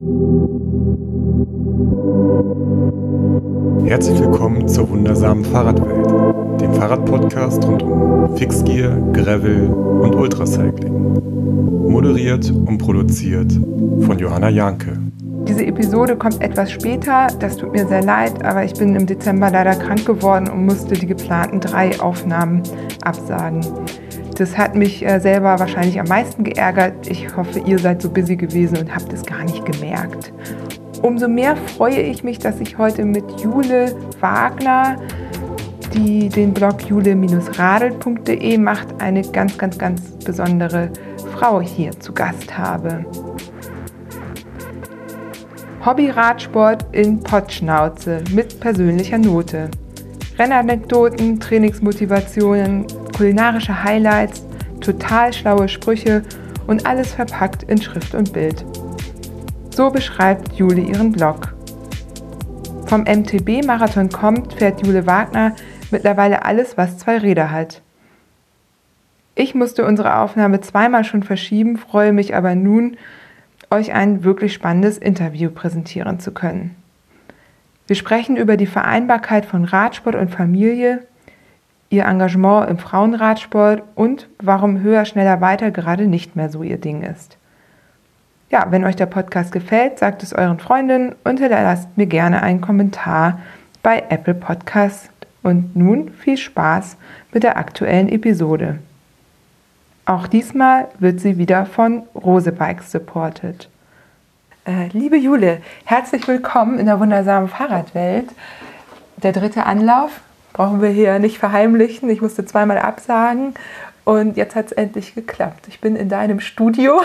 Herzlich willkommen zur wundersamen Fahrradwelt, dem Fahrradpodcast rund um Fixgear, Gravel und Ultracycling. Moderiert und produziert von Johanna Janke. Diese Episode kommt etwas später, das tut mir sehr leid, aber ich bin im Dezember leider krank geworden und musste die geplanten 3 Aufnahmen absagen. Das hat mich selber wahrscheinlich am meisten geärgert. Ich hoffe, ihr seid so busy gewesen und habt es gar nicht gemerkt. Umso mehr freue ich mich, dass ich heute mit Jule Wagner, die den Blog jule-radelt.de macht, eine ganz besondere Frau hier zu Gast habe. Hobby-Radsport in Pottschnauze mit persönlicher Note. Rennanekdoten, Trainingsmotivationen, kulinarische Highlights, total schlaue Sprüche und alles verpackt in Schrift und Bild. So beschreibt Jule ihren Blog. Vom MTB-Marathon kommt, fährt Jule Wagner mittlerweile alles, was 2 Räder hat. Ich musste unsere Aufnahme 2-mal schon verschieben, freue mich aber nun, euch ein wirklich spannendes Interview präsentieren zu können. Wir sprechen über die Vereinbarkeit von Radsport und Familie, ihr Engagement im Frauenradsport und warum höher, schneller, weiter gerade nicht mehr so ihr Ding ist. Ja, wenn euch der Podcast gefällt, sagt es euren Freundinnen und hinterlasst mir gerne einen Kommentar bei Apple Podcasts. Und nun viel Spaß mit der aktuellen Episode. Auch diesmal wird sie wieder von Rose Bikes supported. Liebe Jule, herzlich willkommen in der wundersamen Fahrradwelt. Der 3. Anlauf brauchen wir hier nicht verheimlichen. Ich musste 2-mal absagen und jetzt hat es endlich geklappt. Ich bin in deinem Studio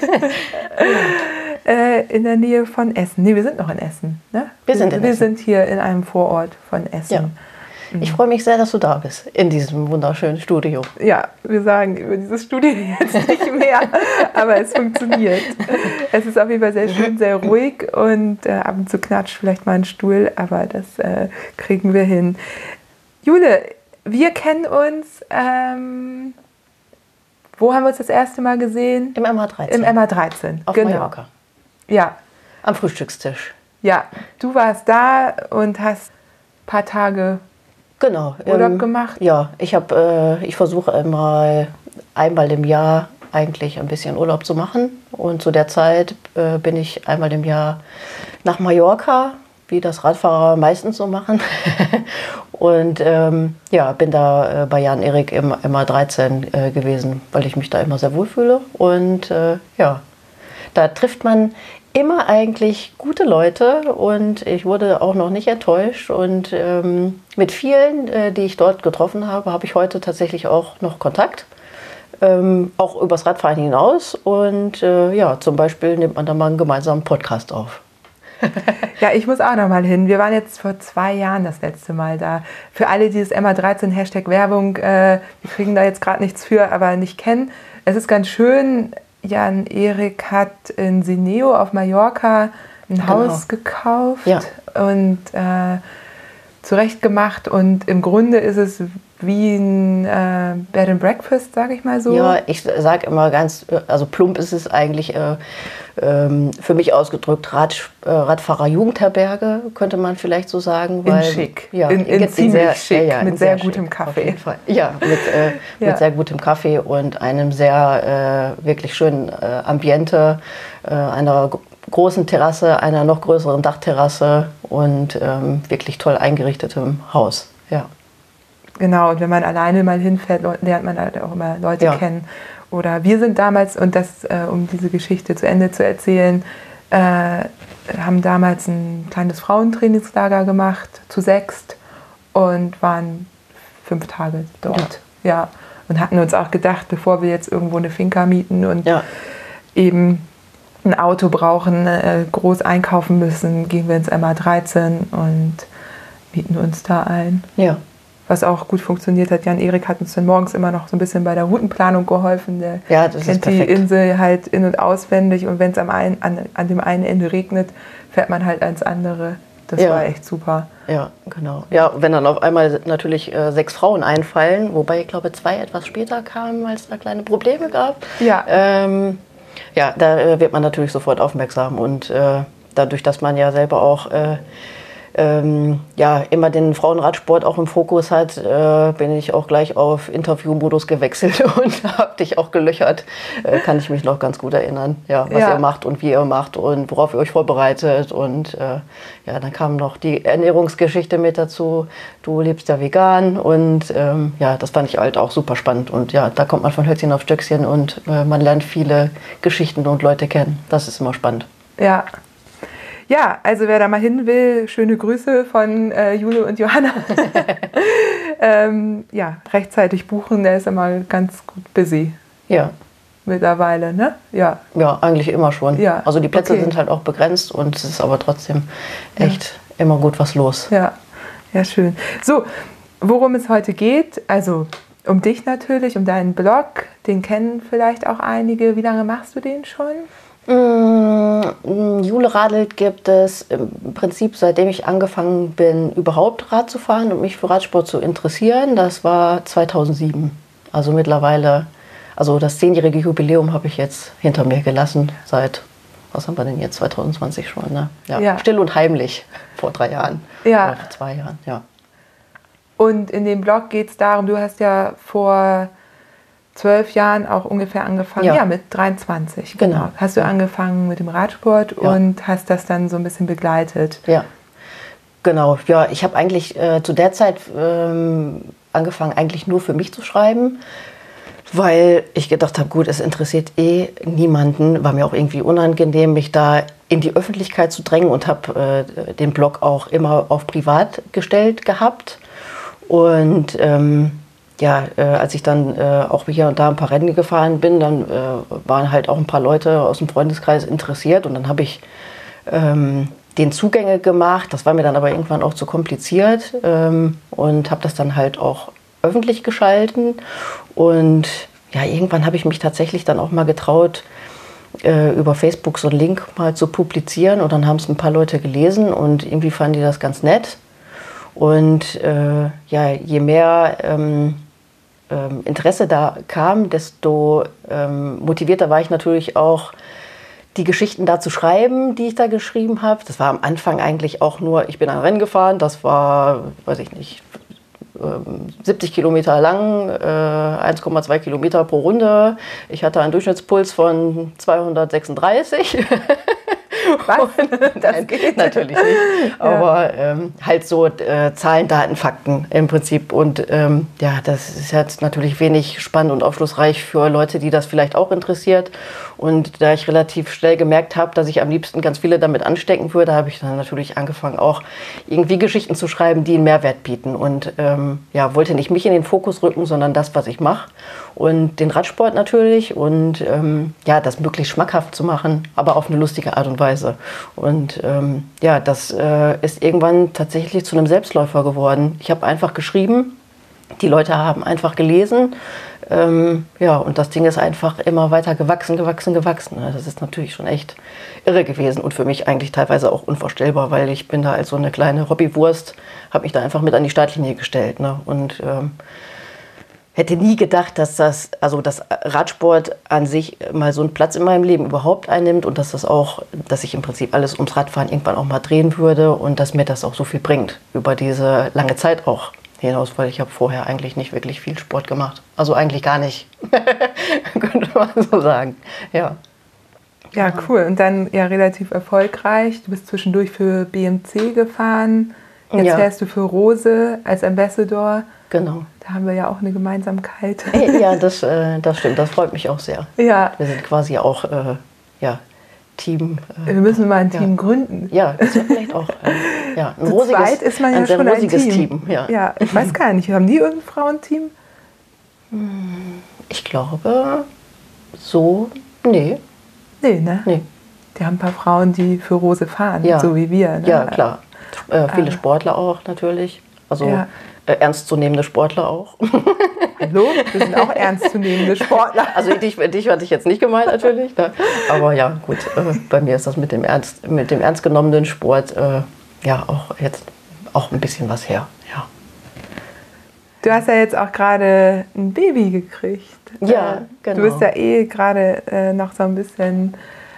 in der Nähe von Essen. Nee, wir sind noch in Essen. Ne? Wir sind hier in einem Vorort von Essen. Ja. Ich freue mich sehr, dass du da bist, in diesem wunderschönen Studio. Ja, wir sagen über dieses Studio jetzt nicht mehr, aber es funktioniert. Es ist auf jeden Fall sehr schön, sehr ruhig und ab und zu knatscht vielleicht mal ein Stuhl, aber das kriegen wir hin. Jule, wir kennen uns, wo haben wir uns das erste Mal gesehen? Im MH13. Im MH13, auf genau. Mallorca. Ja. Am Frühstückstisch. Ja, du warst da und hast ein paar Tage Urlaub gemacht? Ja, ich versuche einmal im Jahr eigentlich ein bisschen Urlaub zu machen. Und zu der Zeit bin ich einmal im Jahr nach Mallorca, wie das Radfahrer meistens so machen. Und bin da bei Jan Erik im MH13 gewesen, weil ich mich da immer sehr wohlfühle. Und da trifft man immer eigentlich gute Leute und ich wurde auch noch nicht enttäuscht. Und mit vielen, die ich dort getroffen habe, habe ich heute tatsächlich auch noch Kontakt. Auch übers Radfahren hinaus. Und zum Beispiel nimmt man da mal einen gemeinsamen Podcast auf. Ja, ich muss auch noch mal hin. Wir waren jetzt vor 2 Jahren das letzte Mal da. Für alle, die das MH13 Hashtag Werbung, wir kriegen da jetzt gerade nichts für, aber nicht kennen. Es ist ganz schön. Jan Erik hat in Sineo auf Mallorca ein Haus gekauft und zurechtgemacht. Und im Grunde ist es wie ein Bed and Breakfast, sage ich mal so. Ja, ich sage immer plump ist es eigentlich für mich ausgedrückt Radfahrer-Jugendherberge, könnte man vielleicht so sagen. Weil, in schick, ja, in ziemlich schick, mit sehr gutem Kaffee. Auf jeden Fall. Ja, mit sehr gutem Kaffee und einem sehr wirklich schönen Ambiente, einer großen Terrasse, einer noch größeren Dachterrasse und wirklich toll eingerichtetem Haus. Ja. Genau, und wenn man alleine mal hinfährt, lernt man halt auch immer Leute kennen. Oder wir sind damals, und das, um diese Geschichte zu Ende zu erzählen, haben damals ein kleines Frauentrainingslager gemacht, zu 6 und waren 5 Tage dort. Ja. Und hatten uns auch gedacht, bevor wir jetzt irgendwo eine Finca mieten und eben ein Auto brauchen, groß einkaufen müssen, gehen wir ins MH13 und mieten uns da ein. Ja. Was auch gut funktioniert hat. Jan Erik hat uns dann morgens immer noch so ein bisschen bei der Routenplanung geholfen. Der kennt die Insel halt in- und auswendig. Und wenn es an dem einen Ende regnet, fährt man halt ans andere. Das war echt super. Ja, genau. Ja, wenn dann auf einmal natürlich 6 Frauen einfallen, wobei ich glaube 2 etwas später kamen, weil es da kleine Probleme gab. Ja. Ja, da wird man natürlich sofort aufmerksam und dadurch, dass man ja selber auch immer den Frauenradsport auch im Fokus hat, bin ich auch gleich auf Interviewmodus gewechselt und habe dich auch gelöchert. Kann ich mich noch ganz gut erinnern, was ihr macht und wie ihr macht und worauf ihr euch vorbereitet. Und dann kam noch die Ernährungsgeschichte mit dazu. Du lebst ja vegan und das fand ich halt auch super spannend. Und ja, da kommt man von Hölzchen auf Stöckchen und man lernt viele Geschichten und Leute kennen. Das ist immer spannend. Ja. Ja, also wer da mal hin will, schöne Grüße von Jule und Johanna. Rechtzeitig buchen, der ist immer ganz gut busy. Ja. Mittlerweile, ne? Ja. Ja, eigentlich immer schon. Ja. Also die Plätze sind halt auch begrenzt und es ist aber trotzdem echt immer gut was los. Ja, ja, schön. So, worum es heute geht, also um dich natürlich, um deinen Blog, den kennen vielleicht auch einige. Wie lange machst du den schon? Jule radelt gibt es im Prinzip, seitdem ich angefangen bin, überhaupt Rad zu fahren und mich für Radsport zu interessieren. Das war 2007. Also mittlerweile, also das 10-jährige Jubiläum habe ich jetzt hinter mir gelassen seit, was haben wir denn jetzt, 2020 schon, ne? Ja. Still und heimlich vor 3 Jahren. Ja. Oder vor 2 Jahren, ja. Und in dem Blog geht es darum, du hast ja vor 12 Jahren auch ungefähr angefangen, mit 23. Genau. Hast du angefangen mit dem Radsport und hast das dann so ein bisschen begleitet. Ja, genau. Ja, ich habe eigentlich zu der Zeit angefangen, eigentlich nur für mich zu schreiben, weil ich gedacht habe, gut, es interessiert niemanden. War mir auch irgendwie unangenehm, mich da in die Öffentlichkeit zu drängen und habe den Blog auch immer auf privat gestellt gehabt. Und als ich dann auch hier und da ein paar Rennen gefahren bin, dann waren halt auch ein paar Leute aus dem Freundeskreis interessiert und dann habe ich den Zugänge gemacht. Das war mir dann aber irgendwann auch zu kompliziert und habe das dann halt auch öffentlich geschalten. Und ja, irgendwann habe ich mich tatsächlich dann auch mal getraut, über Facebook so einen Link mal zu publizieren und dann haben es ein paar Leute gelesen und irgendwie fanden die das ganz nett. Und je mehr Interesse da kam, desto motivierter war ich natürlich auch, die Geschichten da zu schreiben, die ich da geschrieben habe. Das war am Anfang eigentlich auch nur, ich bin ein Rennen gefahren, das war, weiß ich nicht, 70 Kilometer lang, 1,2 Kilometer pro Runde. Ich hatte einen Durchschnittspuls von 236. Was? Das geht natürlich nicht. Aber halt so Zahlen, Daten, Fakten im Prinzip. Und das ist jetzt natürlich wenig spannend und aufschlussreich für Leute, die das vielleicht auch interessiert. Und da ich relativ schnell gemerkt habe, dass ich am liebsten ganz viele damit anstecken würde, habe ich dann natürlich angefangen, auch irgendwie Geschichten zu schreiben, die einen Mehrwert bieten. Und wollte nicht mich in den Fokus rücken, sondern das, was ich mache. Und den Radsport natürlich. Und das möglichst schmackhaft zu machen, aber auf eine lustige Art und Weise. Und das ist irgendwann tatsächlich zu einem Selbstläufer geworden. Ich habe einfach geschrieben, die Leute haben einfach gelesen. Und das Ding ist einfach immer weiter gewachsen. Das ist natürlich schon echt irre gewesen und für mich eigentlich teilweise auch unvorstellbar, weil ich bin da als so eine kleine Hobbywurst, habe mich da einfach mit an die Startlinie gestellt. Ne? Und hätte nie gedacht, dass das Radsport an sich mal so einen Platz in meinem Leben überhaupt einnimmt und dass ich im Prinzip alles ums Radfahren irgendwann auch mal drehen würde und dass mir das auch so viel bringt über diese lange Zeit auch hinaus, weil ich habe vorher eigentlich nicht wirklich viel Sport gemacht. Also eigentlich gar nicht, könnte man so sagen. Ja. Ja, cool. Und dann ja relativ erfolgreich. Du bist zwischendurch für BMC gefahren. Jetzt fährst du für Rose als Ambassador. Genau. Da haben wir ja auch eine Gemeinsamkeit. Ja, das stimmt. Das freut mich auch sehr. Ja. Wir sind quasi auch Team. Wir müssen mal ein Team gründen. Ja, das wird vielleicht auch. Ein Zu zweit ist man ja schon ein Team. Ja, ich weiß gar nicht. Haben die irgendein Frauenteam? Ich glaube, so, nee. Nee, ne? Nee. Die haben ein paar Frauen, die für Rose fahren, so wie wir. Ne? Ja, klar. Viele Sportler auch natürlich. Also ernstzunehmende Sportler auch. Hallo? Wir sind auch ernstzunehmende Sportler. Also dich hatte ich jetzt nicht gemeint natürlich. Ne? Aber ja, gut, bei mir ist das mit dem ernst genommenen Sport auch jetzt auch ein bisschen was her. Ja. Du hast ja jetzt auch gerade ein Baby gekriegt. Ja, genau. Du bist ja gerade noch so ein bisschen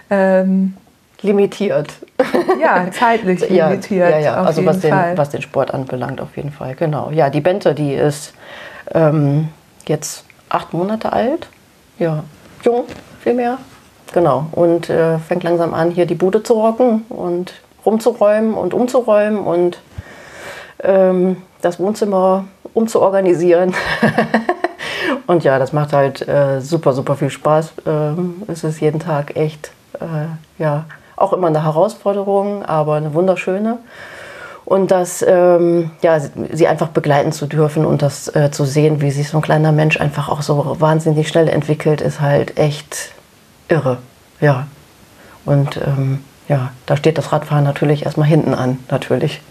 limitiert. Ja, zeitlich limitiert. Ja. Auf Also jeden Fall. was den Sport anbelangt, auf jeden Fall. Genau. Ja, die Bente, die ist jetzt 8 Monate alt. Ja, jung, vielmehr. Genau. Und fängt langsam an, hier die Bude zu rocken und rumzuräumen und umzuräumen und das Wohnzimmer umzuorganisieren. Und ja, das macht halt super, super viel Spaß. Es ist jeden Tag echt, auch immer eine Herausforderung, aber eine wunderschöne. Und das, sie einfach begleiten zu dürfen und das zu sehen, wie sich so ein kleiner Mensch einfach auch so wahnsinnig schnell entwickelt, ist halt echt irre. Ja. Und da steht das Radfahren natürlich erstmal hinten an, natürlich.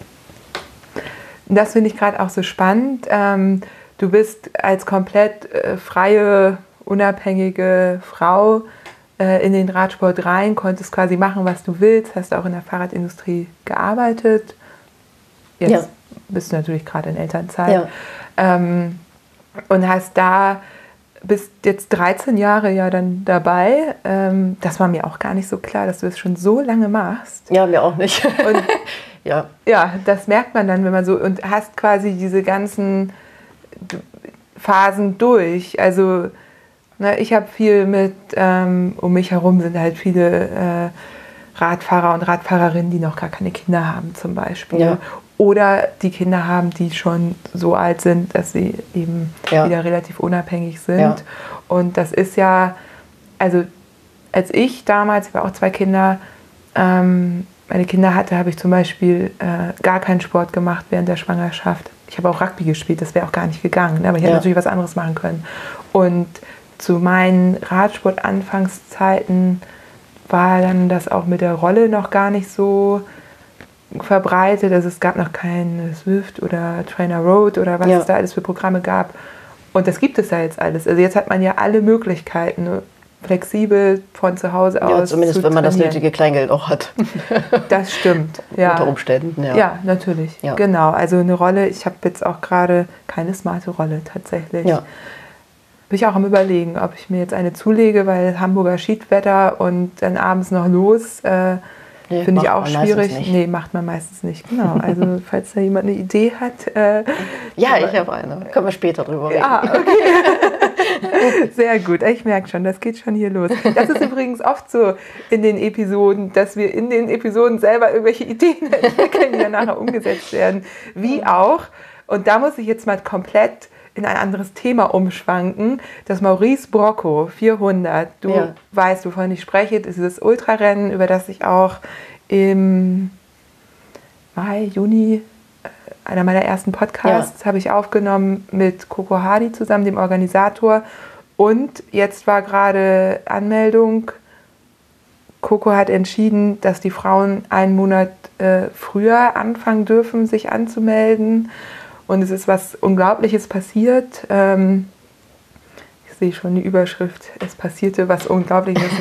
Das finde ich gerade auch so spannend. Du bist als komplett freie, unabhängige Frau in den Radsport rein, konntest quasi machen, was du willst, hast auch in der Fahrradindustrie gearbeitet. Jetzt bist du natürlich gerade in Elternzeit. Ja. Und bist jetzt 13 Jahre ja dann dabei. Das war mir auch gar nicht so klar, dass du das schon so lange machst. Ja, mir auch nicht. Und ja, das merkt man dann, wenn man so, und hast quasi diese ganzen Phasen durch. Also ich habe viel mit, um mich herum sind halt viele Radfahrer und Radfahrerinnen, die noch gar keine Kinder haben zum Beispiel. Ja. Oder die Kinder haben, die schon so alt sind, dass sie eben wieder relativ unabhängig sind. Ja. Und das ist ja, also als ich damals, ich habe auch 2 Kinder, meine Kinder hatte, habe ich zum Beispiel gar keinen Sport gemacht während der Schwangerschaft. Ich habe auch Rugby gespielt, das wäre auch gar nicht gegangen, aber ich hätte natürlich was anderes machen können. Und zu meinen Radsport-Anfangszeiten war dann das auch mit der Rolle noch gar nicht so verbreitet. Also es gab noch kein Swift oder Trainer Road oder was es da alles für Programme gab. Und das gibt es ja jetzt alles. Also jetzt hat man ja alle Möglichkeiten, flexibel von zu Hause aus. Ja, zumindest wenn man das nötige Kleingeld auch hat. Das stimmt, ja. Unter Umständen, ja. Ja, natürlich, genau. Also eine Rolle, ich habe jetzt auch gerade keine smarte Rolle tatsächlich. Ja. Bin ich auch am Überlegen, ob ich mir jetzt eine zulege, weil Hamburger Schiedwetter und dann abends noch los, finde ich auch schwierig. Nee, macht man meistens nicht. Genau, also falls da jemand eine Idee hat. Ja, ich habe eine. Können wir später drüber reden. Ah, okay. Sehr gut, ich merke schon, das geht schon hier los. Das ist übrigens oft so in den Episoden, dass wir in den Episoden selber irgendwelche Ideen entwickeln, die dann nachher umgesetzt werden. Wie auch, und da muss ich jetzt mal komplett in ein anderes Thema umschwanken, das Maurice Brocco 400. Du weißt, wovon ich spreche, das ist das Ultrarennen, über das ich auch im Mai, Juni, einer meiner ersten Podcasts habe ich aufgenommen mit Coco Hardy zusammen, dem Organisator. Und jetzt war gerade Anmeldung. Coco hat entschieden, dass die Frauen einen Monat früher anfangen dürfen, sich anzumelden. Und es ist was Unglaubliches passiert. Ich sehe schon die Überschrift, es passierte was Unglaubliches.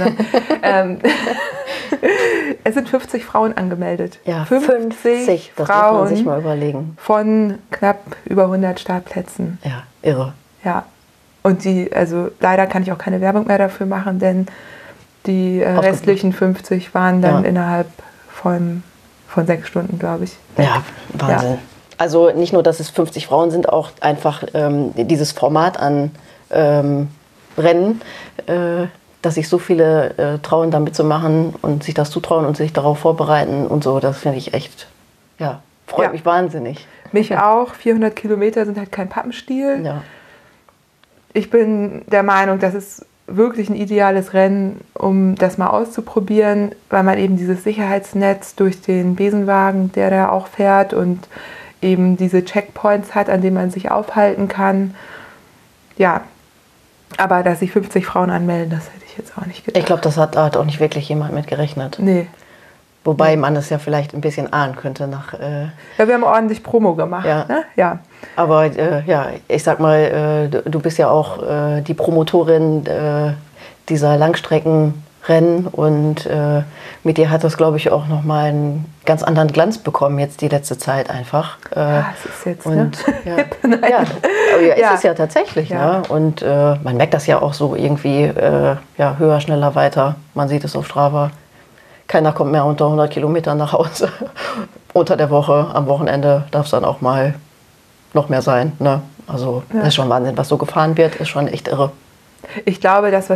Es sind 50 Frauen angemeldet. Ja, 50 das Frauen, muss man sich mal überlegen. Von knapp über 100 Startplätzen. Ja, irre. Ja, und also leider kann ich auch keine Werbung mehr dafür machen, denn die restlichen 50 waren dann innerhalb von 6 Stunden, glaube ich. Ja, Wahnsinn. Ja. Also nicht nur, dass es 50 Frauen sind, auch einfach dieses Format an Rennen, dass sich so viele trauen, da mitzumachen und sich das zutrauen und sich darauf vorbereiten und so, das finde ich echt, freut mich wahnsinnig. Mich auch. 400 Kilometer sind halt kein Pappenstiel. Ja. Ich bin der Meinung, das ist wirklich ein ideales Rennen, um das mal auszuprobieren, weil man eben dieses Sicherheitsnetz durch den Besenwagen, der da auch fährt, und eben diese Checkpoints hat, an denen man sich aufhalten kann. Ja, aber dass sich 50 Frauen anmelden, das hätte ich jetzt auch nicht gedacht. Ich glaube, das hat auch nicht wirklich jemand mit gerechnet. Nee. Wobei man es ja vielleicht ein bisschen ahnen könnte nach... ja, wir haben ordentlich Promo gemacht. Ja. Ne? Ja. Aber ich sag mal, du bist ja auch die Promotorin dieser Langstreckenrennen Rennen und mit dir hat das, glaube ich, auch nochmal einen ganz anderen Glanz bekommen jetzt die letzte Zeit einfach. Das ist jetzt, und, ne? ja, aber ja, Ja. ist es ja tatsächlich. Ja. Ne? Und man merkt das ja auch so irgendwie, ja, höher, schneller, weiter. Man sieht es auf Strava. Keiner kommt mehr unter 100 Kilometern nach Hause. Unter der Woche, am Wochenende darf es dann auch mal noch mehr sein. Ne? Also das ist schon Wahnsinn, was so gefahren wird, ist schon echt irre. Ich glaube, das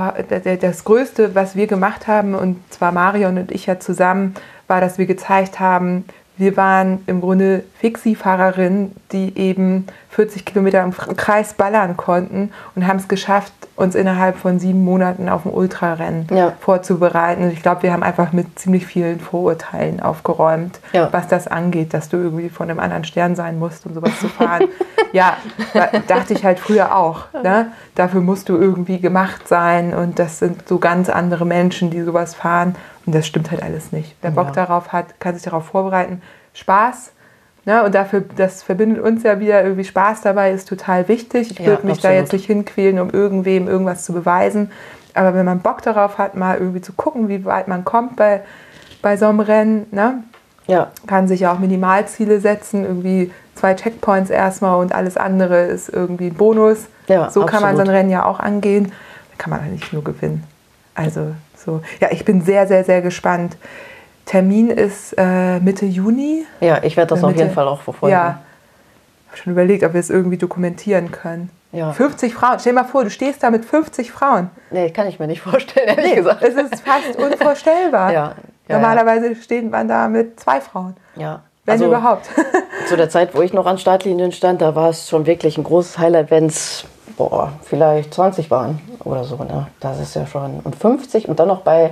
Größte, was wir gemacht haben, und zwar Marion und ich ja zusammen, war, dass wir gezeigt haben, wir waren im Grunde Fixie-Fahrerinnen, die eben 40 Kilometer im Kreis ballern konnten und haben es geschafft, uns innerhalb von 7 Monaten auf ein Ultrarennen vorzubereiten. Und ich glaube, wir haben einfach mit ziemlich vielen Vorurteilen aufgeräumt, was das angeht, dass du irgendwie von einem anderen Stern sein musst, um sowas zu fahren. Ja, dachte ich halt früher auch. Ne? Dafür musst du irgendwie gemacht sein und das sind so ganz andere Menschen, die sowas fahren. Und das stimmt halt alles nicht. Wer Bock darauf hat, kann sich darauf vorbereiten. Spaß. Ne? Und das verbindet uns ja wieder, irgendwie Spaß dabei ist total wichtig. Ich würde mich da jetzt nicht hinquälen, um irgendwem irgendwas zu beweisen. Aber wenn man Bock darauf hat, mal irgendwie zu gucken, wie weit man kommt bei so einem Rennen, ne? Kann sich ja auch Minimalziele setzen, irgendwie 2 Checkpoints erstmal und alles andere ist irgendwie ein Bonus. Ja, so kann man so ein Rennen ja auch angehen. Da kann man ja nicht nur gewinnen. Also so. Ja, ich bin sehr, sehr, sehr gespannt. Termin ist Mitte Juni. Ja, ich werde das auf jeden Fall auch verfolgen. Ja, ich habe schon überlegt, ob wir es irgendwie dokumentieren können. Ja. 50 Frauen. Stell dir mal vor, du stehst da mit 50 Frauen. Nee, kann ich mir nicht vorstellen, ehrlich gesagt. Es ist fast unvorstellbar. Normalerweise steht man da mit 2 Frauen. Ja. Wenn überhaupt. Zu der Zeit, wo ich noch an Startlinien stand, da war es schon wirklich ein großes Highlight, wenn es vielleicht 20 waren oder so. Ne? Das ist ja schon. Und 50 und dann noch bei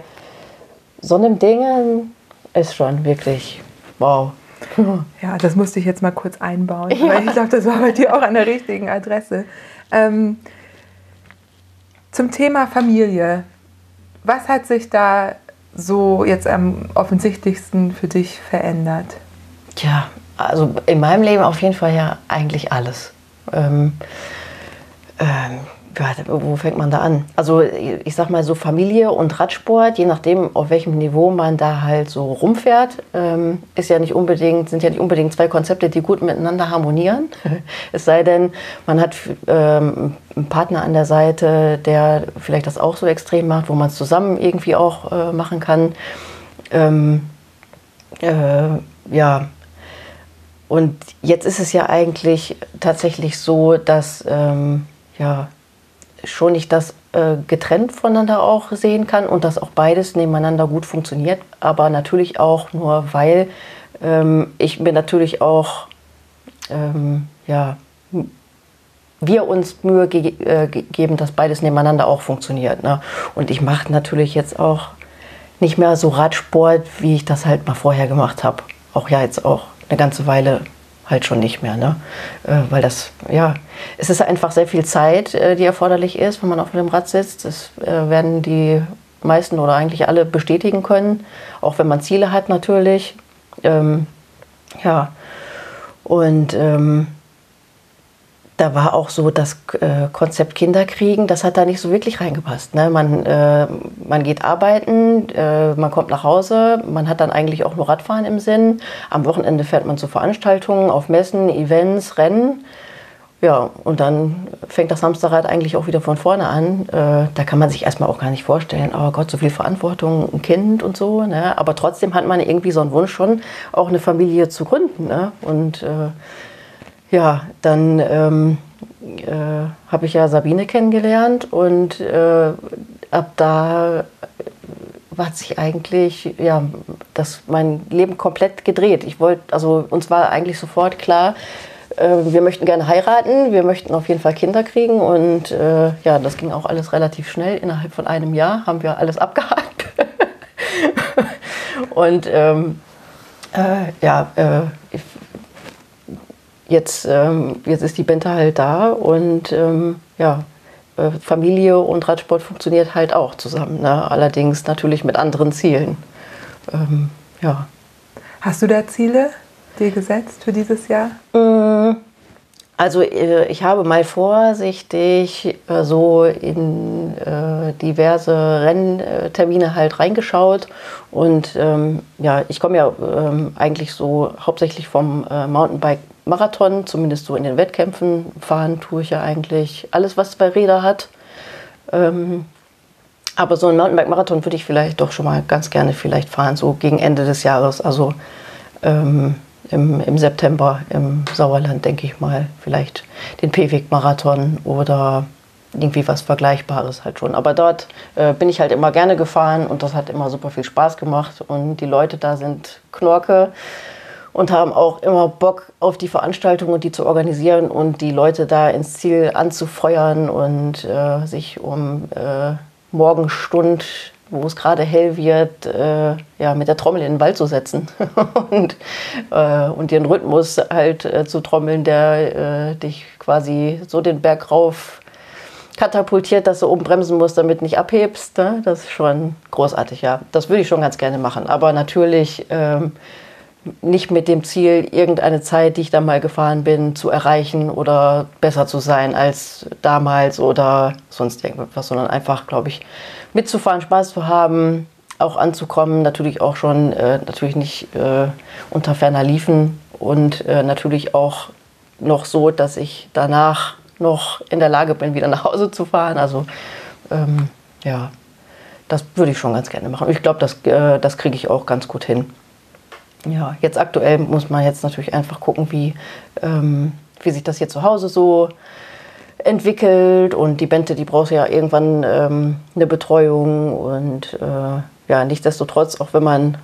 so einem Ding ist schon wirklich wow. Ja, das musste ich jetzt mal kurz einbauen. Weil ich glaube, das war bei dir auch an der richtigen Adresse. Zum Thema Familie. Was hat sich da so jetzt am offensichtlichsten für dich verändert? Tja, also in meinem Leben auf jeden Fall ja eigentlich alles. Wo fängt man da an? Also ich sag mal so Familie und Radsport, je nachdem auf welchem Niveau man da halt so rumfährt, sind ja nicht unbedingt 2 Konzepte, die gut miteinander harmonieren. Es sei denn, man hat einen Partner an der Seite, der vielleicht das auch so extrem macht, wo man es zusammen irgendwie auch machen kann. Ja. Und jetzt ist es ja eigentlich tatsächlich so, dass schon ich das getrennt voneinander auch sehen kann und dass auch beides nebeneinander gut funktioniert, aber natürlich auch nur, weil ich mir natürlich auch wir uns Mühe geben, dass beides nebeneinander auch funktioniert. Ne? Und ich mache natürlich jetzt auch nicht mehr so Radsport, wie ich das halt mal vorher gemacht habe. Auch jetzt auch eine ganze Weile halt schon nicht mehr, ne? Weil es ist einfach sehr viel Zeit, die erforderlich ist, wenn man auf dem Rad sitzt. Das werden die meisten oder eigentlich alle bestätigen können, auch wenn man Ziele hat natürlich. Und da war auch so das Konzept Kinderkriegen, das hat da nicht so wirklich reingepasst. Ne? Man geht arbeiten, man kommt nach Hause, man hat dann eigentlich auch nur Radfahren im Sinn. Am Wochenende fährt man zu Veranstaltungen, auf Messen, Events, Rennen. Ja, und dann fängt das Hamsterrad eigentlich auch wieder von vorne an. Da kann man sich erstmal auch gar nicht vorstellen, oh Gott, so viel Verantwortung, ein Kind und so. Ne? Aber trotzdem hat man irgendwie so einen Wunsch schon, auch eine Familie zu gründen. Ne? Und dann habe ich ja Sabine kennengelernt und ab da hat sich eigentlich mein Leben komplett gedreht. Uns war eigentlich sofort klar, wir möchten gerne heiraten, wir möchten auf jeden Fall Kinder kriegen und das ging auch alles relativ schnell. Innerhalb von einem Jahr haben wir alles abgehakt. Und jetzt ist die Bente halt da und Familie und Radsport funktioniert halt auch zusammen. Ne? Allerdings natürlich mit anderen Zielen. Hast du da Ziele dir gesetzt für dieses Jahr? Also ich habe mal vorsichtig so in diverse Renntermine halt reingeschaut und ja, ich komme ja eigentlich so hauptsächlich vom Mountainbike-Marathon, zumindest so in den Wettkämpfen fahren tue ich ja eigentlich alles, was zwei Räder hat. Aber so einen Mountainbike-Marathon würde ich vielleicht doch schon mal ganz gerne vielleicht fahren, so gegen Ende des Jahres, also im September im Sauerland, denke ich mal, vielleicht den Pehweg-Marathon oder irgendwie was Vergleichbares halt schon. Aber dort bin ich halt immer gerne gefahren und das hat immer super viel Spaß gemacht und die Leute da sind Knorke und haben auch immer Bock auf die Veranstaltung und die zu organisieren und die Leute da ins Ziel anzufeuern und sich um Morgenstund, wo es gerade hell wird, ja, mit der Trommel in den Wald zu setzen und ihren Rhythmus halt zu trommeln, der dich quasi so den Berg rauf katapultiert, dass du oben bremsen musst, damit nicht abhebst. Ne? Das ist schon großartig, ja. Das würde ich schon ganz gerne machen. Aber natürlich nicht mit dem Ziel, irgendeine Zeit, die ich da mal gefahren bin, zu erreichen oder besser zu sein als damals oder sonst irgendwas, sondern einfach, glaube ich, mitzufahren, Spaß zu haben, auch anzukommen, natürlich auch schon, natürlich nicht unter ferner Liefen und natürlich auch noch so, dass ich danach noch in der Lage bin, wieder nach Hause zu fahren. Also ja, das würde ich schon ganz gerne machen. Und ich glaube, das kriege ich auch ganz gut hin. Ja, jetzt aktuell muss man jetzt natürlich einfach gucken, wie sich das hier zu Hause so entwickelt und die Bente, die braucht ja irgendwann eine Betreuung und ja, nichtsdestotrotz, auch wenn man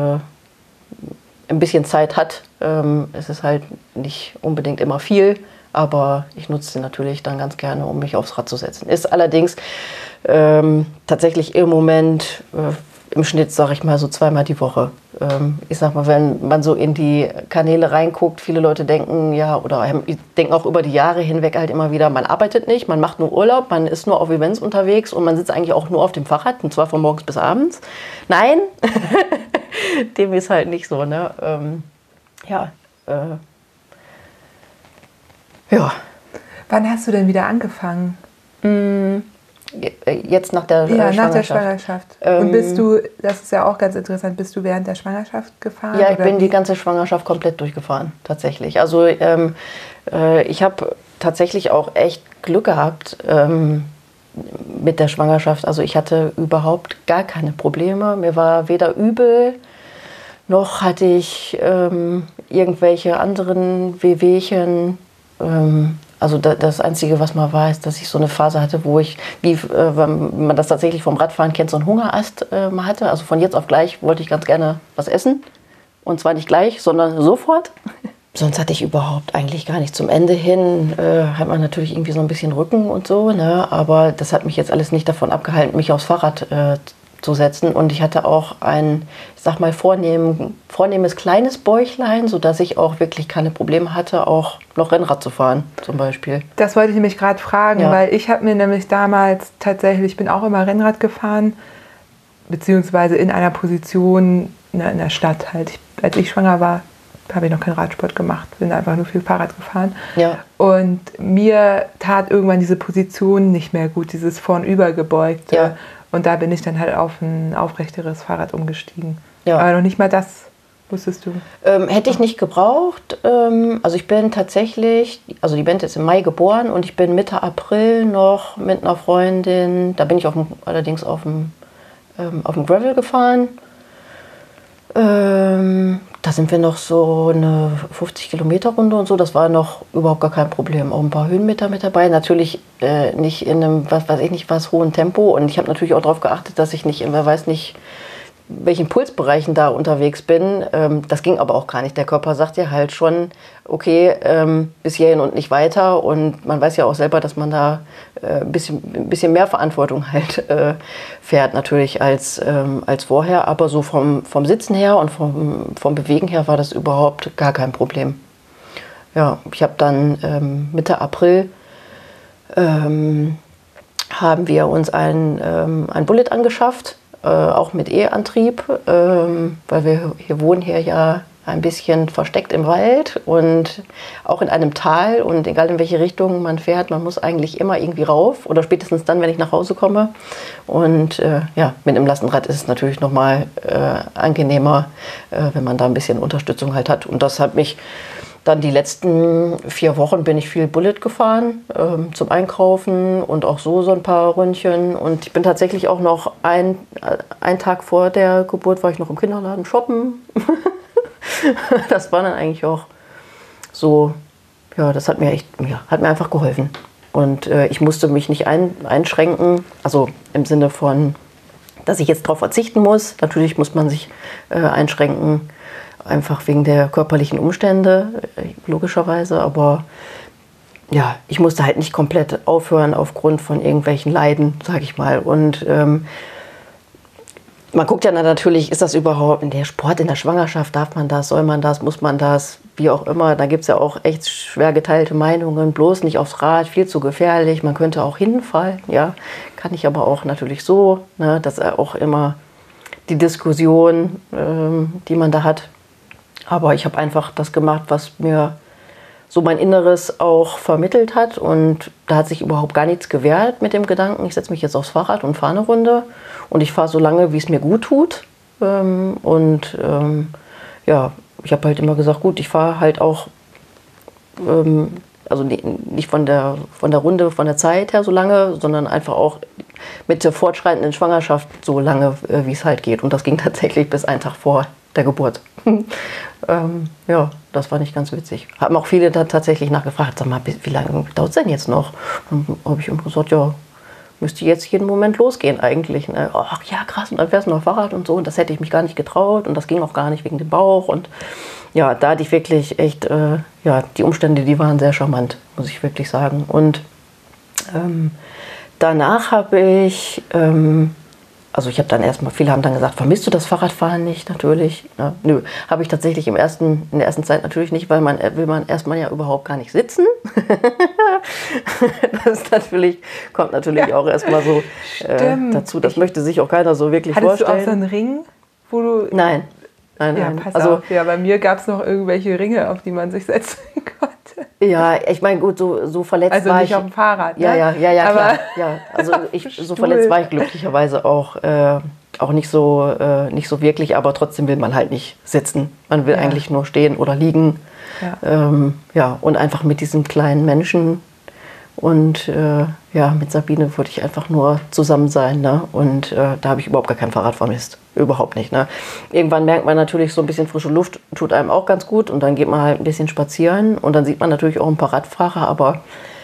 ein bisschen Zeit hat, es ist halt nicht unbedingt immer viel, aber ich nutze sie natürlich dann ganz gerne, um mich aufs Rad zu setzen. Ist allerdings tatsächlich im Moment im Schnitt, sage ich mal, so 2-mal die Woche. Ich sag mal, wenn man so in die Kanäle reinguckt, viele Leute denken, ja, oder denken auch über die Jahre hinweg halt immer wieder, man arbeitet nicht, man macht nur Urlaub, man ist nur auf Events unterwegs und man sitzt eigentlich auch nur auf dem Fahrrad, und zwar von morgens bis abends. Nein, dem ist halt nicht so, ne? Ja. Wann hast du denn wieder angefangen? Jetzt nach der Schwangerschaft. Nach der Schwangerschaft. Und bist du, das ist ja auch ganz interessant, bist du während der Schwangerschaft gefahren? Ja, ich bin die ganze Schwangerschaft komplett durchgefahren, tatsächlich. Also ich habe tatsächlich auch echt Glück gehabt mit der Schwangerschaft. Also ich hatte überhaupt gar keine Probleme. Mir war weder übel, noch hatte ich irgendwelche anderen Wehwehchen. Also das Einzige, was mal war, ist, dass ich so eine Phase hatte, wo ich, wie wenn man das tatsächlich vom Radfahren kennt, so einen Hungerast mal hatte. Also von jetzt auf gleich wollte ich ganz gerne was essen. Und zwar nicht gleich, sondern sofort. Sonst hatte ich überhaupt eigentlich gar nicht. Zum Ende hin hat man natürlich irgendwie so ein bisschen Rücken und so, ne? Aber das hat mich jetzt alles nicht davon abgehalten, mich aufs Fahrrad zu setzen. Und ich hatte auch ein, ich sag mal, vornehmes kleines Bäuchlein, sodass ich auch wirklich keine Probleme hatte, auch noch Rennrad zu fahren zum Beispiel. Das wollte ich nämlich gerade fragen, Ja. weil ich habe mir nämlich damals tatsächlich, ich bin auch immer Rennrad gefahren, beziehungsweise in einer Position in der Stadt halt. Als ich schwanger war, habe ich noch keinen Radsport gemacht, bin einfach nur viel Fahrrad gefahren. Ja. Und mir tat irgendwann diese Position nicht mehr gut, dieses vornübergebeugte. Ja. Und da bin ich dann halt auf ein aufrechteres Fahrrad umgestiegen. Ja. Aber noch nicht mal das wusstest du. Hätte ich nicht gebraucht. Also ich bin tatsächlich, also die Bente ist im Mai geboren und ich bin Mitte April noch mit einer Freundin, da bin ich allerdings auf dem Gravel gefahren. Da sind wir noch so eine 50-Kilometer-Runde und so. Das war noch überhaupt gar kein Problem. Auch ein paar Höhenmeter mit dabei. Natürlich nicht in einem, was weiß ich nicht, was hohen Tempo. Und ich habe natürlich auch darauf geachtet, dass ich nicht, wer weiß nicht, welchen Pulsbereichen da unterwegs bin. Das ging aber auch gar nicht. Der Körper sagt ja halt schon, okay, bis hierhin und nicht weiter. Und man weiß ja auch selber, dass man da ein bisschen mehr Verantwortung halt fährt natürlich als vorher. Aber so vom Sitzen her und vom Bewegen her war das überhaupt gar kein Problem. Ja, ich habe dann Mitte April haben wir uns ein Bullet angeschafft. Auch mit E-Antrieb, weil wir hier wohnen hier ja ein bisschen versteckt im Wald und auch in einem Tal. Und egal in welche Richtung man fährt, man muss eigentlich immer irgendwie rauf oder spätestens dann, wenn ich nach Hause komme. Und ja, mit dem Lastenrad ist es natürlich nochmal angenehmer, wenn man da ein bisschen Unterstützung halt hat. Und das hat mich dann die letzten 4 Wochen bin ich viel Bullet gefahren zum Einkaufen und auch so ein paar Ründchen. Und ich bin tatsächlich auch noch einen Tag vor der Geburt war ich noch im Kinderladen shoppen. Das war dann eigentlich auch so, ja, das hat mir echt, ja, hat mir einfach geholfen. Und ich musste mich nicht einschränken, also im Sinne von, dass ich jetzt darauf verzichten muss. Natürlich muss man sich einschränken, einfach wegen der körperlichen Umstände, logischerweise. Aber ja, ich musste halt nicht komplett aufhören aufgrund von irgendwelchen Leiden, sage ich mal. Und man guckt ja dann natürlich, ist das überhaupt in der Sport, in der Schwangerschaft, darf man das, soll man das, muss man das, wie auch immer. Da gibt es ja auch echt schwer geteilte Meinungen, bloß nicht aufs Rad, viel zu gefährlich, man könnte auch hinfallen, ja. Kann ich aber auch natürlich so, ne, das ist auch immer die Diskussion, die man da hat. Aber ich habe einfach das gemacht, was mir so mein Inneres auch vermittelt hat. Und da hat sich überhaupt gar nichts gewehrt mit dem Gedanken, ich setze mich jetzt aufs Fahrrad und fahre eine Runde. Und ich fahre so lange, wie es mir gut tut. Ja, ich habe halt immer gesagt, gut, ich fahre halt auch, also nicht von der Runde, von der Zeit her so lange, sondern einfach auch mit der fortschreitenden Schwangerschaft so lange, wie es halt geht. Und das ging tatsächlich bis einen Tag vor der Geburt. Ja, das war nicht ganz witzig. Haben auch viele da tatsächlich nachgefragt, sag mal, wie lange dauert es denn jetzt noch? Und dann habe ich immer gesagt, ja, müsste jetzt jeden Moment losgehen eigentlich. Ne? Ach ja, krass, und dann fährst du noch Fahrrad und so. Und das hätte ich mich gar nicht getraut und das ging auch gar nicht wegen dem Bauch. Und ja, da hatte ich wirklich echt, ja, die Umstände, die waren sehr charmant, muss ich wirklich sagen. Und danach habe ich, also ich habe dann erstmal, viele haben dann gesagt, vermisst du das Fahrradfahren nicht? Natürlich. Ja, nö, habe ich tatsächlich in der ersten Zeit natürlich nicht, weil will man erstmal ja überhaupt gar nicht sitzen. Das kommt natürlich auch erstmal so dazu. Das möchte sich auch keiner so wirklich vorstellen. Hattest du auch so einen Ring, wo du... Nein. Ja, pass auf. Ja, bei mir gab es noch irgendwelche Ringe, auf die man sich setzen konnte. Ja, ich meine, gut, so verletzt also war ich... Also nicht auf dem Fahrrad, ne? Ja, aber klar. Ja, also so verletzt war ich glücklicherweise auch nicht so wirklich, aber trotzdem will man halt nicht sitzen. Man will eigentlich nur stehen oder liegen. Ja. Ja, und einfach mit diesem kleinen Menschen und ja, mit Sabine würde ich einfach nur zusammen sein. Ne? Und da habe ich überhaupt gar kein Fahrrad vermisst. Überhaupt nicht. Ne? Irgendwann merkt man natürlich, so ein bisschen frische Luft tut einem auch ganz gut und dann geht man halt ein bisschen spazieren und dann sieht man natürlich auch ein paar Radfahrer, aber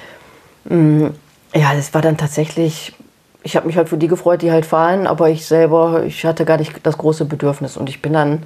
ja, das war dann tatsächlich, ich habe mich halt für die gefreut, die halt fahren, aber ich hatte gar nicht das große Bedürfnis und ich bin dann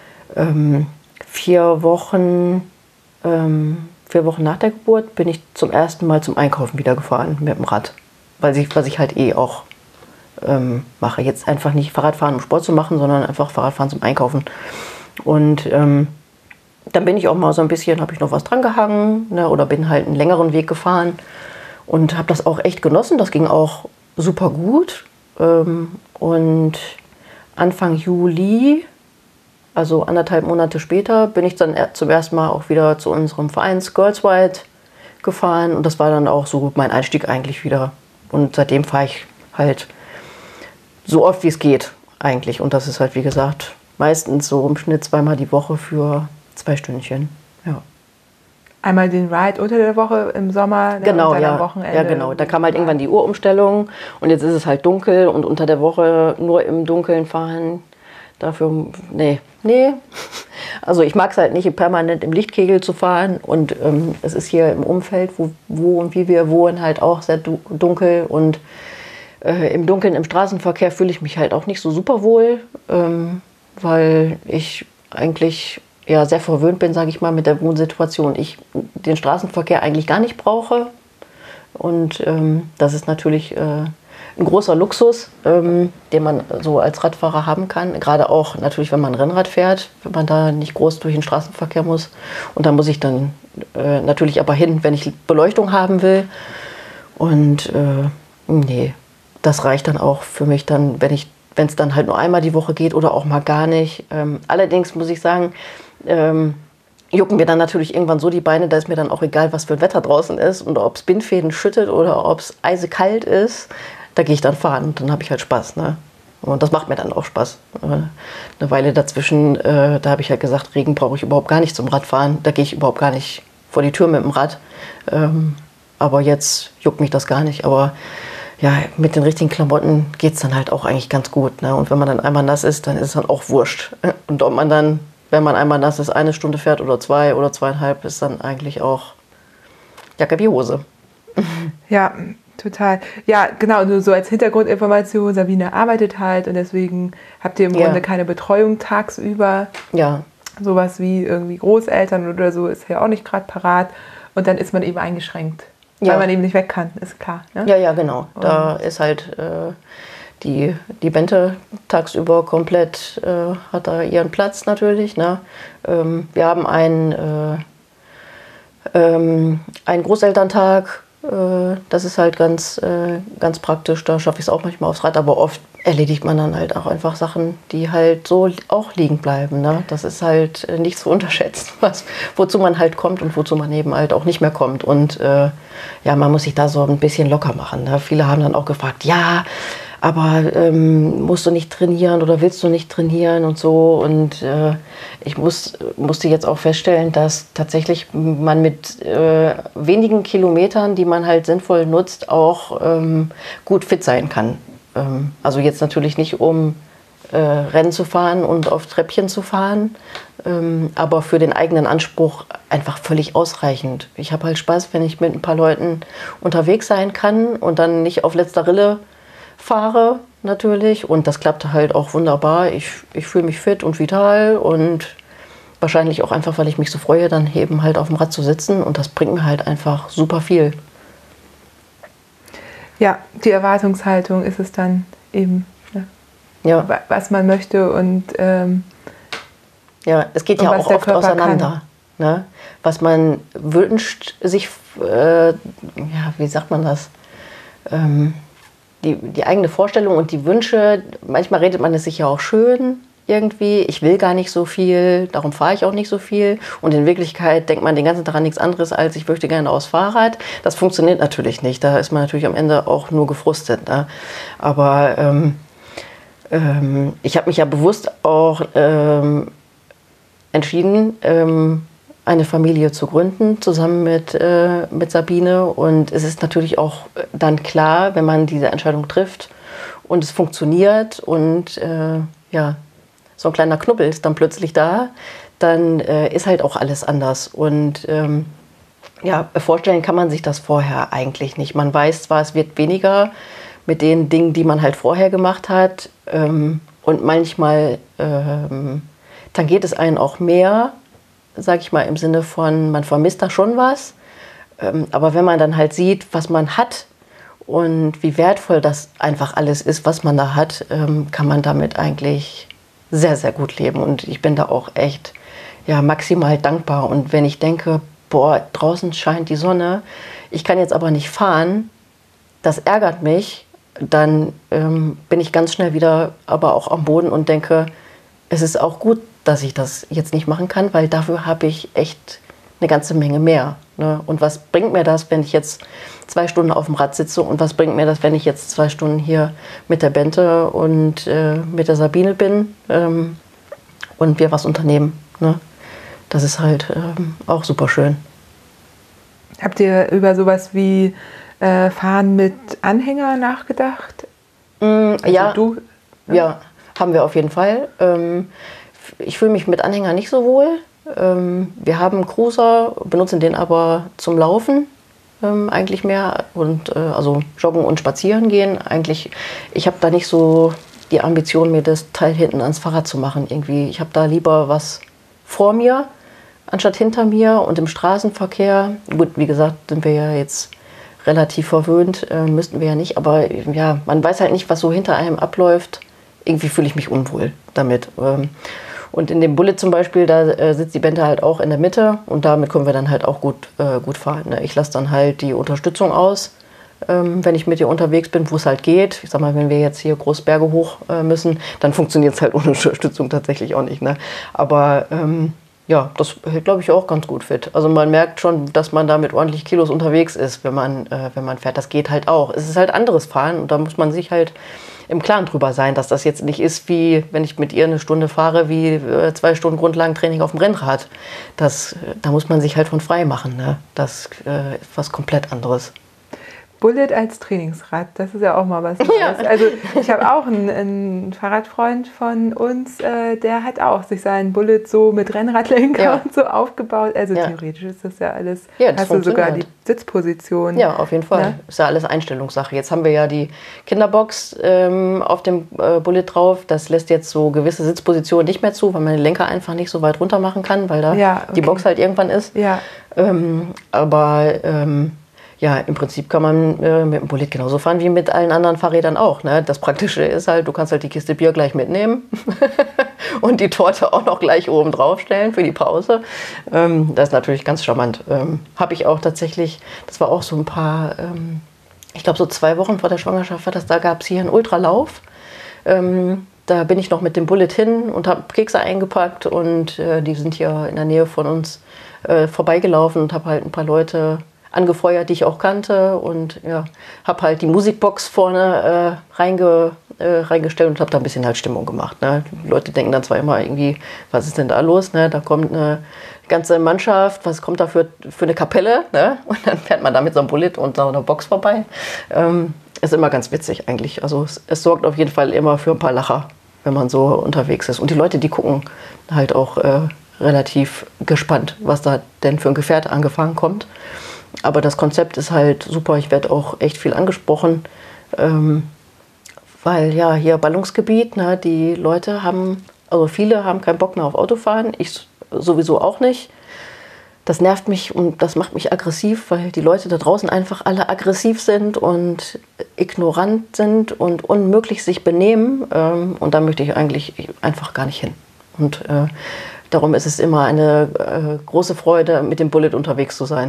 4 Wochen nach der Geburt bin ich zum ersten Mal zum Einkaufen wieder gefahren mit dem Rad, was ich halt auch mache. Jetzt einfach nicht Fahrradfahren, um Sport zu machen, sondern einfach Fahrradfahren zum Einkaufen. Und dann bin ich auch mal so ein bisschen, habe ich noch was dran gehangen, ne, oder bin halt einen längeren Weg gefahren und habe das auch echt genossen. Das ging auch super gut. Und Anfang Juli, also 1,5 Monate später, bin ich dann zum ersten Mal auch wieder zu unserem Verein Girls Ride gefahren. Und das war dann auch so mein Einstieg eigentlich wieder. Und seitdem fahre ich halt so oft wie es geht eigentlich. Und das ist halt, wie gesagt, meistens so im Schnitt 2-mal die Woche für 2 Stündchen. Ja. Einmal den Ride unter der Woche im Sommer, genau, und dann ja. am Wochenende. Ja, genau. Da kam halt irgendwann die Uhrumstellung und jetzt ist es halt dunkel und unter der Woche nur im Dunkeln fahren. Dafür, nee. Also ich mag es halt nicht, permanent im Lichtkegel zu fahren und es ist hier im Umfeld, wo und wie wir wohnen, halt auch sehr dunkel und im Dunkeln im Straßenverkehr fühle ich mich halt auch nicht so super wohl, weil ich eigentlich ja sehr verwöhnt bin, sage ich mal, mit der Wohnsituation. Ich den Straßenverkehr eigentlich gar nicht brauche und das ist natürlich ein großer Luxus, den man so als Radfahrer haben kann. Gerade auch natürlich, wenn man Rennrad fährt, wenn man da nicht groß durch den Straßenverkehr muss. Und da muss ich dann natürlich aber hin, wenn ich Beleuchtung haben will. Und nee, das reicht dann auch für mich dann, wenn es dann halt nur einmal die Woche geht oder auch mal gar nicht. Allerdings muss ich sagen, jucken mir dann natürlich irgendwann so die Beine, da ist mir dann auch egal, was für ein Wetter draußen ist und ob es Bindfäden schüttet oder ob es eisekalt ist, da gehe ich dann fahren und dann habe ich halt Spaß. Ne? Und das macht mir dann auch Spaß. Eine Weile dazwischen, da habe ich halt gesagt, Regen brauche ich überhaupt gar nicht zum Radfahren, da gehe ich überhaupt gar nicht vor die Tür mit dem Rad. Aber jetzt juckt mich das gar nicht. Aber ja, mit den richtigen Klamotten geht es dann halt auch eigentlich ganz gut. Ne? Und wenn man dann einmal nass ist, dann ist es dann auch wurscht. Und ob man dann, wenn man einmal nass ist, 1 Stunde fährt oder 2 oder 2,5, ist dann eigentlich auch Jacke wie Hose. Ja, total. Ja, genau, nur so als Hintergrundinformation, Sabine arbeitet halt und deswegen habt ihr im Grunde keine Betreuung tagsüber. Ja. Sowas wie irgendwie Großeltern oder so ist ja auch nicht gerade parat und dann ist man eben eingeschränkt, weil man eben nicht weg kann, ist klar. Ne? Ja, genau. Da ist halt die Bente tagsüber komplett, hat da ihren Platz natürlich. Ne? Wir haben einen Großelterntag. Das ist halt ganz praktisch, da schaffe ich es auch manchmal aufs Rad, aber oft erledigt man dann halt auch einfach Sachen, die halt so auch liegen bleiben. Ne? Das ist halt nicht zu unterschätzen, wozu man halt kommt und wozu man eben halt auch nicht mehr kommt. Und man muss sich da so ein bisschen locker machen. Ne? Viele haben dann auch gefragt, ja, aber musst du nicht trainieren oder willst du nicht trainieren und so. Und ich musste jetzt auch feststellen, dass tatsächlich man mit wenigen Kilometern, die man halt sinnvoll nutzt, auch gut fit sein kann. Also jetzt natürlich nicht, um Rennen zu fahren und auf Treppchen zu fahren, aber für den eigenen Anspruch einfach völlig ausreichend. Ich habe halt Spaß, wenn ich mit ein paar Leuten unterwegs sein kann und dann nicht auf letzter Rille fahre natürlich und das klappte halt auch wunderbar. Ich fühle mich fit und vital und wahrscheinlich auch einfach, weil ich mich so freue, dann eben halt auf dem Rad zu sitzen und das bringt mir halt einfach super viel. Ja, die Erwartungshaltung ist es dann eben, ne? Ja. Was man möchte und es geht ja auch oft auseinander. Ne? Was man wünscht, sich, wie sagt man das? Die eigene Vorstellung und die Wünsche, manchmal redet man es sich ja auch schön irgendwie. Ich will gar nicht so viel, darum fahre ich auch nicht so viel. Und in Wirklichkeit denkt man den ganzen Tag an nichts anderes, als ich möchte gerne aufs Fahrrad. Das funktioniert natürlich nicht. Da ist man natürlich am Ende auch nur gefrustet. Ne? Aber ich habe mich ja bewusst auch entschieden, eine Familie zu gründen, zusammen mit Sabine. Und es ist natürlich auch dann klar, wenn man diese Entscheidung trifft und es funktioniert und so ein kleiner Knubbel ist dann plötzlich da, dann ist halt auch alles anders. Und vorstellen kann man sich das vorher eigentlich nicht. Man weiß zwar, es wird weniger mit den Dingen, die man halt vorher gemacht hat. Und manchmal tangiert es einen auch mehr, sage ich mal, im Sinne von, man vermisst da schon was. Aber wenn man dann halt sieht, was man hat und wie wertvoll das einfach alles ist, was man da hat, kann man damit eigentlich sehr, sehr gut leben. Und ich bin da auch echt maximal dankbar. Und wenn ich denke, draußen scheint die Sonne, ich kann jetzt aber nicht fahren, das ärgert mich, dann bin ich ganz schnell wieder aber auch am Boden und denke, es ist auch gut, dass ich das jetzt nicht machen kann, weil dafür habe ich echt eine ganze Menge mehr. Ne? Und was bringt mir das, wenn ich jetzt 2 Stunden auf dem Rad sitze und was bringt mir das, wenn ich jetzt 2 Stunden hier mit der Bente und mit der Sabine bin und wir was unternehmen. Ne? Das ist halt auch super schön. Habt ihr über sowas wie Fahren mit Anhänger nachgedacht? Also ja, haben wir auf jeden Fall. Ich fühle mich mit Anhänger nicht so wohl. Wir haben einen Cruiser, benutzen den aber zum Laufen eigentlich mehr und also joggen und spazieren gehen. Eigentlich, ich habe da nicht so die Ambition, mir das Teil hinten ans Fahrrad zu machen. Irgendwie, ich habe da lieber was vor mir, anstatt hinter mir und im Straßenverkehr. Gut, wie gesagt, sind wir ja jetzt relativ verwöhnt, müssten wir ja nicht, aber ja, man weiß halt nicht, was so hinter einem abläuft. Irgendwie fühle ich mich unwohl damit. Und in dem Bullet zum Beispiel, da sitzt die Bente halt auch in der Mitte und damit können wir dann halt auch gut fahren. Ne? Ich lasse dann halt die Unterstützung aus, wenn ich mit ihr unterwegs bin, wo es halt geht. Ich sag mal, wenn wir jetzt hier Großberge hoch müssen, dann funktioniert es halt ohne Unterstützung tatsächlich auch nicht. Ne? Aber Ja, das hält, glaube ich, auch ganz gut fit. Also man merkt schon, dass man da mit ordentlich Kilos unterwegs ist, wenn man fährt. Das geht halt auch. Es ist halt anderes Fahren und da muss man sich halt im Klaren drüber sein, dass das jetzt nicht ist, wie wenn ich mit ihr eine Stunde fahre, wie 2 Stunden Grundlagentraining auf dem Rennrad. Da muss man sich halt von frei machen. Ne? Das ist was komplett anderes. Bullet als Trainingsrad, das ist ja auch mal was Neues. Ja. Also ich habe auch einen Fahrradfreund von uns, der hat auch sich seinen Bullet so mit Rennradlenker und so aufgebaut. Also theoretisch ist das ja alles, hast du sogar die Sitzposition. Ja, auf jeden Fall. Ne? Ist ja alles Einstellungssache. Jetzt haben wir ja die Kinderbox auf dem Bullet drauf. Das lässt jetzt so gewisse Sitzpositionen nicht mehr zu, weil man den Lenker einfach nicht so weit runter machen kann, weil da die Box halt irgendwann ist. Ja. Ja, im Prinzip kann man mit dem Bullet genauso fahren wie mit allen anderen Fahrrädern auch. Ne? Das Praktische ist halt, du kannst halt die Kiste Bier gleich mitnehmen und die Torte auch noch gleich oben drauf stellen für die Pause. Das ist natürlich ganz charmant. Habe ich auch tatsächlich, das war auch so ein paar, ich glaube so 2 Wochen vor der Schwangerschaft war das, da gab es hier einen Ultralauf. Da bin ich noch mit dem Bullet hin und habe Kekse eingepackt und die sind hier in der Nähe von uns vorbeigelaufen und habe halt ein paar Leute angefeuert, die ich auch kannte und habe halt die Musikbox vorne reingestellt und habe da ein bisschen halt Stimmung gemacht. Ne? Die Leute denken dann zwar immer irgendwie, was ist denn da los? Ne? Da kommt eine ganze Mannschaft, was kommt da für eine Kapelle? Ne? Und dann fährt man da mit so einem Bullet und so einer Box vorbei. Ist immer ganz witzig eigentlich. Also es sorgt auf jeden Fall immer für ein paar Lacher, wenn man so unterwegs ist. Und die Leute, die gucken halt auch relativ gespannt, was da denn für ein Gefährt angefahren kommt. Aber das Konzept ist halt super. Ich werde auch echt viel angesprochen, weil ja hier Ballungsgebiet, ne, die Leute viele haben keinen Bock mehr auf Autofahren. Ich sowieso auch nicht. Das nervt mich und das macht mich aggressiv, weil die Leute da draußen einfach alle aggressiv sind und ignorant sind und unmöglich sich benehmen. Und da möchte ich eigentlich einfach gar nicht hin. Und darum ist es immer eine große Freude, mit dem Bullet unterwegs zu sein.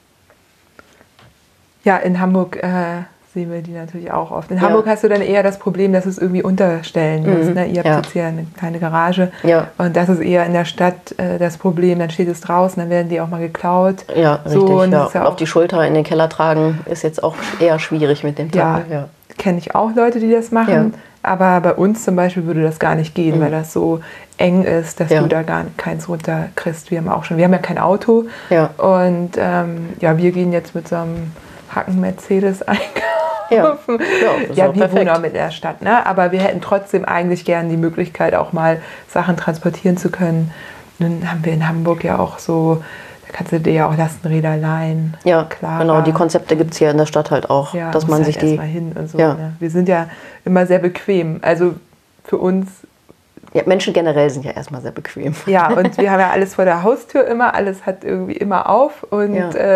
Ja, in Hamburg sehen wir die natürlich auch oft. In Hamburg hast du dann eher das Problem, dass es irgendwie unterstellen musst. Ne? Ihr habt jetzt hier eine kleine Garage und das ist eher in der Stadt das Problem. Dann steht es draußen, dann werden die auch mal geklaut. Ja, richtig. So, und auf die Schulter in den Keller tragen ist jetzt auch eher schwierig mit dem Teil. Ja, kenne ich auch Leute, die das machen. Ja. Aber bei uns zum Beispiel würde das gar nicht gehen, weil das so eng ist, dass du da gar keins runterkriegst. Wir haben ja kein Auto und wir gehen jetzt mit so einem Hacken-Mercedes einkaufen. Ja, wir wohnen auch mit der Stadt, ne? Aber wir hätten trotzdem eigentlich gern die Möglichkeit, auch mal Sachen transportieren zu können. Nun haben wir in Hamburg ja auch so, da kannst du dir ja auch Lastenräder leihen. Ja, klar. Genau, die Konzepte gibt es hier in der Stadt halt auch, dass man sich die... Mal hin und so, ne? Wir sind ja immer sehr bequem. Also für uns... Ja, Menschen generell sind ja erstmal sehr bequem. Ja, und wir haben ja alles vor der Haustür immer, alles hat irgendwie immer auf und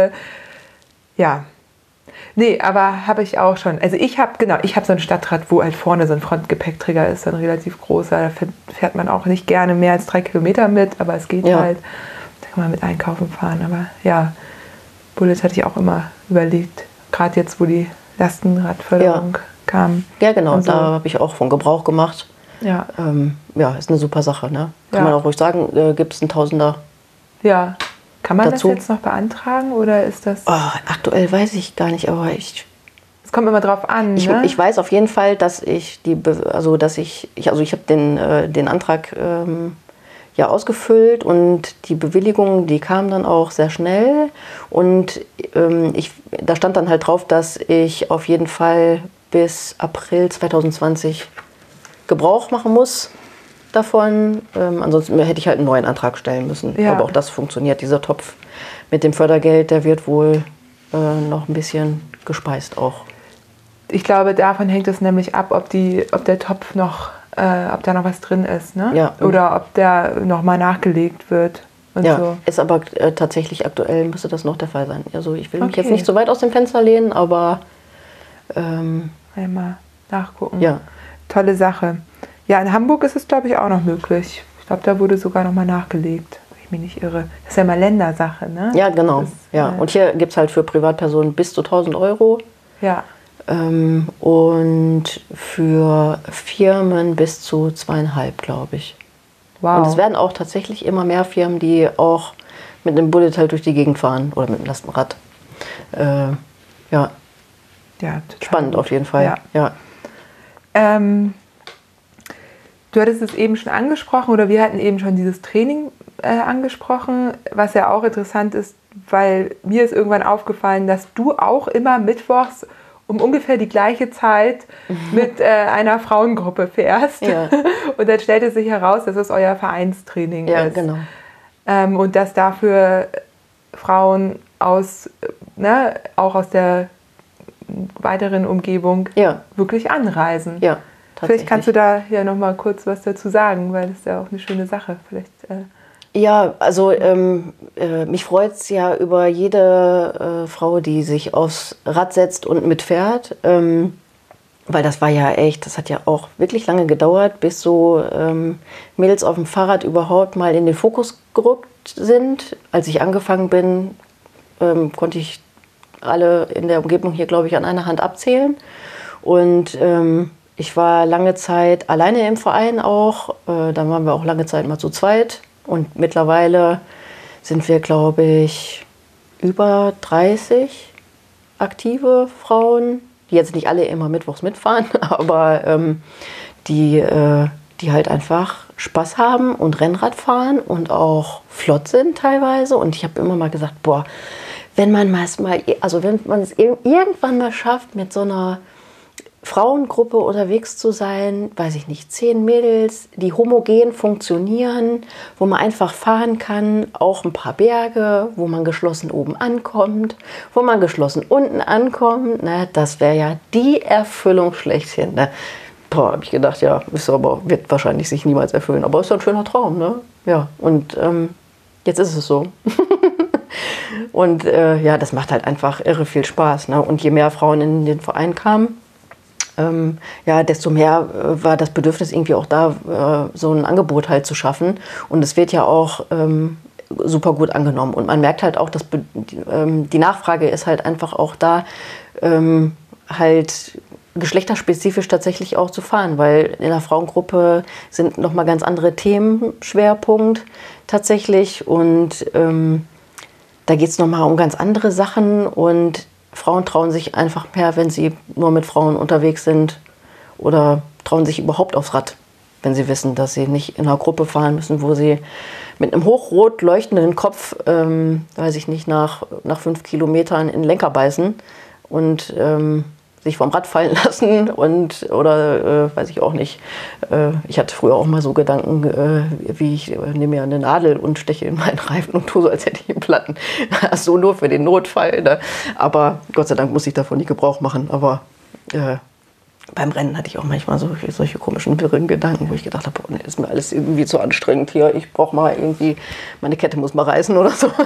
nee, aber habe ich auch schon. Also ich habe so ein Stadtrad, wo halt vorne so ein Frontgepäckträger ist, so ein relativ großer. Da fährt man auch nicht gerne mehr als 3 Kilometer mit, aber es geht halt. Da kann man mit einkaufen fahren. Aber ja, Bullet hatte ich auch immer überlegt. Gerade jetzt, wo die Lastenradförderung kam. Ja, genau. So. Da habe ich auch von Gebrauch gemacht. Ja. Ist eine super Sache. Ne? Kann man auch ruhig sagen, gibt es einen Tausender. Ja. Kann man dazu das jetzt noch beantragen oder ist das... aktuell weiß ich gar nicht, aber es kommt immer drauf an, ne? Ich weiß auf jeden Fall, dass ich ich habe den Antrag ausgefüllt und die Bewilligung, die kam dann auch sehr schnell und da stand dann halt drauf, dass ich auf jeden Fall bis April 2020 Gebrauch machen muss davon. Ansonsten hätte ich halt einen neuen Antrag stellen müssen. Ja. Aber auch das funktioniert. Dieser Topf mit dem Fördergeld, der wird wohl noch ein bisschen gespeist auch. Ich glaube, davon hängt es nämlich ab, ob der Topf noch, ob da noch was drin ist, ne? Ja. Oder ob der nochmal nachgelegt wird. Und so. Ist aber tatsächlich aktuell müsste das noch der Fall sein. Also ich will mich jetzt nicht so weit aus dem Fenster lehnen, aber einmal nachgucken. Ja. Tolle Sache. Ja, in Hamburg ist es, glaube ich, auch noch möglich. Ich glaube, da wurde sogar noch mal nachgelegt, wenn ich mich nicht irre. Das ist ja mal Ländersache, ne? Ja, genau. Und hier gibt es halt für Privatpersonen bis zu 1.000 Euro. Ja. Und für Firmen bis zu 2,5, glaube ich. Wow. Und es werden auch tatsächlich immer mehr Firmen, die auch mit einem Bullet halt durch die Gegend fahren oder mit einem Lastenrad. Ja, Ja, total spannend gut. auf jeden Fall. Ja. Du hattest es eben schon angesprochen oder wir hatten eben schon dieses Training angesprochen, was ja auch interessant ist, weil mir ist irgendwann aufgefallen, dass du auch immer mittwochs um ungefähr die gleiche Zeit mit einer Frauengruppe fährst. Ja. Und dann stellte sich heraus, dass es euer Vereinstraining Ja, ist. genau. Und dass dafür Frauen auch aus der weiteren Umgebung Ja. wirklich anreisen. Ja, Vielleicht kannst du da ja noch mal kurz was dazu sagen, weil das ist ja auch eine schöne Sache. Ja, also mich freut es ja über jede Frau, die sich aufs Rad setzt und mitfährt. Weil das war ja echt, das hat ja auch wirklich lange gedauert, bis so Mädels auf dem Fahrrad überhaupt mal in den Fokus gerückt sind. Als ich angefangen bin, konnte ich alle in der Umgebung hier, glaube ich, an einer Hand abzählen. Und ich war lange Zeit alleine im Verein auch. Dann waren wir auch lange Zeit mal zu zweit. Und mittlerweile sind wir, glaube ich, über 30 aktive Frauen, die jetzt nicht alle immer mittwochs mitfahren, aber die halt einfach Spaß haben und Rennrad fahren und auch flott sind teilweise. Und ich habe immer mal gesagt, boah, wenn man es irgendwann mal schafft, mit so einer Frauengruppe unterwegs zu sein, weiß ich nicht, 10 Mädels, die homogen funktionieren, wo man einfach fahren kann, auch ein paar Berge, wo man geschlossen oben ankommt, wo man geschlossen unten ankommt, ne, das wäre ja die Erfüllung schlechthin. Ne? Boah, habe ich gedacht, ja, wird wahrscheinlich sich niemals erfüllen, aber ist doch ein schöner Traum, ne? Ja, und jetzt ist es so. Und ja, das macht halt einfach irre viel Spaß, ne? Und je mehr Frauen in den Verein kamen, ja, desto mehr war das Bedürfnis irgendwie auch da, so ein Angebot halt zu schaffen. Und es wird ja auch super gut angenommen. Und man merkt halt auch, dass die Nachfrage ist halt einfach auch da, halt geschlechterspezifisch tatsächlich auch zu fahren, weil in der Frauengruppe sind nochmal ganz andere Themen Schwerpunkt tatsächlich. Und da geht es nochmal um ganz andere Sachen und Frauen trauen sich einfach mehr, wenn sie nur mit Frauen unterwegs sind oder trauen sich überhaupt aufs Rad, wenn sie wissen, dass sie nicht in einer Gruppe fahren müssen, wo sie mit einem hochrot leuchtenden Kopf, weiß ich nicht, nach 5 Kilometern in den Lenker beißen und sich vom Rad fallen lassen oder weiß ich auch nicht. Ich hatte früher auch mal so Gedanken, wie ich nehme mir eine Nadel und steche in meinen Reifen und tue so, als hätte ich einen Platten. So nur für den Notfall. Ne? Aber Gott sei Dank muss ich davon nicht Gebrauch machen. Aber beim Rennen hatte ich auch manchmal solche komischen, wirren Gedanken, wo ich gedacht habe, oh, ist mir alles irgendwie zu anstrengend hier. Ich brauche mal irgendwie, meine Kette muss mal reißen oder so.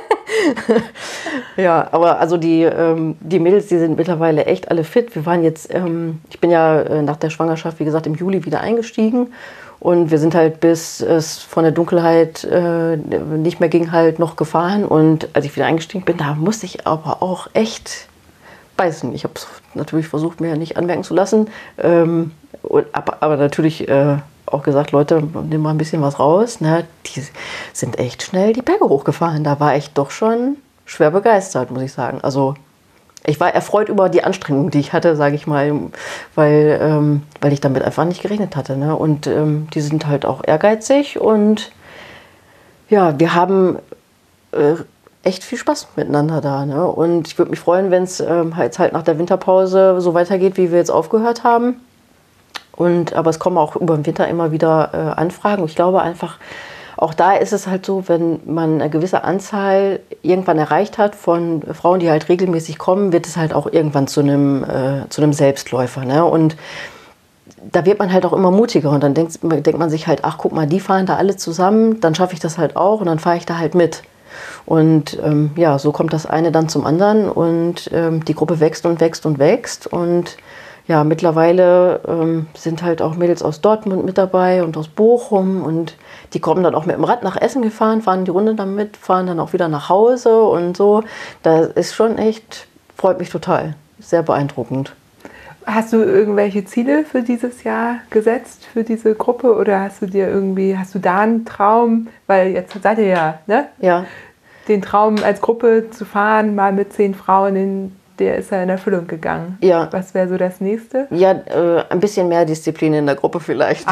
Ja, aber also die Mädels, die sind mittlerweile echt alle fit. Wir waren jetzt, ich bin ja nach der Schwangerschaft, wie gesagt, im Juli wieder eingestiegen. Und wir sind halt, bis es von der Dunkelheit nicht mehr ging, halt noch gefahren. Und als ich wieder eingestiegen bin, da musste ich aber auch echt beißen. Ich habe es natürlich versucht, mir nicht anmerken zu lassen. Aber natürlich auch gesagt, Leute, nimm mal ein bisschen was raus. Ne? Die sind echt schnell die Berge hochgefahren. Da war ich doch schon schwer begeistert, muss ich sagen. Also ich war erfreut über die Anstrengung, die ich hatte, sage ich mal, weil ich damit einfach nicht gerechnet hatte. Ne? Und die sind halt auch ehrgeizig und ja, wir haben echt viel Spaß miteinander da. Ne? Und ich würde mich freuen, wenn es jetzt halt nach der Winterpause so weitergeht, wie wir jetzt aufgehört haben. Aber es kommen auch über den Winter immer wieder Anfragen. Ich glaube einfach, auch da ist es halt so, wenn man eine gewisse Anzahl irgendwann erreicht hat von Frauen, die halt regelmäßig kommen, wird es halt auch irgendwann zu einem Selbstläufer. Ne? Und da wird man halt auch immer mutiger und dann denkt man sich halt, ach guck mal, die fahren da alle zusammen, dann schaffe ich das halt auch und dann fahre ich da halt mit. Und ja, so kommt das eine dann zum anderen und die Gruppe wächst und wächst und wächst und ja, mittlerweile sind halt auch Mädels aus Dortmund mit dabei und aus Bochum und die kommen dann auch mit dem Rad nach Essen gefahren, fahren die Runde dann mit, fahren dann auch wieder nach Hause und so. Das ist schon echt, freut mich total, sehr beeindruckend. Hast du irgendwelche Ziele für dieses Jahr gesetzt, für diese Gruppe? Oder hast du da einen Traum? Weil jetzt seid ihr ja, ne? Ja. Den Traum als Gruppe zu fahren, mal mit 10 Frauen, der ist ja in Erfüllung gegangen. Ja. Was wäre so das Nächste? Ja, ein bisschen mehr Disziplin in der Gruppe vielleicht.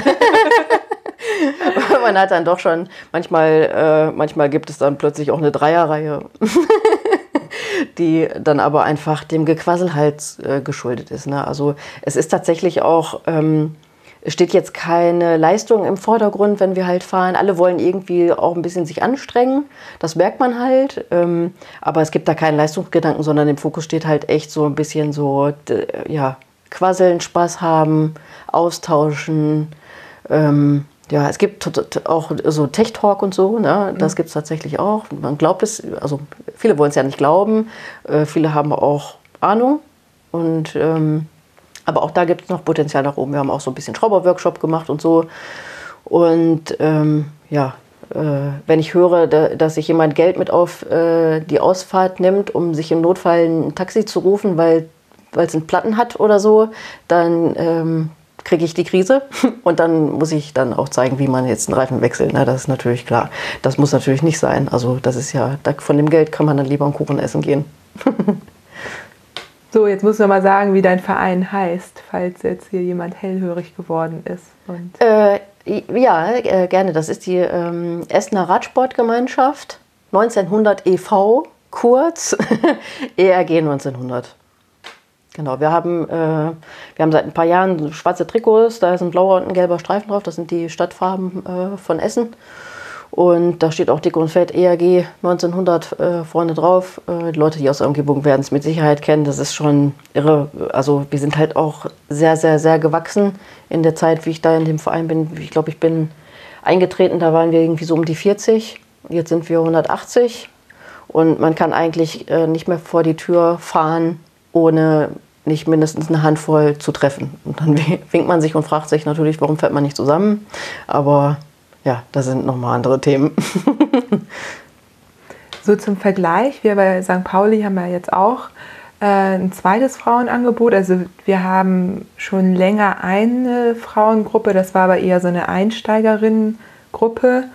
Man hat dann doch schon, manchmal gibt es dann plötzlich auch eine Dreierreihe, die dann aber einfach dem Gequassel halt geschuldet ist. Ne? Also es ist tatsächlich auch, es steht jetzt keine Leistung im Vordergrund, wenn wir halt fahren. Alle wollen irgendwie auch ein bisschen sich anstrengen, das merkt man halt. Aber es gibt da keinen Leistungsgedanken, sondern im Fokus steht halt echt so ein bisschen so, ja, quasseln, Spaß haben, austauschen. Ja, es gibt auch so Tech-Talk und so, ne? Das gibt es tatsächlich auch. Man glaubt es, also viele wollen es ja nicht glauben, viele haben auch Ahnung. Und, aber auch da gibt es noch Potenzial nach oben. Wir haben auch so ein bisschen Schrauber-Workshop gemacht und so. Und ja, wenn ich höre, dass sich jemand Geld mit auf die Ausfahrt nimmt, um sich im Notfall ein Taxi zu rufen, weil es einen Platten hat oder so, dann kriege ich die Krise und dann muss ich dann auch zeigen, wie man jetzt einen Reifen wechselt. Na, das ist natürlich klar. Das muss natürlich nicht sein. Also das ist ja, von dem Geld kann man dann lieber einen Kuchen essen gehen. So, jetzt musst du mal sagen, wie dein Verein heißt, falls jetzt hier jemand hellhörig geworden ist. Und ja, gerne. Das ist die Essener Radsportgemeinschaft 1900 e.V., kurz ERG 1900. Genau, wir haben seit ein paar Jahren schwarze Trikots, da ist ein blauer und ein gelber Streifen drauf, das sind die Stadtfarben von Essen. Und da steht auch dick und fett ERG 1900 vorne drauf. Die Leute, die aus der Umgebung werden es mit Sicherheit kennen, das ist schon irre. Also wir sind halt auch sehr, sehr, sehr gewachsen in der Zeit, wie ich da in dem Verein bin. Ich glaube, ich bin eingetreten, da waren wir irgendwie so um die 40. Jetzt sind wir 180 und man kann eigentlich nicht mehr vor die Tür fahren, ohne nicht mindestens eine Handvoll zu treffen. Und dann winkt man sich und fragt sich natürlich, warum fährt man nicht zusammen. Aber ja, das sind nochmal andere Themen. So zum Vergleich, wir bei St. Pauli haben ja jetzt auch ein zweites Frauenangebot. Also wir haben schon länger eine Frauengruppe, das war aber eher so eine Einsteigerinnengruppe.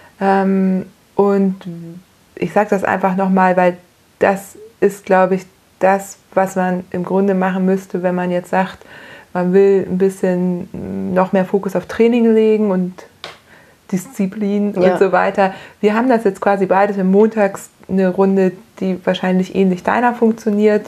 Und ich sage das einfach nochmal, weil das ist, glaube ich, das, was man im Grunde machen müsste, wenn man jetzt sagt, man will ein bisschen noch mehr Fokus auf Training legen und Disziplin und so weiter. Wir haben das jetzt quasi beides. Wir montags eine Runde, die wahrscheinlich ähnlich deiner funktioniert,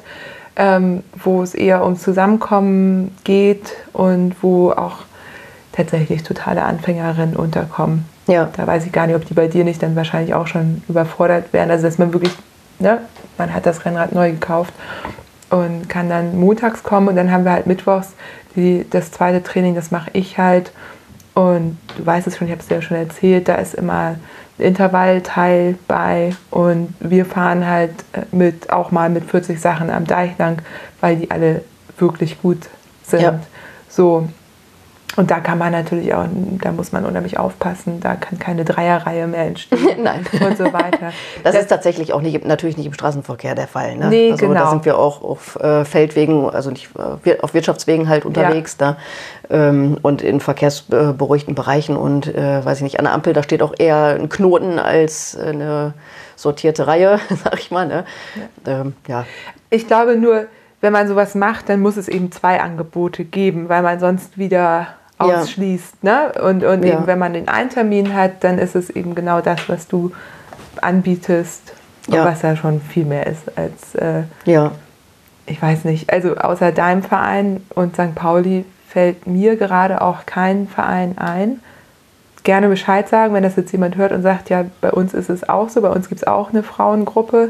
wo es eher ums Zusammenkommen geht und wo auch tatsächlich totale Anfängerinnen unterkommen. Ja. Da weiß ich gar nicht, ob die bei dir nicht dann wahrscheinlich auch schon überfordert werden. Also dass man wirklich, ne, man hat das Rennrad neu gekauft und kann dann montags kommen und dann haben wir halt mittwochs das zweite Training, das mache ich halt. Und du weißt es schon, ich habe es dir ja schon erzählt, da ist immer ein Intervallteil bei und wir fahren halt auch mal mit 40 Sachen am Deich lang, weil die alle wirklich gut sind. Ja. So. Und da kann man natürlich auch, da muss man unheimlich aufpassen, da kann keine Dreierreihe mehr entstehen. Nein. Und so weiter. Das ist tatsächlich auch natürlich nicht im Straßenverkehr der Fall. Ne? Nee, also, genau. Da sind wir auch auf Feldwegen, also nicht auf Wirtschaftswegen halt unterwegs. Ja. Da, und in verkehrsberuhigten Bereichen und, weiß ich nicht, an der Ampel, da steht auch eher ein Knoten als eine sortierte Reihe, sag ich mal. Ne? Ja. Ich glaube nur, wenn man sowas macht, dann muss es eben 2 Angebote geben, weil man sonst wieder ausschließt. Ne? Und eben, wenn man den einen Termin hat, dann ist es eben genau das, was du anbietest, was ja schon viel mehr ist als, ich weiß nicht, also außer deinem Verein und St. Pauli fällt mir gerade auch kein Verein ein. Gerne Bescheid sagen, wenn das jetzt jemand hört und sagt, ja, bei uns ist es auch so, bei uns gibt es auch eine Frauengruppe.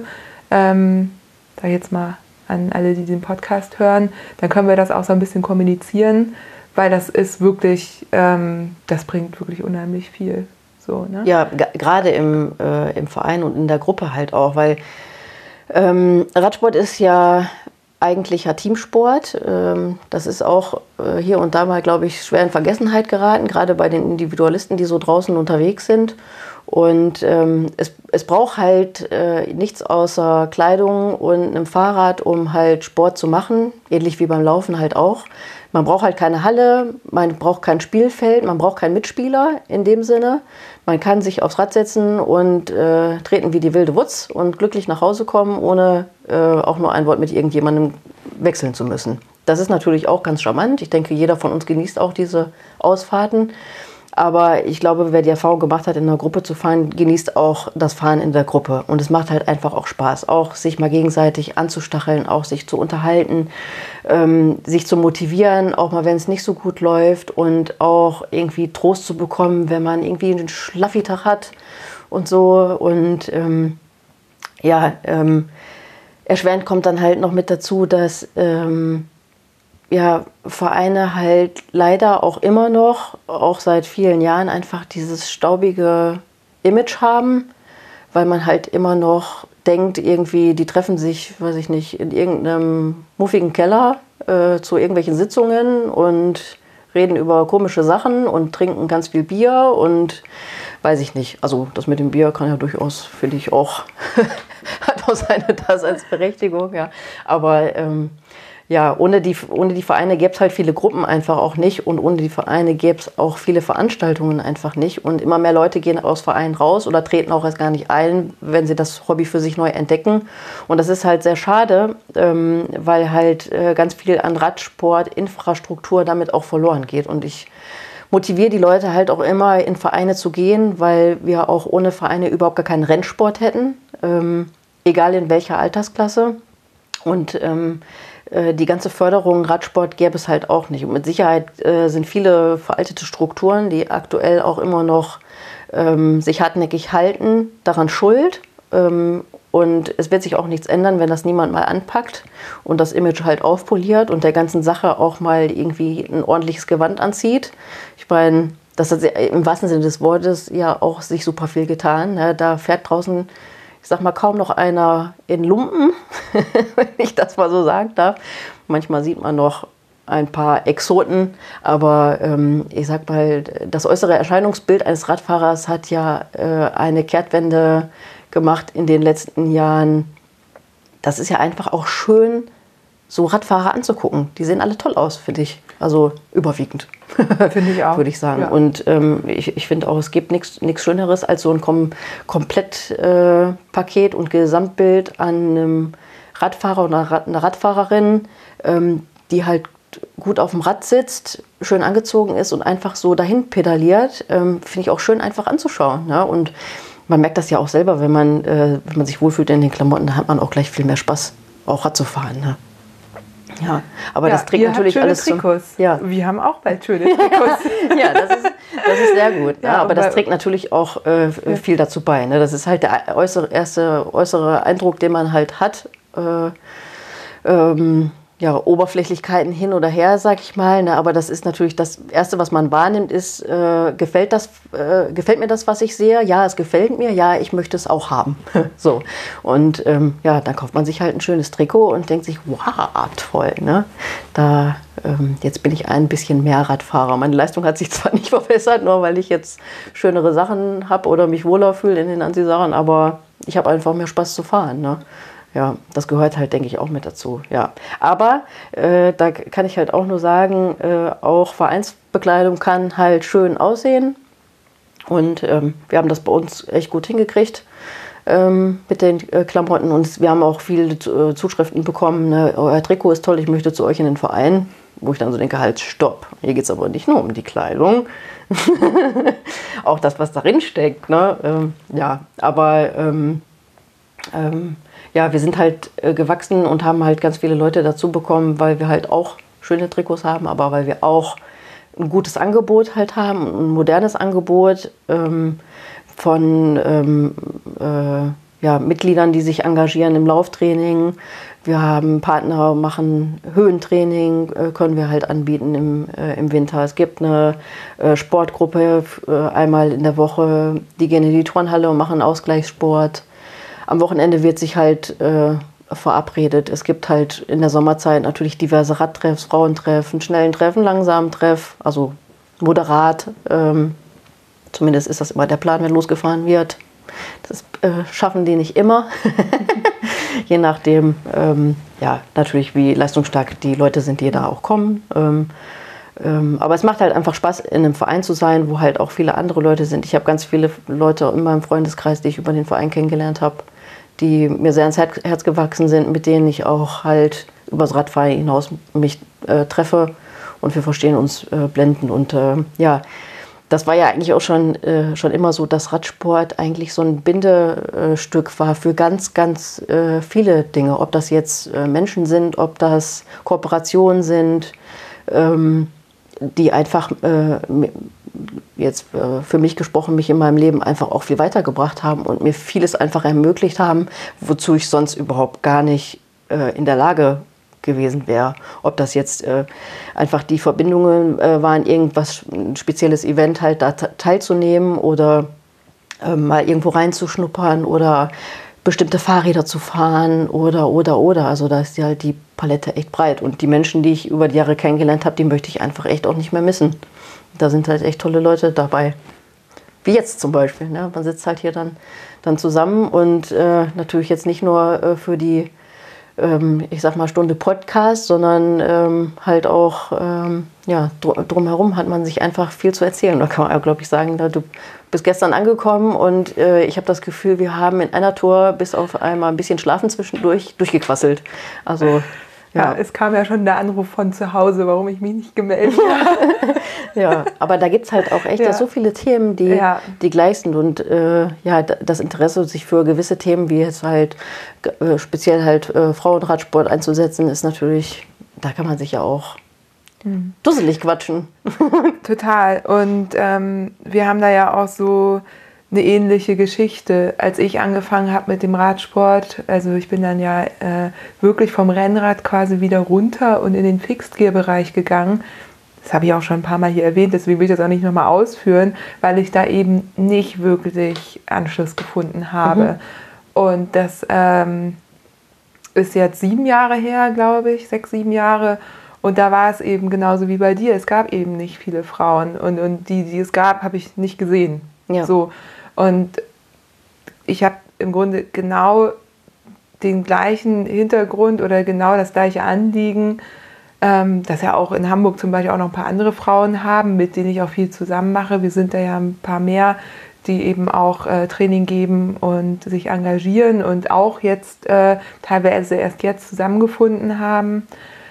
Sag jetzt mal an alle, die den Podcast hören, dann können wir das auch so ein bisschen kommunizieren, weil das ist wirklich, das bringt wirklich unheimlich viel. So, ne? Ja, gerade im Verein und in der Gruppe halt auch, weil Radsport ist ja eigentlicher Teamsport. Das ist auch hier und da mal, glaube ich, schwer in Vergessenheit geraten, gerade bei den Individualisten, die so draußen unterwegs sind. Und es braucht halt nichts außer Kleidung und einem Fahrrad, um halt Sport zu machen, ähnlich wie beim Laufen halt auch. Man braucht halt keine Halle, man braucht kein Spielfeld, man braucht keinen Mitspieler in dem Sinne. Man kann sich aufs Rad setzen und treten wie die wilde Wutz und glücklich nach Hause kommen, ohne auch nur ein Wort mit irgendjemandem wechseln zu müssen. Das ist natürlich auch ganz charmant. Ich denke, jeder von uns genießt auch diese Ausfahrten. Aber ich glaube, wer die Erfahrung gemacht hat, in einer Gruppe zu fahren, genießt auch das Fahren in der Gruppe. Und es macht halt einfach auch Spaß, auch sich mal gegenseitig anzustacheln, auch sich zu unterhalten, sich zu motivieren, auch mal, wenn es nicht so gut läuft und auch irgendwie Trost zu bekommen, wenn man irgendwie einen Schlaffitag hat und so. Und erschwerend kommt dann halt noch mit dazu, dass Vereine halt leider auch immer noch, auch seit vielen Jahren, einfach dieses staubige Image haben, weil man halt immer noch denkt, irgendwie, die treffen sich, weiß ich nicht, in irgendeinem muffigen Keller zu irgendwelchen Sitzungen und reden über komische Sachen und trinken ganz viel Bier und weiß ich nicht. Also das mit dem Bier kann ja durchaus, finde ich auch, hat auch seine Daseinsberechtigung, ja. Aber ohne die Vereine gäbe es halt viele Gruppen einfach auch nicht und ohne die Vereine gäbe es auch viele Veranstaltungen einfach nicht und immer mehr Leute gehen aus Vereinen raus oder treten auch erst gar nicht ein, wenn sie das Hobby für sich neu entdecken und das ist halt sehr schade, weil halt ganz viel an Radsport, Infrastruktur damit auch verloren geht und ich motiviere die Leute halt auch immer in Vereine zu gehen, weil wir auch ohne Vereine überhaupt gar keinen Rennsport hätten, egal in welcher Altersklasse und die ganze Förderung Radsport gäbe es halt auch nicht. Und mit Sicherheit sind viele veraltete Strukturen, die aktuell auch immer noch sich hartnäckig halten, daran schuld. Und es wird sich auch nichts ändern, wenn das niemand mal anpackt und das Image halt aufpoliert und der ganzen Sache auch mal irgendwie ein ordentliches Gewand anzieht. Ich meine, das hat im wahrsten Sinne des Wortes ja auch sich super viel getan. Ne? Da fährt draußen, ich sag mal, kaum noch einer in Lumpen, wenn ich das mal so sagen darf. Manchmal sieht man noch ein paar Exoten, aber ich sag mal, das äußere Erscheinungsbild eines Radfahrers hat ja eine Kehrtwende gemacht in den letzten Jahren. Das ist ja einfach auch schön, so Radfahrer anzugucken. Die sehen alle toll aus, finde ich. Also überwiegend. Finde ich auch. Würde ich sagen. Ja. Und ich finde auch, es gibt nichts Schöneres als so ein Komplettpaket und Gesamtbild an einem Radfahrer oder einer Radfahrerin, die halt gut auf dem Rad sitzt, schön angezogen ist und einfach so dahin pedaliert. Finde ich auch schön einfach anzuschauen. Ne? Und man merkt das ja auch selber, wenn man sich wohlfühlt in den Klamotten, da hat man auch gleich viel mehr Spaß, auch Rad zu fahren. Ne? Ja, aber das trägt natürlich alles Trikots. Ja. Wir haben auch bald schöne Trikots. Ja, das ist sehr gut. Ja, aber das trägt natürlich auch viel dazu bei. Ne? Das ist halt der erste äußere Eindruck, den man halt hat. Oberflächlichkeiten hin oder her, sag ich mal. Ne? Aber das ist natürlich das Erste, was man wahrnimmt, ist, gefällt mir das, was ich sehe? Ja, es gefällt mir. Ja, ich möchte es auch haben. So. Und dann kauft man sich halt ein schönes Trikot und denkt sich, wow, toll. Ne? Jetzt bin ich ein bisschen mehr Radfahrer. Meine Leistung hat sich zwar nicht verbessert, nur weil ich jetzt schönere Sachen habe oder mich wohler fühle in den Anziehsachen, aber ich habe einfach mehr Spaß zu fahren. Ne? Ja, das gehört halt, denke ich, auch mit dazu. Ja. Aber da kann ich halt auch nur sagen, auch Vereinsbekleidung kann halt schön aussehen. Und wir haben das bei uns echt gut hingekriegt mit den Klamotten. Und wir haben auch viele Zuschriften bekommen, ne, euer Trikot ist toll, ich möchte zu euch in den Verein. Wo ich dann so denke, halt, stopp. Hier geht es aber nicht nur um die Kleidung. Auch das, was darin steckt. Ne? Wir sind halt gewachsen und haben halt ganz viele Leute dazu bekommen, weil wir halt auch schöne Trikots haben, aber weil wir auch ein gutes Angebot halt haben, ein modernes Angebot von Mitgliedern, die sich engagieren im Lauftraining. Wir haben Partner, machen Höhentraining, können wir halt anbieten im Winter. Es gibt eine Sportgruppe einmal in der Woche, die gehen in die Turnhalle und machen Ausgleichssport. Am Wochenende wird sich halt verabredet. Es gibt halt in der Sommerzeit natürlich diverse Radtreffs, Frauentreffen, schnellen Treffen, langsamen Treff, also moderat. Zumindest ist das immer der Plan, wenn losgefahren wird. Das schaffen die nicht immer. Je nachdem, natürlich, wie leistungsstark die Leute sind, die da auch kommen. Aber es macht halt einfach Spaß, in einem Verein zu sein, wo halt auch viele andere Leute sind. Ich habe ganz viele Leute in meinem Freundeskreis, die ich über den Verein kennengelernt habe, die mir sehr ans Herz gewachsen sind, mit denen ich auch halt übers Radfahren hinaus mich treffe und wir verstehen uns blendend. Und das war ja eigentlich auch schon immer so, dass Radsport eigentlich so ein Bindestück war für ganz, ganz viele Dinge. Ob das jetzt Menschen sind, ob das Kooperationen sind, die einfach jetzt für mich gesprochen, mich in meinem Leben einfach auch viel weitergebracht haben und mir vieles einfach ermöglicht haben, wozu ich sonst überhaupt gar nicht in der Lage gewesen wäre. Ob das jetzt einfach die Verbindungen waren, irgendwas, ein spezielles Event halt da teilzunehmen oder mal irgendwo reinzuschnuppern oder bestimmte Fahrräder zu fahren oder. Also da ist halt die Palette echt breit. Und die Menschen, die ich über die Jahre kennengelernt habe, die möchte ich einfach echt auch nicht mehr missen. Da sind halt echt tolle Leute dabei. Wie jetzt zum Beispiel. Ne? Man sitzt halt hier dann zusammen und natürlich jetzt nicht nur für die, ich sag mal, Stunde Podcast, sondern halt auch, drumherum hat man sich einfach viel zu erzählen. Da kann man, glaube ich, sagen, du bist gestern angekommen und ich habe das Gefühl, wir haben in einer Tour bis auf einmal ein bisschen Schlafen zwischendurch durchgequasselt. Also ja, es kam ja schon der Anruf von zu Hause, warum ich mich nicht gemeldet habe. Ja, aber da gibt es halt auch echt so viele Themen, die gleich sind. Und das Interesse, sich für gewisse Themen, wie jetzt halt speziell halt Frauenradsport einzusetzen, ist natürlich, da kann man sich ja auch dusselig quatschen. Total. Und wir haben da ja auch so eine ähnliche Geschichte. Als ich angefangen habe mit dem Radsport, also ich bin dann ja wirklich vom Rennrad quasi wieder runter und in den Fixed-Gear-Bereich gegangen. Das habe ich auch schon ein paar Mal hier erwähnt, deswegen will ich das auch nicht nochmal ausführen, weil ich da eben nicht wirklich Anschluss gefunden habe. Und das ist jetzt 7 Jahre her, glaube ich, 6, 7 Jahre. Und da war es eben genauso wie bei dir. Es gab eben nicht viele Frauen. Und die es gab, habe ich nicht gesehen. Ja. So. Und ich habe im Grunde genau den gleichen Hintergrund oder genau das gleiche Anliegen, dass ja auch in Hamburg zum Beispiel auch noch ein paar andere Frauen haben, mit denen ich auch viel zusammen mache. Wir sind da ja ein paar mehr, die eben auch Training geben und sich engagieren und auch jetzt teilweise erst jetzt zusammengefunden haben,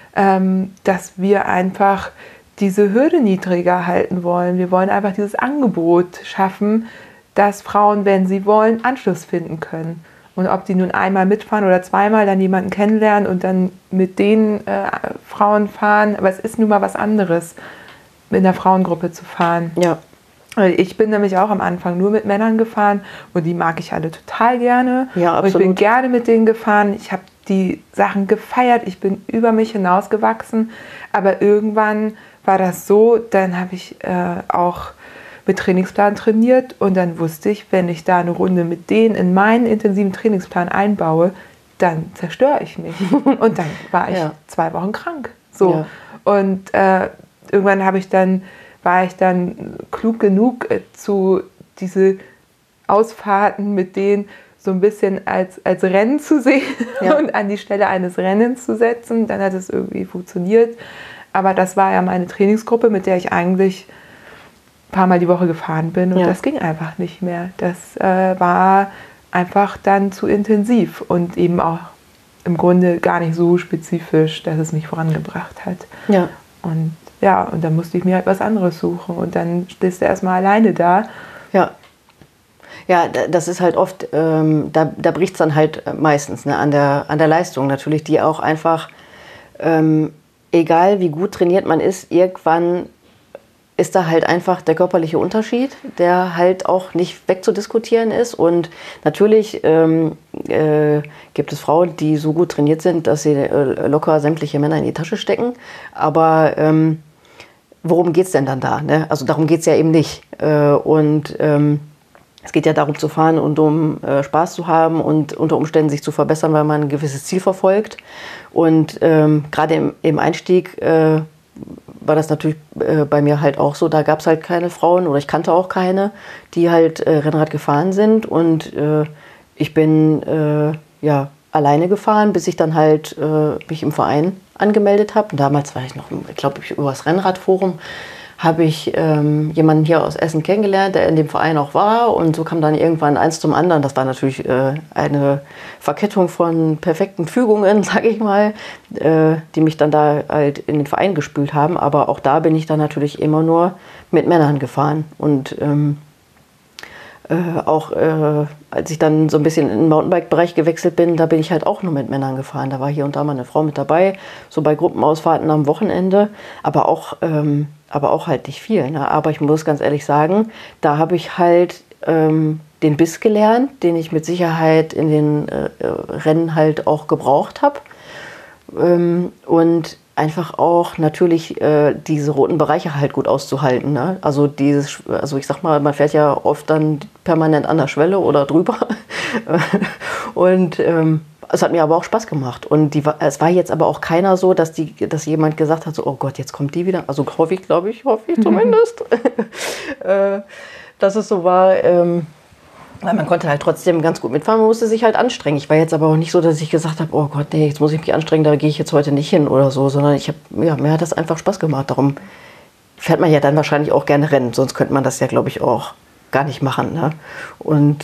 dass wir einfach diese Hürde niedriger halten wollen. Wir wollen einfach dieses Angebot schaffen, dass Frauen, wenn sie wollen, Anschluss finden können. Und ob die nun einmal mitfahren oder zweimal, dann jemanden kennenlernen und dann mit den Frauen fahren. Aber es ist nun mal was anderes, mit einer Frauengruppe zu fahren. Ja. Ich bin nämlich auch am Anfang nur mit Männern gefahren und die mag ich alle total gerne. Ja, absolut. Und ich bin gerne mit denen gefahren. Ich habe die Sachen gefeiert. Ich bin über mich hinausgewachsen. Aber irgendwann war das so, dann habe ich auch mit Trainingsplan trainiert und dann wusste ich, wenn ich da eine Runde mit denen in meinen intensiven Trainingsplan einbaue, dann zerstöre ich mich. Und dann war ich 2 Wochen krank. So. Ja. Und irgendwann war ich dann klug genug, zu diese Ausfahrten mit denen so ein bisschen als Rennen zu sehen und an die Stelle eines Rennens zu setzen. Dann hat es irgendwie funktioniert. Aber das war ja meine Trainingsgruppe, mit der ich eigentlich ein paar Mal die Woche gefahren bin und das ging einfach nicht mehr. Das war einfach dann zu intensiv und eben auch im Grunde gar nicht so spezifisch, dass es mich vorangebracht hat. Ja. Und dann musste ich mir halt was anderes suchen und dann stehst du erstmal alleine da. Ja. Ja, das ist halt oft, da bricht es dann halt meistens an der Leistung natürlich, die auch einfach, egal wie gut trainiert man ist, irgendwann ist da halt einfach der körperliche Unterschied, der halt auch nicht wegzudiskutieren ist. Und natürlich gibt es Frauen, die so gut trainiert sind, dass sie locker sämtliche Männer in die Tasche stecken. Aber worum geht es denn dann da? Ne? Also darum geht es ja eben nicht. Es geht ja darum zu fahren und um Spaß zu haben und unter Umständen sich zu verbessern, weil man ein gewisses Ziel verfolgt. Und gerade im Einstieg war das natürlich bei mir halt auch so. Da gab es halt keine Frauen oder ich kannte auch keine, die halt Rennrad gefahren sind. Und ich bin alleine gefahren, bis ich dann halt mich im Verein angemeldet habe. Und damals war ich noch, ich glaube, über das Rennradforum habe ich jemanden hier aus Essen kennengelernt, der in dem Verein auch war. Und so kam dann irgendwann eins zum anderen. Das war natürlich eine Verkettung von perfekten Fügungen, sage ich mal, die mich dann da halt in den Verein gespült haben. Aber auch da bin ich dann natürlich immer nur mit Männern gefahren. Und als ich dann so ein bisschen in den Mountainbike-Bereich gewechselt bin, da bin ich halt auch nur mit Männern gefahren. Da war hier und da mal eine Frau mit dabei, so bei Gruppenausfahrten am Wochenende, aber auch halt nicht viel. Ne? Aber ich muss ganz ehrlich sagen, da habe ich halt den Biss gelernt, den ich mit Sicherheit in den Rennen halt auch gebraucht habe. Und einfach auch natürlich diese roten Bereiche halt gut auszuhalten. Ne? Also ich sag mal, man fährt ja oft dann permanent an der Schwelle oder drüber. Und es hat mir aber auch Spaß gemacht. Und es war jetzt aber auch keiner so, dass jemand gesagt hat, so, oh Gott, jetzt kommt die wieder. Also hoffe ich zumindest, dass es so war. Weil man konnte halt trotzdem ganz gut mitfahren, man musste sich halt anstrengen. Ich war jetzt aber auch nicht so, dass ich gesagt habe, oh Gott, nee, jetzt muss ich mich anstrengen, da gehe ich jetzt heute nicht hin oder so, sondern mir hat das einfach Spaß gemacht. Darum fährt man ja dann wahrscheinlich auch gerne Rennen, sonst könnte man das ja, glaube ich, auch gar nicht machen. Ne? Und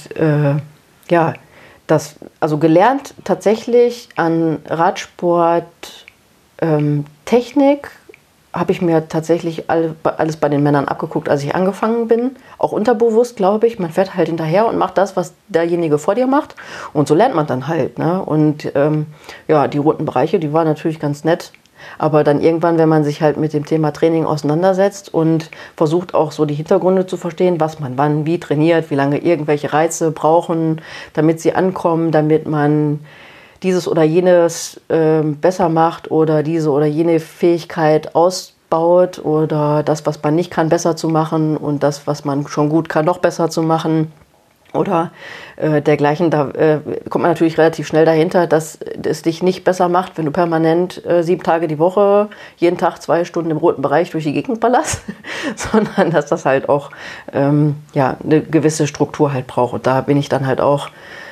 also gelernt tatsächlich an Radsport, Technik, habe ich mir tatsächlich alles bei den Männern abgeguckt, als ich angefangen bin. Auch unterbewusst, glaube ich. Man fährt halt hinterher und macht das, was derjenige vor dir macht. Und so lernt man dann halt. Ne? Und die roten Bereiche, die waren natürlich ganz nett. Aber dann irgendwann, wenn man sich halt mit dem Thema Training auseinandersetzt und versucht auch so die Hintergründe zu verstehen, was man wann wie trainiert, wie lange irgendwelche Reize brauchen, damit sie ankommen, damit man dieses oder jenes besser macht oder diese oder jene Fähigkeit ausbaut oder das, was man nicht kann, besser zu machen und das, was man schon gut kann, noch besser zu machen oder dergleichen. Da kommt man natürlich relativ schnell dahinter, dass es dich nicht besser macht, wenn du permanent 7 Tage die Woche, jeden Tag 2 Stunden im roten Bereich durch die Gegend ballerst, sondern dass das halt auch eine gewisse Struktur halt braucht. Und da bin ich dann halt auch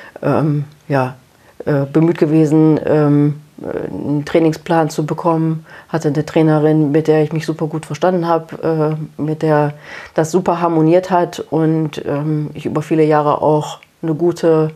bemüht gewesen, einen Trainingsplan zu bekommen. Hatte eine Trainerin, mit der ich mich super gut verstanden habe, mit der das super harmoniert hat und ich über viele Jahre auch eine gute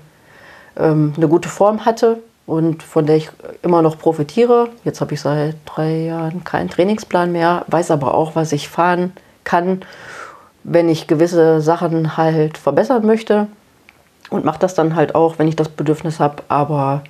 Form hatte und von der ich immer noch profitiere. Jetzt habe ich seit 3 Jahren keinen Trainingsplan mehr, weiß aber auch, was ich fahren kann, wenn ich gewisse Sachen halt verbessern möchte. Und mache das dann halt auch, wenn ich das Bedürfnis habe. Aber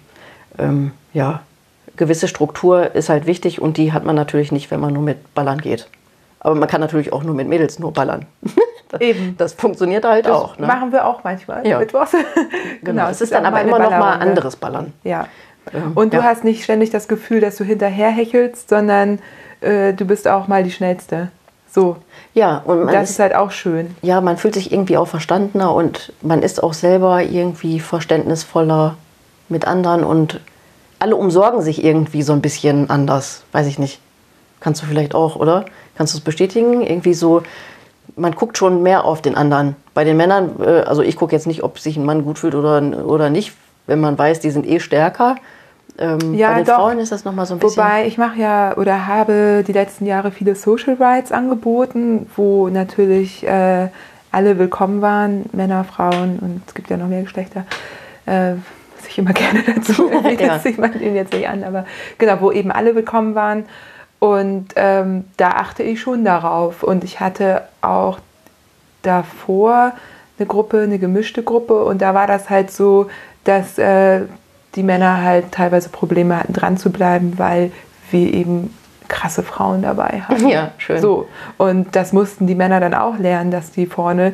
gewisse Struktur ist halt wichtig und die hat man natürlich nicht, wenn man nur mit Ballern geht. Aber man kann natürlich auch nur mit Mädels nur ballern. Eben. Das funktioniert halt das auch. Ne? Machen wir auch manchmal. Ja. Mittwochs. Genau, es ist dann aber immer noch mal anderes Ballern. Ja. Und du hast nicht ständig das Gefühl, dass du hinterherhechelst, sondern du bist auch mal die Schnellste. So. Ja, und das ist halt auch schön. Ja, man fühlt sich irgendwie auch verstandener und man ist auch selber irgendwie verständnisvoller mit anderen und alle umsorgen sich irgendwie so ein bisschen anders. Weiß ich nicht. Kannst du vielleicht auch, oder? Kannst du es bestätigen? Irgendwie so, man guckt schon mehr auf den anderen. Bei den Männern, also ich gucke jetzt nicht, ob sich ein Mann gut fühlt oder nicht, wenn man weiß, die sind stärker. Bei den Frauen ist das nochmal so ein bisschen... Wobei, ich mache ja oder habe die letzten Jahre viele Social Rides angeboten, wo natürlich alle willkommen waren, Männer, Frauen und es gibt ja noch mehr Geschlechter, was ich immer gerne dazu erwähne, das sieht man denen jetzt nicht an, aber genau, wo eben alle willkommen waren und da achte ich schon darauf und ich hatte auch davor eine gemischte Gruppe und da war das halt so, dass die Männer halt teilweise Probleme hatten, dran zu bleiben, weil wir eben krasse Frauen dabei hatten. Ja, schön. So. Und das mussten die Männer dann auch lernen, dass die vorne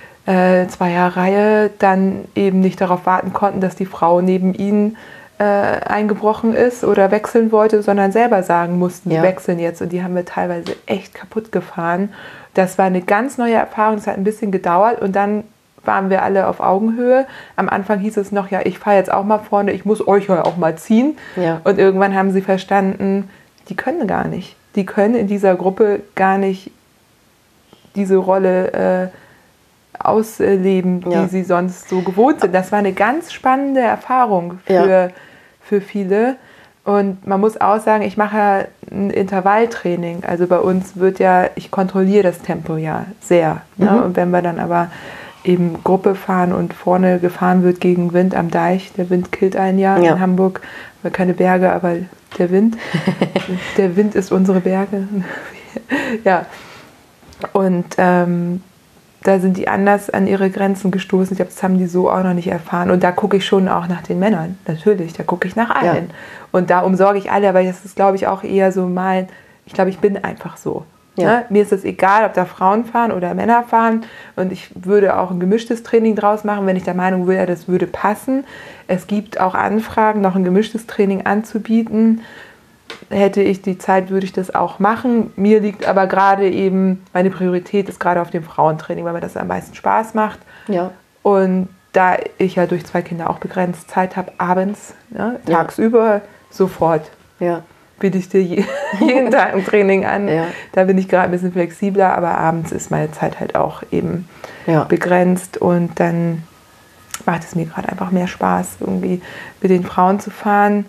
Zweierreihe dann eben nicht darauf warten konnten, dass die Frau neben ihnen eingebrochen ist oder wechseln wollte, sondern selber sagen mussten, die wechseln jetzt. Und die haben wir teilweise echt kaputt gefahren. Das war eine ganz neue Erfahrung, es hat ein bisschen gedauert und dann waren wir alle auf Augenhöhe. Am Anfang hieß es noch, ja, ich fahre jetzt auch mal vorne, ich muss euch ja auch mal ziehen. Ja. Und irgendwann haben sie verstanden, die können gar nicht. die können in dieser Gruppe gar nicht diese Rolle ausleben, die sie sonst so gewohnt sind. Das war eine ganz spannende Erfahrung für viele. Und man muss auch sagen, ich mache ja ein Intervalltraining. Also bei uns ich kontrolliere das Tempo ja sehr. Ne? Und wenn wir dann aber eben Gruppe fahren und vorne gefahren wird gegen Wind am Deich, der Wind killt einen in Hamburg, wir keine Berge, aber der Wind. Der Wind ist unsere Berge. Ja. Und da sind die anders an ihre Grenzen gestoßen. Ich glaube, das haben die so auch noch nicht erfahren. Und da gucke ich schon auch nach den Männern. Natürlich, da gucke ich nach allen. Ja. Und da umsorge ich alle, aber das ist, glaube ich, auch eher so ich glaube, ich bin einfach so. Ja. Ne? Mir ist es egal, ob da Frauen fahren oder Männer fahren. Und ich würde auch ein gemischtes Training draus machen, wenn ich der Meinung wäre, das würde passen. Es gibt auch Anfragen, noch ein gemischtes Training anzubieten. Hätte ich die Zeit, würde ich das auch machen. Mir liegt aber gerade eben, meine Priorität ist gerade auf dem Frauentraining, weil mir das am meisten Spaß macht. Ja. Und da ich ja durch 2 Kinder auch begrenzt Zeit habe, abends, tagsüber sofort biete ich dir jeden Tag ein Training an. Ja. Da bin ich gerade ein bisschen flexibler, aber abends ist meine Zeit halt auch eben begrenzt. Und dann macht es mir gerade einfach mehr Spaß, irgendwie mit den Frauen zu fahren.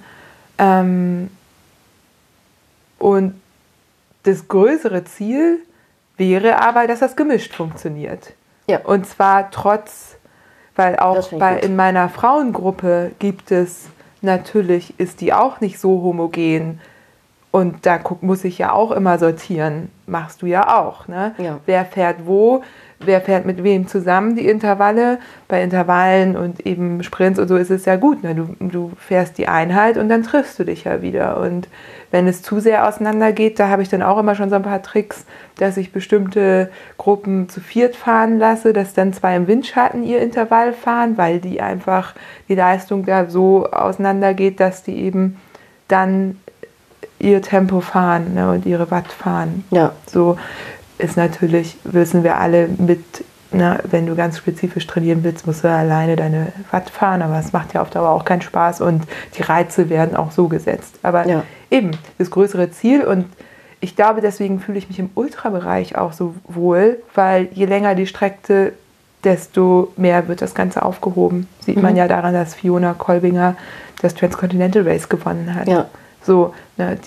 Und das größere Ziel wäre aber, dass das gemischt funktioniert. Ja. Und zwar weil auch in meiner Frauengruppe ist die auch nicht so homogen. Und da muss ich ja auch immer sortieren. Machst du ja auch. Ne? Ja. Wer fährt wo? Wer fährt mit wem zusammen die Intervalle? Bei Intervallen und eben Sprints und so ist es ja gut. Ne? Du fährst die Einheit und dann triffst du dich ja wieder. Und wenn es zu sehr auseinander geht, da habe ich dann auch immer schon so ein paar Tricks, dass ich bestimmte Gruppen zu 4 fahren lasse, dass dann 2 im Windschatten ihr Intervall fahren, weil die einfach die Leistung da so auseinander geht, dass die eben dann ihr Tempo fahren, ne, und ihre Watt fahren. Ja. So ist natürlich, wissen wir alle, wenn du ganz spezifisch trainieren willst, musst du alleine deine Watt fahren, aber es macht ja auf Dauer auch keinen Spaß und die Reize werden auch so gesetzt. Aber eben das größere Ziel, und ich glaube, deswegen fühle ich mich im Ultrabereich auch so wohl, weil je länger die Strecke, desto mehr wird das Ganze aufgehoben. Sieht man ja daran, dass Fiona Kolbinger das Transcontinental Race gewonnen hat. Ja. So, ne,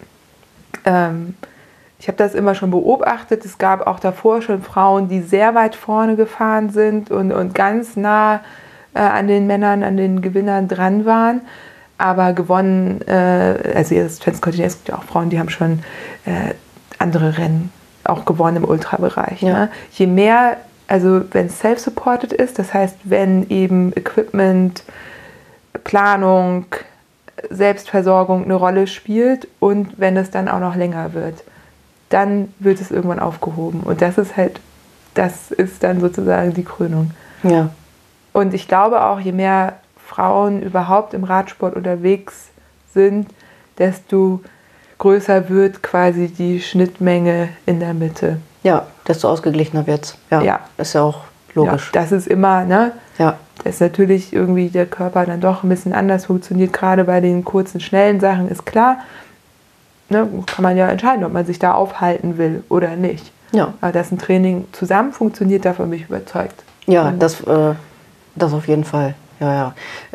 ich habe das immer schon beobachtet. Es gab auch davor schon Frauen, die sehr weit vorne gefahren sind und ganz nah an den Männern, an den Gewinnern dran waren. Aber gewonnen, also das Transcontinental, es gibt ja auch Frauen, die haben schon andere Rennen auch gewonnen im Ultrabereich. Ja. Ne? Je mehr, also wenn es self-supported ist, das heißt, wenn eben Equipment, Planung, Selbstversorgung eine Rolle spielt und wenn es dann auch noch länger wird, dann wird es irgendwann aufgehoben. Und das ist dann sozusagen die Krönung. Ja. Und ich glaube auch, je mehr Frauen überhaupt im Radsport unterwegs sind, desto größer wird quasi die Schnittmenge in der Mitte. Ja, desto ausgeglichener wird es. Ja, ist ja auch logisch. Ja, das ist immer, ne? Ja. Dass natürlich irgendwie der Körper dann doch ein bisschen anders funktioniert, gerade bei den kurzen, schnellen Sachen, ist klar. Ne, kann man ja entscheiden, ob man sich da aufhalten will oder nicht. Ja. Aber dass ein Training zusammen funktioniert, davon bin ich überzeugt. Ja, das auf jeden Fall. Ja.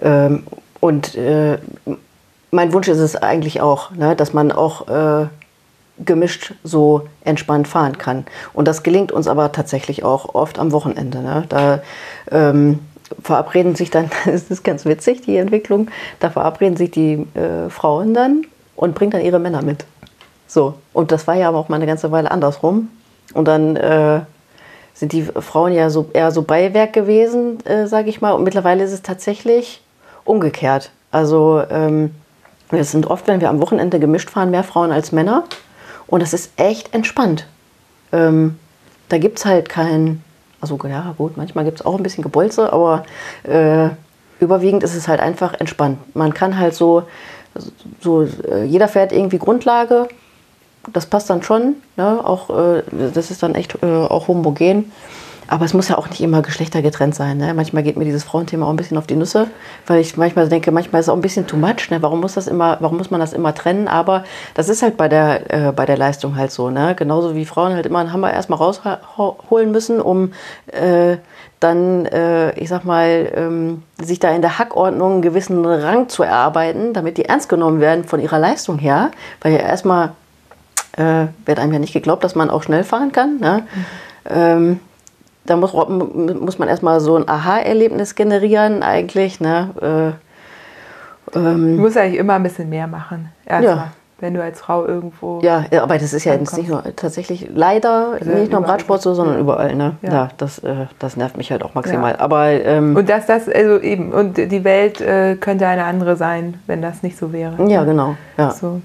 Und mein Wunsch ist es eigentlich auch, ne, dass man auch gemischt so entspannt fahren kann. Und das gelingt uns aber tatsächlich auch oft am Wochenende. Ne? Da verabreden sich dann, das ist ganz witzig, die Entwicklung, da verabreden sich die Frauen dann und bringen dann ihre Männer mit. So. Und das war ja aber auch mal eine ganze Weile andersrum. Und dann sind die Frauen ja eher so Beiwerk gewesen, sage ich mal. Und mittlerweile ist es tatsächlich umgekehrt. Also es sind oft, wenn wir am Wochenende gemischt fahren, mehr Frauen als Männer. Und das ist echt entspannt. Da gibt es halt also ja gut, manchmal gibt es auch ein bisschen Gebolze, aber überwiegend ist es halt einfach entspannt. Man kann halt jeder fährt irgendwie Grundlage, das passt dann schon, ne? Auch, das ist dann echt auch homogen. Aber es muss ja auch nicht immer geschlechtergetrennt sein. Ne? Manchmal geht mir dieses Frauenthema auch ein bisschen auf die Nüsse, weil ich manchmal denke, manchmal ist es auch ein bisschen too much. Ne? Warum muss man das immer trennen? Aber das ist halt bei der Leistung halt so. Ne? Genauso wie Frauen halt immer einen Hammer erstmal rausholen müssen, um dann, ich sag mal, sich da in der Hackordnung einen gewissen Rang zu erarbeiten, damit die ernst genommen werden von ihrer Leistung her. Weil ja erstmal wird einem ja nicht geglaubt, dass man auch schnell fahren kann. Ne? Da muss man erstmal so ein Aha-Erlebnis generieren eigentlich. Ne? Du musst eigentlich immer ein bisschen mehr machen. Erstmal, Ja. wenn du als Frau irgendwo... Ja, aber das ist ja jetzt nicht nur tatsächlich leider Also nicht nur im überall. Radsport so, sondern überall. Ne? Ja. Ja, das nervt mich halt auch maximal. Ja. Aber Und also eben, und die Welt könnte eine andere sein, wenn das nicht so wäre. ja, genau. Ja. So.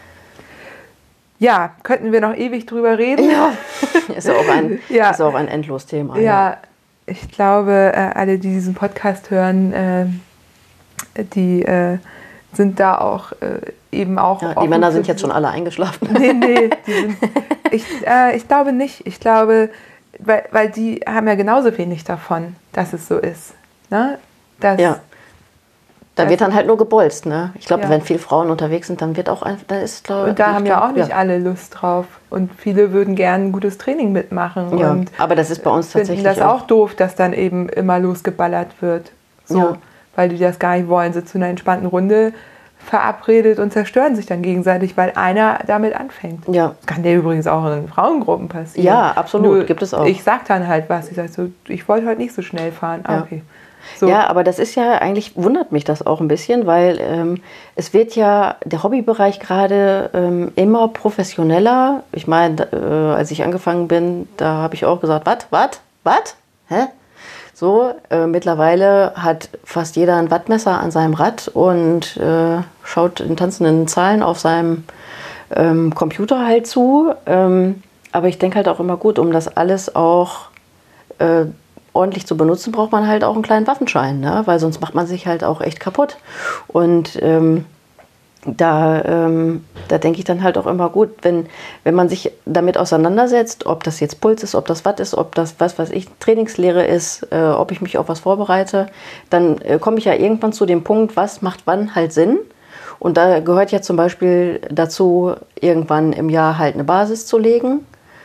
Ja, könnten wir noch ewig drüber reden. Ja. Ist ja Ja. auch ein Endlos-Thema. Ja, ich glaube, alle, die diesen Podcast hören, die sind da auch eben auch. Ja, die Männer sind jetzt schon alle eingeschlafen. Nee, ich glaube nicht. Ich glaube, weil die haben ja genauso wenig davon, dass es so ist. Ne? Ja. Da wird dann halt nur gebolzt. Ne? Ich glaube, Ja. wenn viele Frauen unterwegs sind, dann wird auch einfach, da ist, glaube Und da haben ja auch nicht alle Lust drauf. Und viele würden gern ein gutes Training mitmachen. Ja, und aber das ist bei uns finden tatsächlich das auch doof, dass dann eben immer losgeballert wird. So, Ja. weil die das gar nicht wollen. So zu einer entspannten Runde verabredet und zerstören sich dann gegenseitig, weil einer damit anfängt. Ja. Kann dir übrigens auch in Frauengruppen passieren. Ja, absolut. Nur Gibt es auch. Ich sag dann halt was. Ich sag so, ich wollte heute nicht so schnell fahren. Ah, Ja. okay. So. Ja, aber das ist ja, eigentlich wundert mich das auch ein bisschen, weil es wird ja der Hobbybereich gerade immer professioneller. Ich meine, als ich angefangen bin, da habe ich auch gesagt, was? Hä? So, mittlerweile hat fast jeder ein Wattmesser an seinem Rad und schaut in tanzenden Zahlen auf seinem Computer halt zu. Aber ich denke halt auch immer gut, um das alles auch ordentlich zu benutzen, braucht man halt auch einen kleinen Waffenschein, ne? Weil sonst macht man sich halt auch echt kaputt. Und da denke ich dann halt auch immer gut, wenn man sich damit auseinandersetzt, ob das jetzt Puls ist, ob das Watt ist, ob das, was weiß ich, Trainingslehre ist, ob ich mich auf was vorbereite, dann komme ich ja irgendwann zu dem Punkt, was macht wann halt Sinn. Und da gehört ja zum Beispiel dazu, irgendwann im Jahr halt eine Basis zu legen,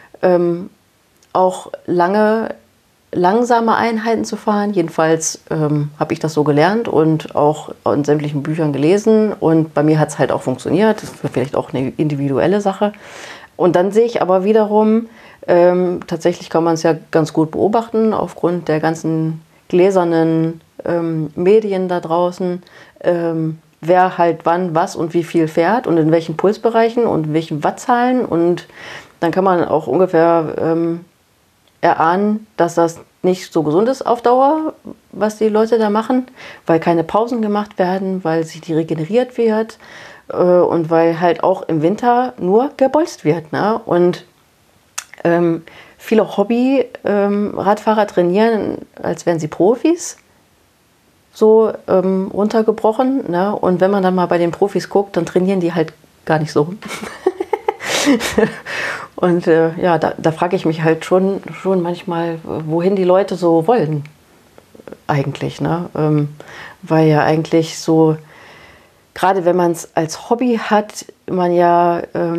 auch langsame Einheiten zu fahren. Jedenfalls habe ich das so gelernt und auch in sämtlichen Büchern gelesen. Und bei mir hat es halt auch funktioniert. Das ist vielleicht auch eine individuelle Sache. Und dann sehe ich aber wiederum, tatsächlich kann man es ja ganz gut beobachten, aufgrund der ganzen gläsernen Medien da draußen, wer halt wann, was und wie viel fährt und in welchen Pulsbereichen und in welchen Wattzahlen. Und dann kann man auch ungefähr erahnen, dass das nicht so gesund ist auf Dauer, was die Leute da machen, weil keine Pausen gemacht werden, weil sich die regeneriert wird und weil halt auch im Winter nur gebolzt wird. Ne? Und viele Hobby-Radfahrer trainieren, als wären sie Profis, so runtergebrochen. Ne? Und wenn man dann mal bei den Profis guckt, dann trainieren die halt gar nicht so. Und ja, da frage ich mich halt schon manchmal, wohin die Leute so wollen eigentlich. Ne? Weil ja eigentlich so, gerade wenn man es als Hobby hat, man ja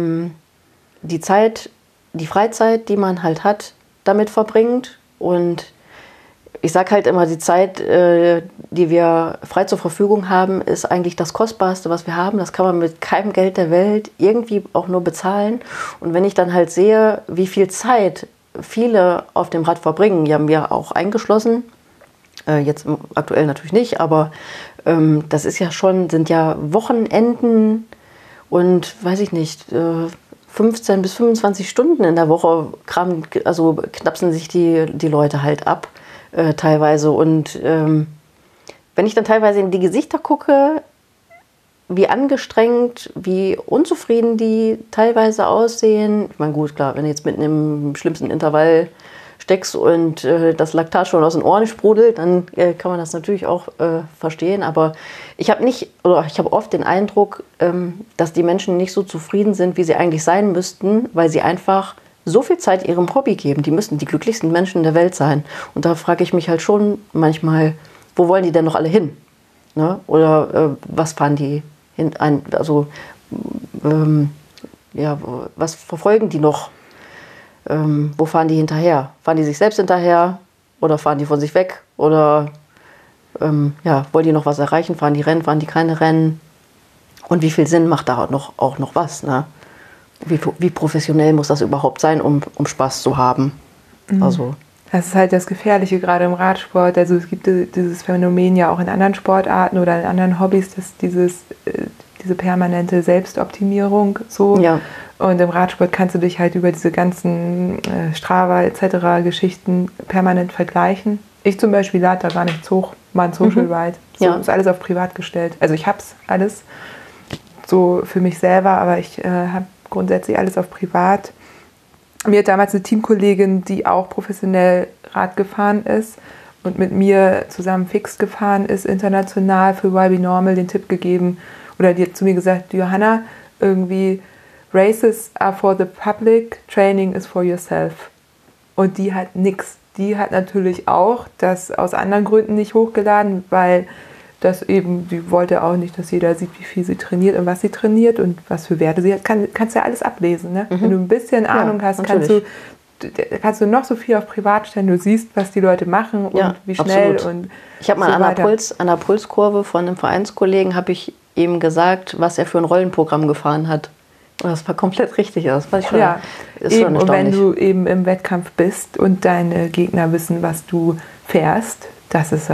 die Freizeit, die man halt hat, damit verbringt. Und ich sage halt immer, die Zeit, die wir frei zur Verfügung haben, ist eigentlich das Kostbarste, was wir haben. Das kann man mit keinem Geld der Welt irgendwie auch nur bezahlen. Und wenn ich dann halt sehe, wie viel Zeit viele auf dem Rad verbringen, die haben wir auch eingeschlossen, jetzt aktuell natürlich nicht, aber das ist ja schon, sind ja Wochenenden und weiß ich nicht, 15 bis 25 Stunden in der Woche knapsen sich die Leute halt ab. Teilweise. Und wenn ich dann teilweise in die Gesichter gucke, wie angestrengt, wie unzufrieden die teilweise aussehen. Ich meine, gut, klar, wenn du jetzt mitten im schlimmsten Intervall steckst und das Laktat schon aus den Ohren sprudelt, dann kann man das natürlich auch verstehen. Aber ich habe oft den Eindruck, dass die Menschen nicht so zufrieden sind, wie sie eigentlich sein müssten, weil sie einfach so viel Zeit ihrem Hobby geben. Die müssen die glücklichsten Menschen der Welt sein. Und da frage ich mich halt schon manchmal, wo wollen die denn noch alle hin? Ne? Oder was fahren die hin? Was verfolgen die noch? Wo fahren die hinterher? Fahren die sich selbst hinterher? Oder fahren die von sich weg? Oder wollen die noch was erreichen? Fahren die Rennen? Fahren die keine Rennen? Und wie viel Sinn macht da auch noch was? Ne? Wie professionell muss das überhaupt sein, um Spaß zu haben? Also das ist halt das Gefährliche gerade im Radsport. Also es gibt dieses Phänomen ja auch in anderen Sportarten oder in anderen Hobbys, dass diese permanente Selbstoptimierung so. Ja. Und im Radsport kannst du dich halt über diese ganzen Strava etc. Geschichten permanent vergleichen. Ich zum Beispiel lade da gar nichts hoch, mal ein Social Ride. So, ist alles auf privat gestellt. Also ich hab's alles so für mich selber, aber ich habe grundsätzlich alles auf privat. Mir hat damals eine Teamkollegin, die auch professionell Rad gefahren ist und mit mir zusammen fix gefahren ist, international für YB Normal den Tipp gegeben, oder die hat zu mir gesagt, Johanna, irgendwie Races are for the public, training is for yourself. Und die hat nix. Die hat natürlich auch das aus anderen Gründen nicht hochgeladen, weil das eben, die wollte auch nicht, dass jeder sieht, wie viel sie trainiert und was sie trainiert und was für Werte sie hat. Kannst ja alles ablesen. Ne? Wenn du ein bisschen Ahnung hast, kannst du noch so viel auf privat stellen. Du siehst, was die Leute machen und wie schnell. Absolut. Und ich habe mal an der Pulskurve von einem Vereinskollegen, habe ich ihm gesagt, was er für ein Rollenprogramm gefahren hat. Und das war komplett richtig. Das war schon, ist schon erstaunlich. Und wenn du eben im Wettkampf bist und deine Gegner wissen, was du fährst, das ist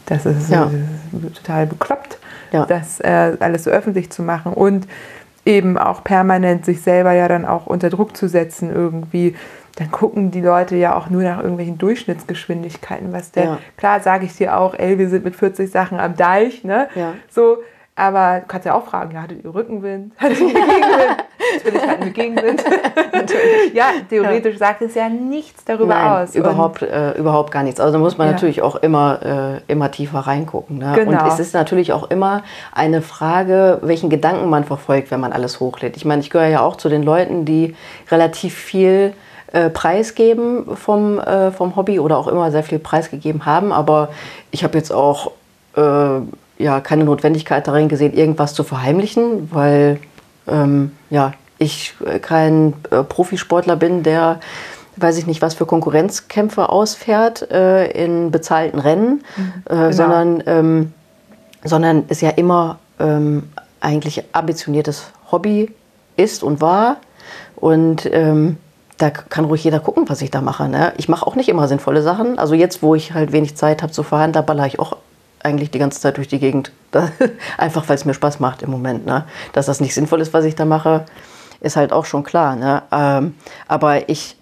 total bekloppt, das alles so öffentlich zu machen und eben auch permanent sich selber ja dann auch unter Druck zu setzen irgendwie. Dann gucken die Leute ja auch nur nach irgendwelchen Durchschnittsgeschwindigkeiten, klar sage ich dir auch, wir sind mit 40 Sachen am Deich, ne? Ja. So, aber du kannst ja auch fragen, hattet ihr Rückenwind? Hattet ihr Gegenwind? Natürlich hatten wir Gegenwind. Ja, theoretisch sagt es ja nichts darüber aus. Überhaupt gar nichts. Also da muss man natürlich auch immer tiefer reingucken. Ne? Genau. Und es ist natürlich auch immer eine Frage, welchen Gedanken man verfolgt, wenn man alles hochlädt. Ich meine, ich gehöre ja auch zu den Leuten, die relativ viel preisgeben vom Hobby oder auch immer sehr viel preisgegeben haben. Aber ich habe jetzt auch keine Notwendigkeit darin gesehen, irgendwas zu verheimlichen, weil ich kein Profisportler bin, der, weiß ich nicht, was für Konkurrenzkämpfe ausfährt in bezahlten Rennen, sondern es ja immer eigentlich ambitioniertes Hobby ist und war. Und da kann ruhig jeder gucken, was ich da mache. Ne? Ich mache auch nicht immer sinnvolle Sachen. Also jetzt, wo ich halt wenig Zeit habe zu fahren, da baller ich auch eigentlich die ganze Zeit durch die Gegend. Einfach, weil es mir Spaß macht im Moment. Ne? Dass das nicht sinnvoll ist, was ich da mache, ist halt auch schon klar. Ne? Aber ich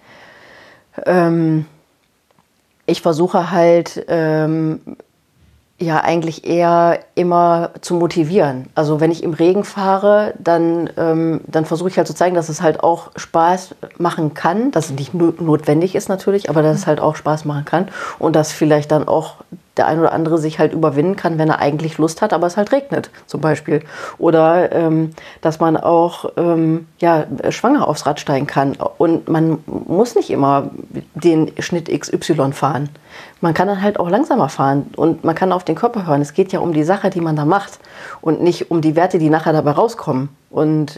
versuche halt eigentlich eher immer zu motivieren. Also wenn ich im Regen fahre, dann versuche ich halt zu zeigen, dass es halt auch Spaß machen kann, dass es nicht notwendig ist natürlich, aber dass es halt auch Spaß machen kann und dass vielleicht dann auch der ein oder andere sich halt überwinden kann, wenn er eigentlich Lust hat, aber es halt regnet zum Beispiel. Oder dass man auch schwanger aufs Rad steigen kann und man muss nicht immer den Schnitt XY fahren. Man kann dann halt auch langsamer fahren und man kann auf den Körper hören. Es geht ja um die Sache, die man da macht und nicht um die Werte, die nachher dabei rauskommen. Und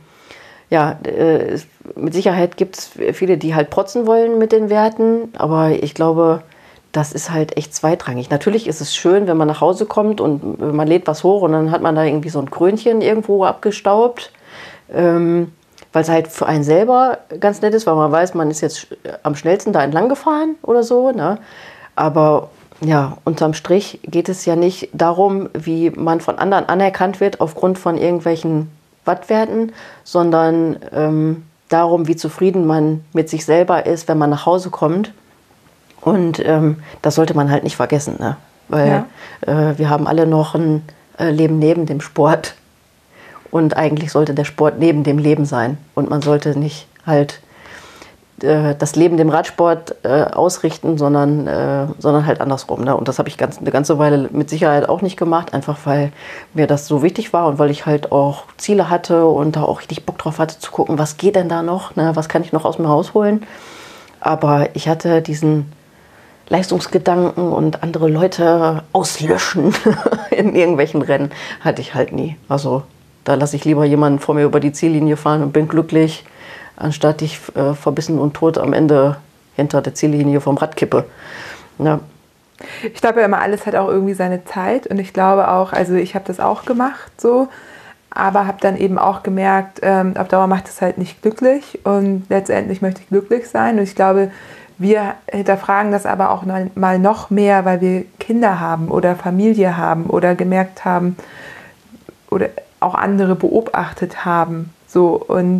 mit Sicherheit gibt es viele, die halt protzen wollen mit den Werten, aber ich glaube, das ist halt echt zweitrangig. Natürlich ist es schön, wenn man nach Hause kommt und man lädt was hoch und dann hat man da irgendwie so ein Krönchen irgendwo abgestaubt, weil es halt für einen selber ganz nett ist, weil man weiß, man ist jetzt am schnellsten da entlang gefahren oder so. Ne? Aber ja, unterm Strich geht es ja nicht darum, wie man von anderen anerkannt wird aufgrund von irgendwelchen Wattwerten, sondern darum, wie zufrieden man mit sich selber ist, wenn man nach Hause kommt. Und das sollte man halt nicht vergessen, ne? Weil wir haben alle noch ein Leben neben dem Sport. Und eigentlich sollte der Sport neben dem Leben sein. Und man sollte nicht halt das Leben dem Radsport ausrichten, sondern halt andersrum. Ne? Und das habe ich eine ganze Weile mit Sicherheit auch nicht gemacht, einfach weil mir das so wichtig war und weil ich halt auch Ziele hatte und da auch richtig Bock drauf hatte zu gucken, was geht denn da noch, ne? Was kann ich noch aus mir rausholen. Aber ich hatte diesen Leistungsgedanken und andere Leute auslöschen in irgendwelchen Rennen, hatte ich halt nie. Also da lasse ich lieber jemanden vor mir über die Ziellinie fahren und bin glücklich, anstatt ich verbissen und tot am Ende hinter der Ziellinie vom Rad kippe. Ja. Ich glaube ja immer, alles hat auch irgendwie seine Zeit und ich glaube auch, also ich habe das auch gemacht so, aber habe dann eben auch gemerkt, auf Dauer macht es halt nicht glücklich und letztendlich möchte ich glücklich sein und ich glaube, wir hinterfragen das aber auch mal noch mehr, weil wir Kinder haben oder Familie haben oder gemerkt haben oder auch andere beobachtet haben so und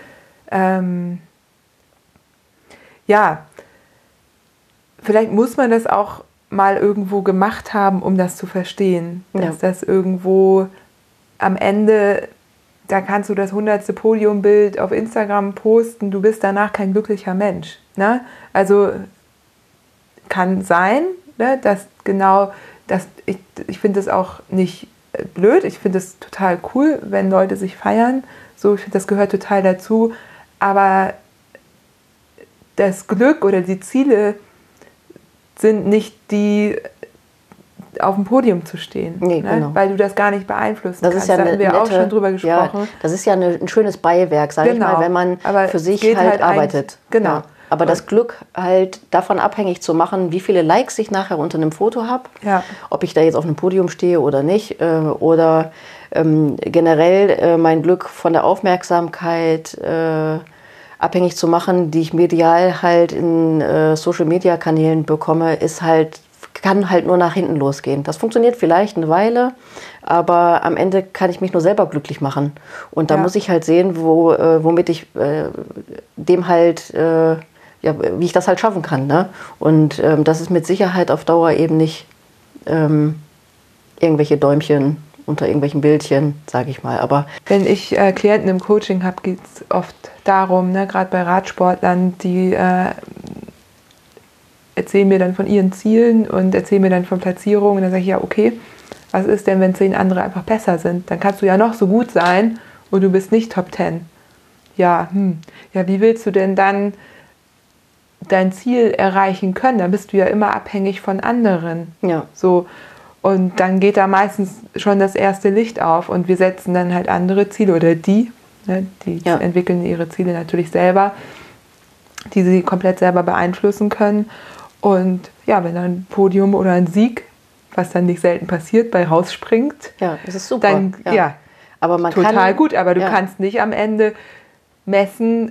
ja, vielleicht muss man das auch mal irgendwo gemacht haben, um das zu verstehen. Dass das irgendwo am Ende, da kannst du das 100. Podiumbild auf Instagram posten, du bist danach kein glücklicher Mensch. Ne? Also kann sein, ne, dass genau, ich finde das auch nicht blöd, ich finde es total cool, wenn Leute sich feiern. So, ich finde, das gehört total dazu. Aber das Glück oder die Ziele sind nicht die, auf dem Podium zu stehen, nee, ne? Genau. Weil du das gar nicht beeinflussen das kannst. Ist ja da haben wir auch schon drüber gesprochen. Ja, das ist ja ein schönes Beiwerk, sage ich mal, wenn man für sich halt arbeitet. Genau. Ja. Aber das Glück halt davon abhängig zu machen, wie viele Likes ich nachher unter einem Foto habe, ob ich da jetzt auf einem Podium stehe oder nicht, oder generell mein Glück von der Aufmerksamkeit abhängig zu machen, die ich medial halt in Social-Media-Kanälen bekomme, kann halt nur nach hinten losgehen. Das funktioniert vielleicht eine Weile, aber am Ende kann ich mich nur selber glücklich machen. Und da muss ich halt sehen, womit ich dem halt, wie ich das halt schaffen kann. Ne? Und das ist mit Sicherheit auf Dauer eben nicht irgendwelche Däumchen unter irgendwelchen Bildchen, sage ich mal. Aber wenn ich Klienten im Coaching habe, geht es oft darum, ne, gerade bei Radsportlern, die erzählen mir dann von ihren Zielen und erzählen mir dann von Platzierungen. Und dann sage ich, ja, okay, was ist denn, wenn 10 andere einfach besser sind? Dann kannst du ja noch so gut sein und du bist nicht Top 10. Ja, wie willst du denn dann dein Ziel erreichen können? Dann bist du ja immer abhängig von anderen. Ja. So. Und dann geht da meistens schon das erste Licht auf und wir setzen dann halt andere Ziele oder die entwickeln ihre Ziele natürlich selber, die sie komplett selber beeinflussen können. Und ja, wenn dann ein Podium oder ein Sieg, was dann nicht selten passiert, bei rausspringt, das ist super. Dann, aber man total gut, aber du kannst nicht am Ende messen,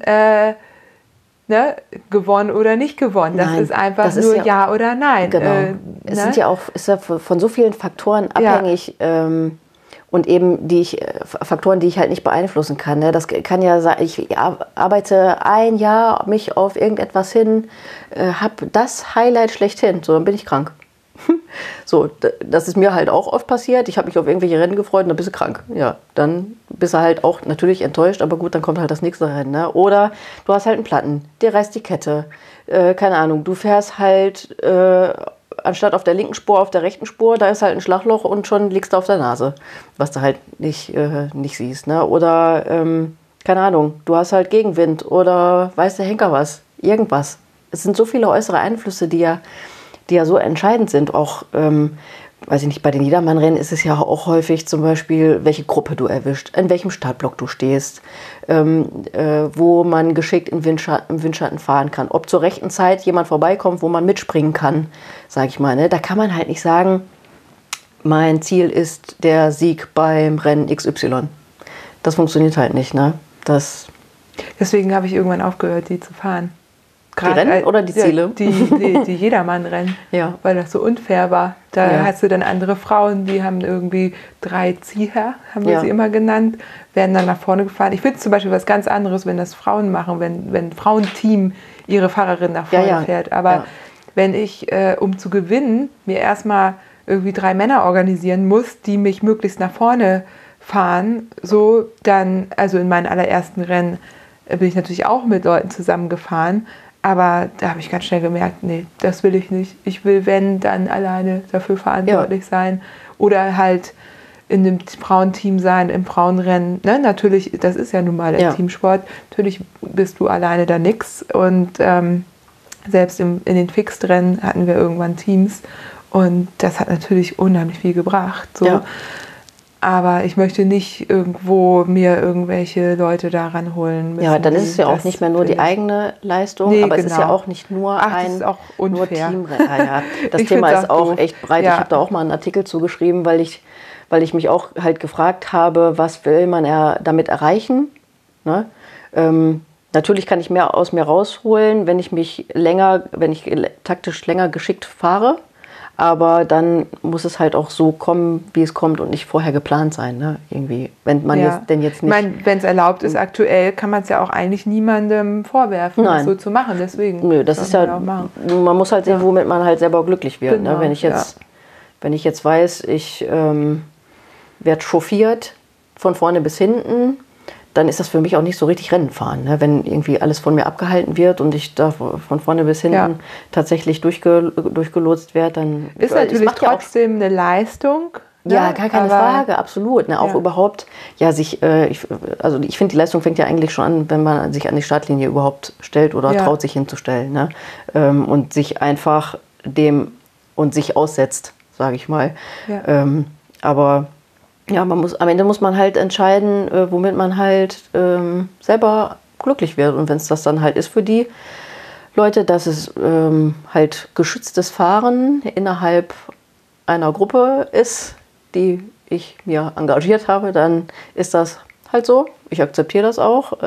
gewonnen oder nicht gewonnen. Das ist einfach nur ja oder nein. Genau. Es ist ja von so vielen Faktoren abhängig und eben Faktoren, die ich halt nicht beeinflussen kann. Ne? Das kann ja sein, ich arbeite ein Jahr mich auf irgendetwas hin, habe das Highlight schlechthin, so dann bin ich krank. So, das ist mir halt auch oft passiert. Ich habe mich auf irgendwelche Rennen gefreut und dann bist du krank. Ja, dann bist du halt auch natürlich enttäuscht, aber gut, dann kommt halt das nächste Rennen. Ne? Oder du hast halt einen Platten, dir reißt die Kette. Keine Ahnung, du fährst halt anstatt auf der linken Spur auf der rechten Spur, da ist halt ein Schlagloch und schon liegst du auf der Nase, was du halt nicht siehst. Ne? Oder, keine Ahnung, du hast halt Gegenwind oder weiß der Henker was, irgendwas. Es sind so viele äußere Einflüsse, die ja so entscheidend sind. Auch, weiß ich nicht, bei den Jedermann-Rennen ist es ja auch häufig zum Beispiel, welche Gruppe du erwischt, in welchem Startblock du stehst, wo man geschickt im Windschatten fahren kann, ob zur rechten Zeit jemand vorbeikommt, wo man mitspringen kann, sage ich mal. Ne? Da kann man halt nicht sagen, mein Ziel ist der Sieg beim Rennen XY. Das funktioniert halt nicht. Ne? Deswegen habe ich irgendwann aufgehört, die zu fahren. Die Rennen oder die Ziele? Die Jedermann-Rennen, weil das so unfair war. Da hast du dann andere Frauen, die haben irgendwie 3 Zieher, haben wir sie immer genannt, werden dann nach vorne gefahren. Ich finde es zum Beispiel was ganz anderes, wenn das Frauen machen, wenn ein Frauenteam ihre Fahrerin nach vorne fährt. Aber wenn ich, um zu gewinnen, mir erstmal irgendwie 3 Männer organisieren muss, die mich möglichst nach vorne fahren, so dann, also in meinen allerersten Rennen, bin ich natürlich auch mit Leuten zusammengefahren. Aber da habe ich ganz schnell gemerkt, nee, das will ich nicht. Ich will, wenn, dann alleine dafür verantwortlich sein. Oder halt in einem Frauenteam sein, im Frauenrennen. Ne? Natürlich, das ist ja nun mal der Teamsport. Natürlich bist du alleine da nix. Und selbst in den Fixed-Rennen hatten wir irgendwann Teams. Und das hat natürlich unheimlich viel gebracht. So. Ja. Aber ich möchte nicht irgendwo mir irgendwelche Leute daran holen müssen. Ja, dann ist es ja auch nicht mehr nur die eigene Leistung, aber es ist ja auch nicht nur das ist auch nur Teamrennen. Ja, das Thema ist auch echt breit. Ja. Ich habe da auch mal einen Artikel zugeschrieben, weil ich mich auch halt gefragt habe, was will man damit erreichen? Ne? Natürlich kann ich mehr aus mir rausholen, wenn ich taktisch länger geschickt fahre. Aber dann muss es halt auch so kommen, wie es kommt und nicht vorher geplant sein, ne? Irgendwie, wenn man jetzt nicht... Ich meine, wenn es erlaubt ist aktuell, kann man es ja auch eigentlich niemandem vorwerfen, das so zu machen. Deswegen. Nö, das ist ja... Man muss halt sehen, womit man halt selber glücklich wird. Genau, ne? Wenn ich jetzt weiß, ich werde chauffiert von vorne bis hinten, dann ist das für mich auch nicht so richtig Rennen fahren. Ne? Wenn irgendwie alles von mir abgehalten wird und ich da von vorne bis hinten tatsächlich durchgelotst werde, dann... Ist natürlich trotzdem eine Leistung. Ja, gar keine Frage, absolut. Ne? Auch überhaupt, ich finde, die Leistung fängt ja eigentlich schon an, wenn man sich an die Startlinie überhaupt stellt oder traut sich hinzustellen. Ne? Und sich einfach sich aussetzt, sage ich mal. Ja. Aber... Ja, am Ende muss man halt entscheiden, womit man halt selber glücklich wird. Und wenn es das dann halt ist für die Leute, dass es halt geschütztes Fahren innerhalb einer Gruppe ist, die ich mir engagiert habe, dann ist das halt so. Ich akzeptiere das auch.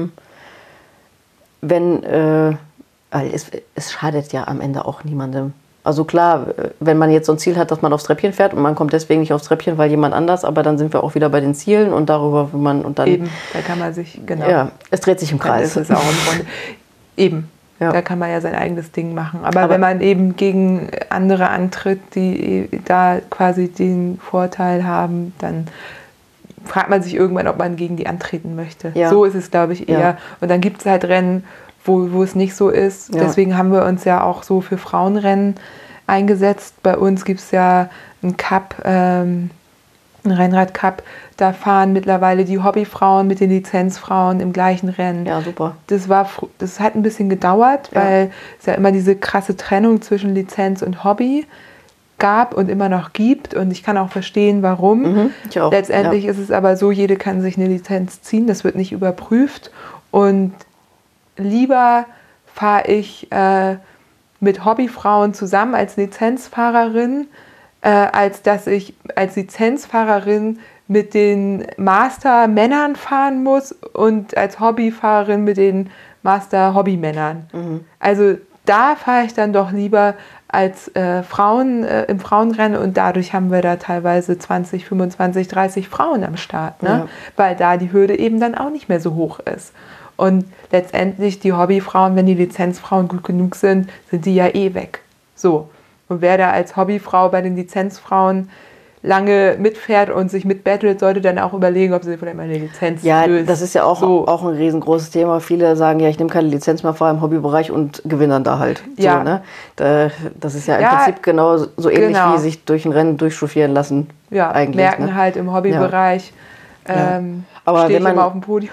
Es schadet ja am Ende auch niemandem. Also klar, wenn man jetzt so ein Ziel hat, dass man aufs Treppchen fährt und man kommt deswegen nicht aufs Treppchen, weil jemand anders, aber dann sind wir auch wieder bei den Zielen und darüber, Eben, da kann man sich, genau. Ja, es dreht sich im Kreis. Das ist auch im Grunde. Eben, da kann man ja sein eigenes Ding machen. Aber wenn man eben gegen andere antritt, die da quasi den Vorteil haben, dann fragt man sich irgendwann, ob man gegen die antreten möchte. Ja. So ist es, glaube ich, eher. Ja. Und dann gibt es halt Rennen, wo es nicht so ist. Ja. Deswegen haben wir uns ja auch so für Frauenrennen eingesetzt. Bei uns gibt es ja einen Cup, einen Rennrad-Cup. Da fahren mittlerweile die Hobbyfrauen mit den Lizenzfrauen im gleichen Rennen. Ja, super. Das hat ein bisschen gedauert, weil es ja immer diese krasse Trennung zwischen Lizenz und Hobby gab und immer noch gibt. Und ich kann auch verstehen, warum. Ich auch. Letztendlich ist es aber so, jede kann sich eine Lizenz ziehen. Das wird nicht überprüft. Und lieber fahre ich mit Hobbyfrauen zusammen als Lizenzfahrerin, als dass ich als Lizenzfahrerin mit den Master-Männern fahren muss und als Hobbyfahrerin mit den Master-Hobbymännern. Also da fahre ich dann doch lieber als Frauen im Frauenrennen und dadurch haben wir da teilweise 20, 25, 30 Frauen am Start, ne? Ja. Weil da die Hürde eben dann auch nicht mehr so hoch ist. Und letztendlich die Hobbyfrauen, wenn die Lizenzfrauen gut genug sind, sind die ja eh weg. So. Und wer da als Hobbyfrau bei den Lizenzfrauen lange mitfährt und sich mitbattelt, sollte dann auch überlegen, ob sie vielleicht mal eine Lizenz löst. Das ist ja auch ein riesengroßes Thema. Viele sagen, ja, ich nehme keine Lizenz mehr, fahre im Hobbybereich und gewinne dann da halt. Ja. So, ne? Das ist ja im Prinzip genau so ähnlich wie sich durch ein Rennen durchchauffieren lassen. Ja, eigentlich, merken halt im Hobbybereich, aber stehe wenn man ich immer auf dem Podium.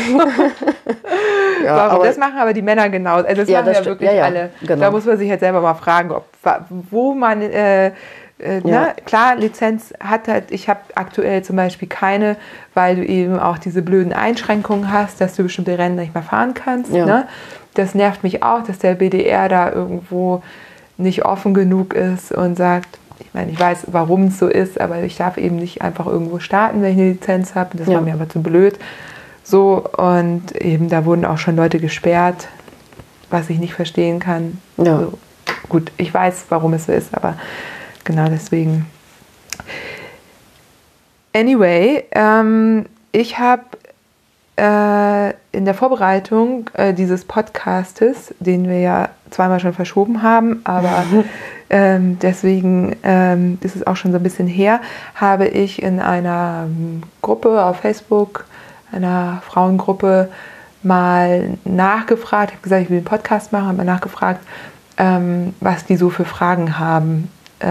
Das machen aber die Männer genauso. Also das machen ja wirklich alle. Genau. Da muss man sich halt selber mal fragen, wo man... klar, Lizenz hat halt, ich habe aktuell zum Beispiel keine, weil du eben auch diese blöden Einschränkungen hast, dass du bestimmte Rennen nicht mehr fahren kannst. Ja. Ne? Das nervt mich auch, dass der BDR da irgendwo nicht offen genug ist und sagt, ich meine, ich weiß, warum es so ist, aber ich darf eben nicht einfach irgendwo starten, wenn ich eine Lizenz habe. Das war mir aber zu blöd. So, und eben da wurden auch schon Leute gesperrt, was ich nicht verstehen kann. Ja. Also, gut, ich weiß, warum es so ist, aber genau deswegen. Anyway, ich habe in der Vorbereitung dieses Podcastes, den wir ja zweimal schon verschoben haben, aber deswegen ist es auch schon so ein bisschen her, habe ich in einer Gruppe auf Facebook, einer Frauengruppe, mal nachgefragt, ich habe gesagt, ich will einen Podcast machen, habe mal nachgefragt, was die so für Fragen haben.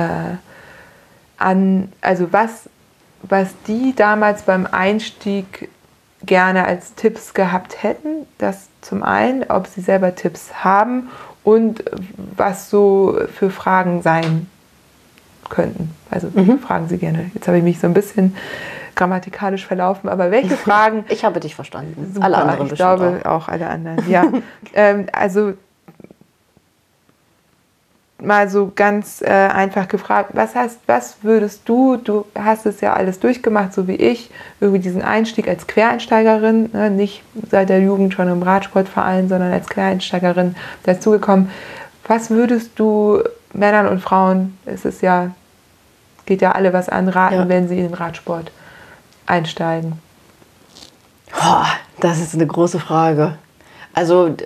Also was die damals beim Einstieg gerne als Tipps gehabt hätten. Das zum einen, ob sie selber Tipps haben und was so für Fragen sein könnten. Also fragen sie gerne. Jetzt habe ich mich so ein bisschen grammatikalisch verlaufen, aber welche Fragen? Ich habe dich verstanden. Super, alle anderen ich glaube auch alle anderen, ja. Also mal so ganz einfach gefragt, was würdest du hast es ja alles durchgemacht, so wie ich, irgendwie diesen Einstieg als Quereinsteigerin, ne, nicht seit der Jugend schon im Radsportverein, sondern als Quereinsteigerin dazugekommen. Was würdest du Männern und Frauen, geht ja alle was an, raten, wenn sie in den Radsport einsteigen? Das ist eine große Frage. Also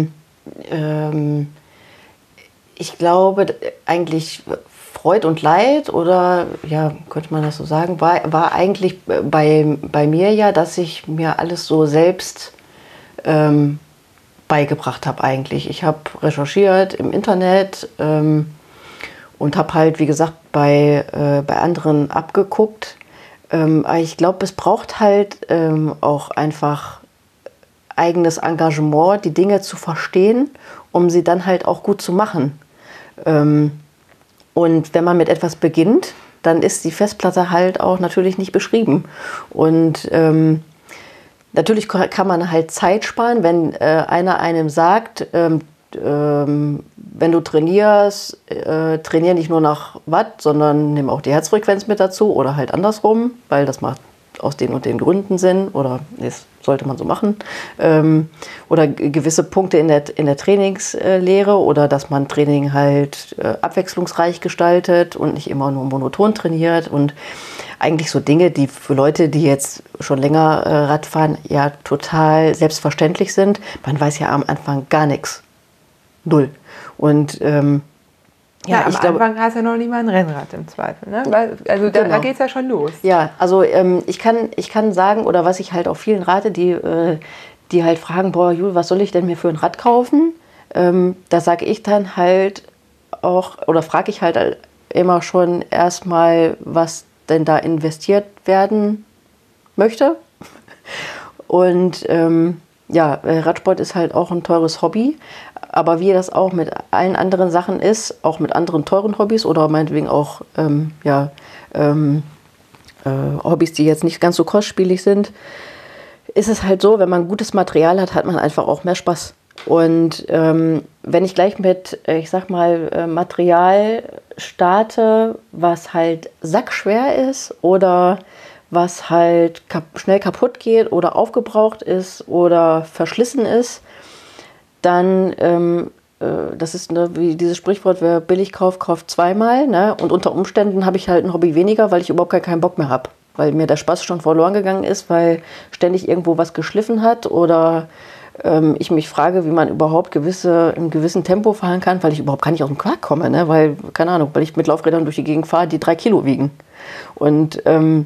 ich glaube eigentlich Freud und Leid, oder ja, könnte man das so sagen, war eigentlich bei mir ja, dass ich mir alles so selbst beigebracht habe eigentlich. Ich habe recherchiert im Internet und habe halt, wie gesagt, bei anderen abgeguckt. Aber ich glaube, es braucht halt auch einfach eigenes Engagement, die Dinge zu verstehen, um sie dann halt auch gut zu machen. Und wenn man mit etwas beginnt, dann ist die Festplatte halt auch natürlich nicht beschrieben. Und natürlich kann man halt Zeit sparen, wenn einer einem sagt, wenn du trainierst, trainier nicht nur nach Watt, sondern nimm auch die Herzfrequenz mit dazu oder halt andersrum, weil das macht aus den und den Gründen Sinn oder das sollte man so machen. Oder gewisse Punkte in der Trainingslehre oder dass man Training halt abwechslungsreich gestaltet und nicht immer nur monoton trainiert und eigentlich so Dinge, die für Leute, die jetzt schon länger Rad fahren, ja total selbstverständlich sind. Man weiß ja am Anfang gar nichts. Null. Und ja, am Anfang hast du ja noch nicht mal ein Rennrad im Zweifel. Ne? Also da geht es ja schon los. Ja, also ich kann sagen, oder was ich halt auch vielen rate, die halt fragen, boah, Jul, was soll ich denn mir für ein Rad kaufen? Da sage ich dann halt auch, oder frage ich halt immer schon erstmal, was denn da investiert werden möchte. Und Radsport ist halt auch ein teures Hobby. Aber wie das auch mit allen anderen Sachen ist, auch mit anderen teuren Hobbys oder meinetwegen auch Hobbys, die jetzt nicht ganz so kostspielig sind, ist es halt so, wenn man gutes Material hat, hat man einfach auch mehr Spaß. Und wenn ich gleich mit, ich sag mal, Material starte, was halt sackschwer ist oder was halt schnell kaputt geht oder aufgebraucht ist oder verschlissen ist, dann, das ist wie dieses Sprichwort, wer billig kauft, kauft zweimal. Ne? Und unter Umständen habe ich halt ein Hobby weniger, weil ich überhaupt keinen Bock mehr habe. Weil mir der Spaß schon verloren gegangen ist, weil ständig irgendwo was geschliffen hat oder ich mich frage, wie man überhaupt im gewissen Tempo fahren kann, weil ich überhaupt gar nicht aus dem Quark komme. Ne? Weil, keine Ahnung, weil ich mit Laufrädern durch die Gegend fahre, die 3 Kilo wiegen. Und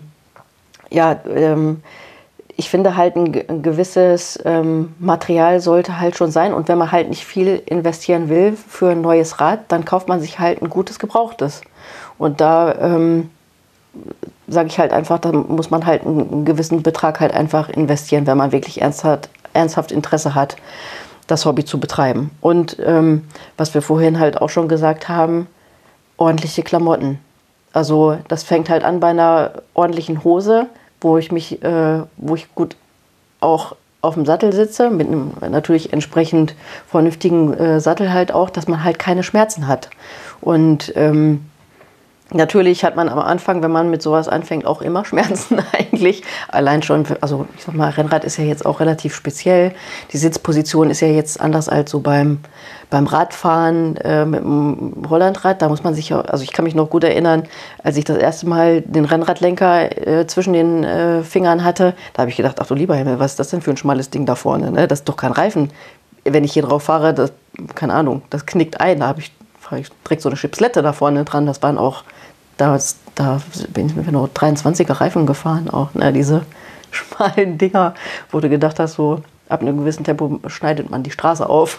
ich finde halt ein gewisses Material sollte halt schon sein. Und wenn man halt nicht viel investieren will für ein neues Rad, dann kauft man sich halt ein gutes Gebrauchtes. Und da sage ich halt einfach, da muss man halt einen gewissen Betrag halt einfach investieren, wenn man wirklich ernsthaft Interesse hat, das Hobby zu betreiben. Und was wir vorhin halt auch schon gesagt haben, ordentliche Klamotten. Also das fängt halt an bei einer ordentlichen Hose, wo ich gut auch auf dem Sattel sitze, mit einem natürlich entsprechend vernünftigen Sattel halt auch, dass man halt keine Schmerzen hat. Und natürlich hat man am Anfang, wenn man mit sowas anfängt, auch immer Schmerzen eigentlich. Allein schon, also ich sag mal, Rennrad ist ja jetzt auch relativ speziell. Die Sitzposition ist ja jetzt anders als so beim Radfahren mit dem Hollandrad. Da muss man sich, also ich kann mich noch gut erinnern, als ich das erste Mal den Rennradlenker zwischen den Fingern hatte, da habe ich gedacht, ach du lieber Himmel, was ist das denn für ein schmales Ding da vorne? Ne? Das ist doch kein Reifen. Wenn ich hier drauf fahre, das, keine Ahnung, das knickt ein. Da fahre ich direkt so eine Chipslette da vorne dran. Das waren auch, da bin ich mit noch 23er Reifen gefahren, auch ne, diese schmalen Dinger, wo du gedacht hast, so, ab einem gewissen Tempo schneidet man die Straße auf.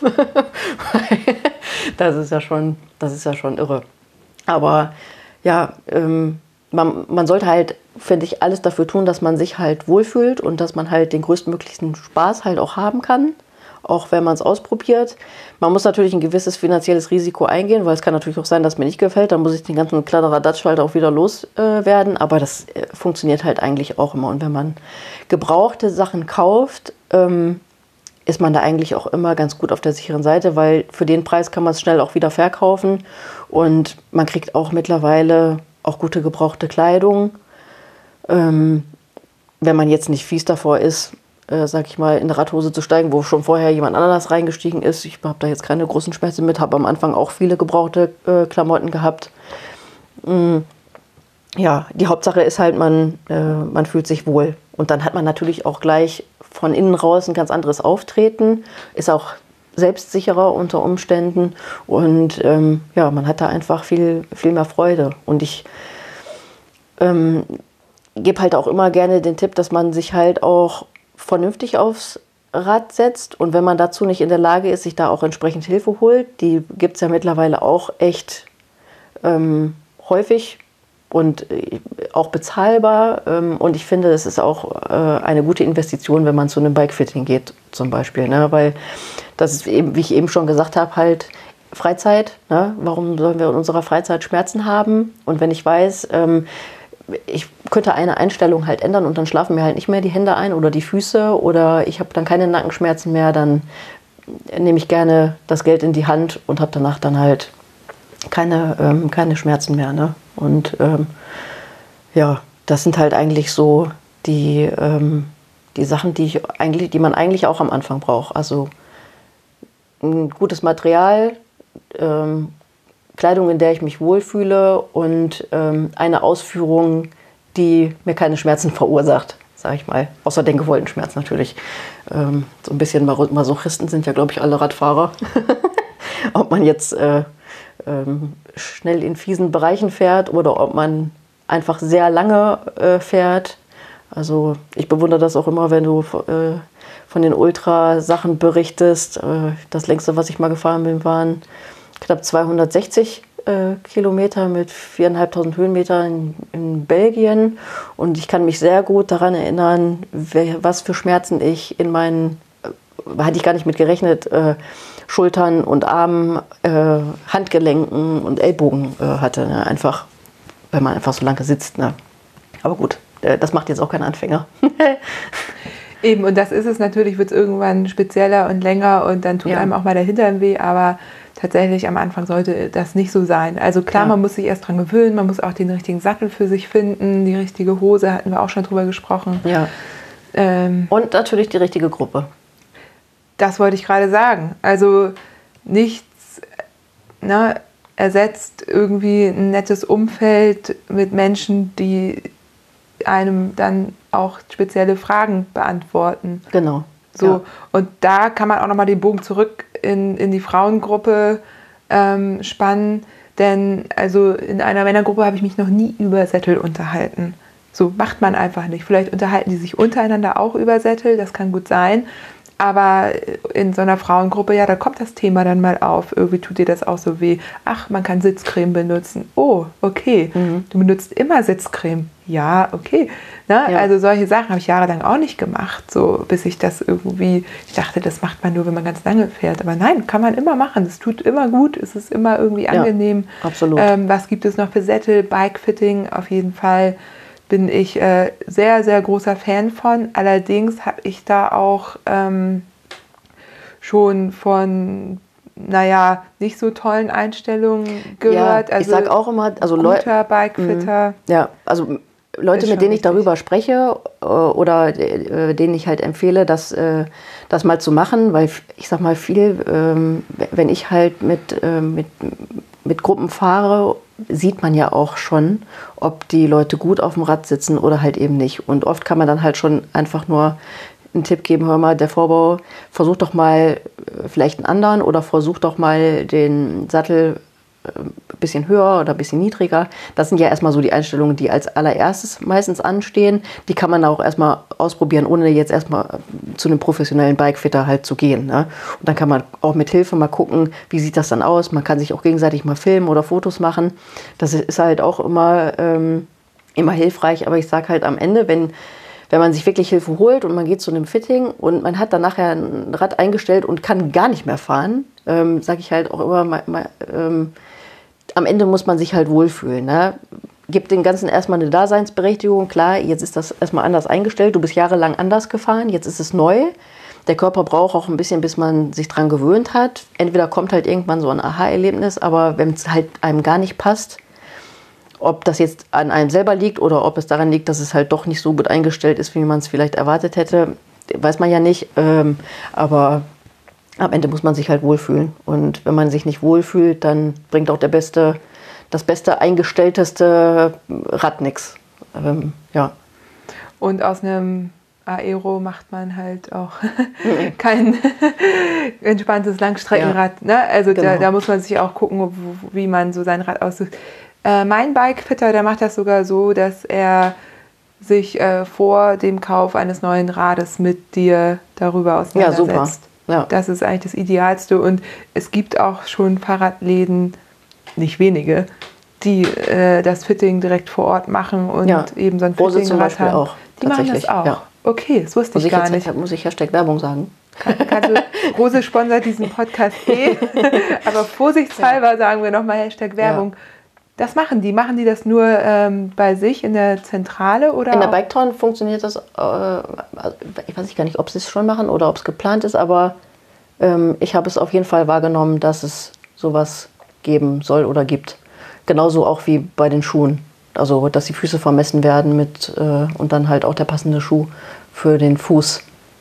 Das ist ja schon irre. Aber ja, man sollte halt, finde ich, alles dafür tun, dass man sich halt wohlfühlt und dass man halt den größtmöglichen Spaß halt auch haben kann, auch wenn man es ausprobiert. Man muss natürlich ein gewisses finanzielles Risiko eingehen, weil es kann natürlich auch sein, dass mir nicht gefällt. Dann muss ich den ganzen Kladderadatsch halt auch wieder loswerden. Aber das funktioniert halt eigentlich auch immer. Und wenn man gebrauchte Sachen kauft, ist man da eigentlich auch immer ganz gut auf der sicheren Seite, weil für den Preis kann man es schnell auch wieder verkaufen. Und man kriegt auch mittlerweile auch gute gebrauchte Kleidung. Wenn man jetzt nicht fies davor ist, sag ich mal, in eine Radhose zu steigen, wo schon vorher jemand anderes reingestiegen ist. Ich habe da jetzt keine großen Schmerzen mit, habe am Anfang auch viele gebrauchte Klamotten gehabt. Ja, die Hauptsache ist halt, man fühlt sich wohl. Und dann hat man natürlich auch gleich von innen raus ein ganz anderes Auftreten, ist auch selbstsicherer unter Umständen und ja, man hat da einfach viel, viel mehr Freude. Und ich gebe halt auch immer gerne den Tipp, dass man sich halt auch vernünftig aufs Rad setzt und wenn man dazu nicht in der Lage ist, sich da auch entsprechend Hilfe holt, die gibt es ja mittlerweile auch echt häufig und auch bezahlbar und ich finde, das ist auch eine gute Investition, wenn man zu einem Bikefitting geht zum Beispiel, ne? Weil das ist eben, wie ich eben schon gesagt habe, halt Freizeit, ne? Warum sollen wir in unserer Freizeit Schmerzen haben? Und wenn ich weiß, ich könnte eine Einstellung halt ändern und dann schlafen mir halt nicht mehr die Hände ein oder die Füße oder ich habe dann keine Nackenschmerzen mehr, dann nehme ich gerne das Geld in die Hand und habe danach dann halt keine Schmerzen mehr. Ne? Und ja, das sind halt eigentlich so die Sachen, die man eigentlich auch am Anfang braucht. Also ein gutes Material, Kleidung, in der ich mich wohlfühle und eine Ausführung, die mir keine Schmerzen verursacht, sage ich mal. Außer den gewollten Schmerz natürlich. So ein bisschen Masochisten sind ja, glaube ich, alle Radfahrer. Ob man jetzt schnell in fiesen Bereichen fährt oder ob man einfach sehr lange fährt. Also ich bewundere das auch immer, wenn du von den Ultrasachen berichtest. Das längste, was ich mal gefahren bin, waren knapp 260 Kilometer mit 4.500 Höhenmetern in Belgien. Und ich kann mich sehr gut daran erinnern, was für Schmerzen ich in meinen, hatte ich gar nicht mit gerechnet, Schultern und Armen, Handgelenken und Ellbogen hatte. Ne? Einfach, weil man einfach so lange sitzt. Ne? Aber gut, das macht jetzt auch kein Anfänger. Eben, und das ist es natürlich, wird es irgendwann spezieller und länger und dann tut einem auch mal der Hintern weh, aber tatsächlich am Anfang sollte das nicht so sein. Also klar, man muss sich erst dran gewöhnen, man muss auch den richtigen Sattel für sich finden, die richtige Hose, hatten wir auch schon drüber gesprochen. Ja. Und natürlich die richtige Gruppe. Das wollte ich gerade sagen. Also nichts ersetzt irgendwie ein nettes Umfeld mit Menschen, die einem dann auch spezielle Fragen beantworten. Genau. So, ja. Und da kann man auch nochmal den Bogen zurück in die Frauengruppe spannen, denn also in einer Männergruppe habe ich mich noch nie über Sättel unterhalten. So macht man einfach nicht. Vielleicht unterhalten die sich untereinander auch über Sättel, das kann gut sein, aber in so einer Frauengruppe, ja, da kommt das Thema dann mal auf. Irgendwie tut dir das auch so weh. Ach, man kann Sitzcreme benutzen. Oh, okay. Du benutzt immer Sitzcreme. Ja, okay. Na, ja. Also solche Sachen habe ich jahrelang auch nicht gemacht, so bis ich das irgendwie, ich dachte, das macht man nur, wenn man ganz lange fährt. Aber nein, kann man immer machen. Es tut immer gut, es ist immer irgendwie angenehm. Ja, absolut. Was gibt es noch für Sättel? Bikefitting auf jeden Fall. Bin ich sehr, sehr großer Fan von. Allerdings habe ich da auch schon von, nicht so tollen Einstellungen gehört. Ja, also ich sage auch immer, also guter Bikefitter. Ja, also Leute, mit denen ich darüber spreche oder denen ich halt empfehle, das mal zu machen, weil ich sag mal viel, wenn ich halt mit Gruppen fahre, sieht man ja auch schon, ob die Leute gut auf dem Rad sitzen oder halt eben nicht. Und oft kann man dann halt schon einfach nur einen Tipp geben, hör mal, der Vorbau, versuch doch mal vielleicht einen anderen oder versuch doch mal den Sattel ein bisschen höher oder ein bisschen niedriger. Das sind ja erstmal so die Einstellungen, die als allererstes meistens anstehen. Die kann man auch erstmal ausprobieren, ohne jetzt erstmal zu einem professionellen Bikefitter halt zu gehen. Ne? Und dann kann man auch mit Hilfe mal gucken, wie sieht das dann aus. Man kann sich auch gegenseitig mal filmen oder Fotos machen. Das ist halt auch immer hilfreich. Aber ich sage halt am Ende, wenn man sich wirklich Hilfe holt und man geht zu einem Fitting und man hat dann nachher ein Rad eingestellt und kann gar nicht mehr fahren, sage ich halt auch immer, am Ende muss man sich halt wohlfühlen. Ne? Gibt den Ganzen erstmal eine Daseinsberechtigung. Klar, jetzt ist das erstmal anders eingestellt. Du bist jahrelang anders gefahren, jetzt ist es neu. Der Körper braucht auch ein bisschen, bis man sich dran gewöhnt hat. Entweder kommt halt irgendwann so ein Aha-Erlebnis, aber wenn es halt einem gar nicht passt, ob das jetzt an einem selber liegt oder ob es daran liegt, dass es halt doch nicht so gut eingestellt ist, wie man es vielleicht erwartet hätte, weiß man ja nicht. Aber am Ende muss man sich halt wohlfühlen. Und wenn man sich nicht wohlfühlt, dann bringt auch das beste eingestellteste Rad nichts. Ja. Und aus einem Aero macht man halt auch kein entspanntes Langstreckenrad. Ja. Ne? Also genau. Da muss man sich auch gucken, wie man so sein Rad aussucht. Mein Bikefitter, der macht das sogar so, dass er sich vor dem Kauf eines neuen Rades mit dir darüber auseinandersetzt. Ja, super. Ja. Das ist eigentlich das Idealste. Und es gibt auch schon Fahrradläden, nicht wenige, die das Fitting direkt vor Ort machen und eben so ein Fittingrad haben. Auch, die machen das auch. Ja. Okay, das wusste ich gar nicht. Muss ich Hashtag Werbung sagen? Kannst du, Rose sponsert diesen Podcast aber vorsichtshalber sagen wir nochmal Hashtag Werbung. Ja. Das machen die. Machen die das nur bei sich in der Zentrale? Oder in der Biketown funktioniert das, ich weiß gar nicht, ob sie es schon machen oder ob es geplant ist, aber ich habe es auf jeden Fall wahrgenommen, dass es sowas geben soll oder gibt. Genauso auch wie bei den Schuhen. Also, dass die Füße vermessen werden und dann halt auch der passende Schuh für den Fuß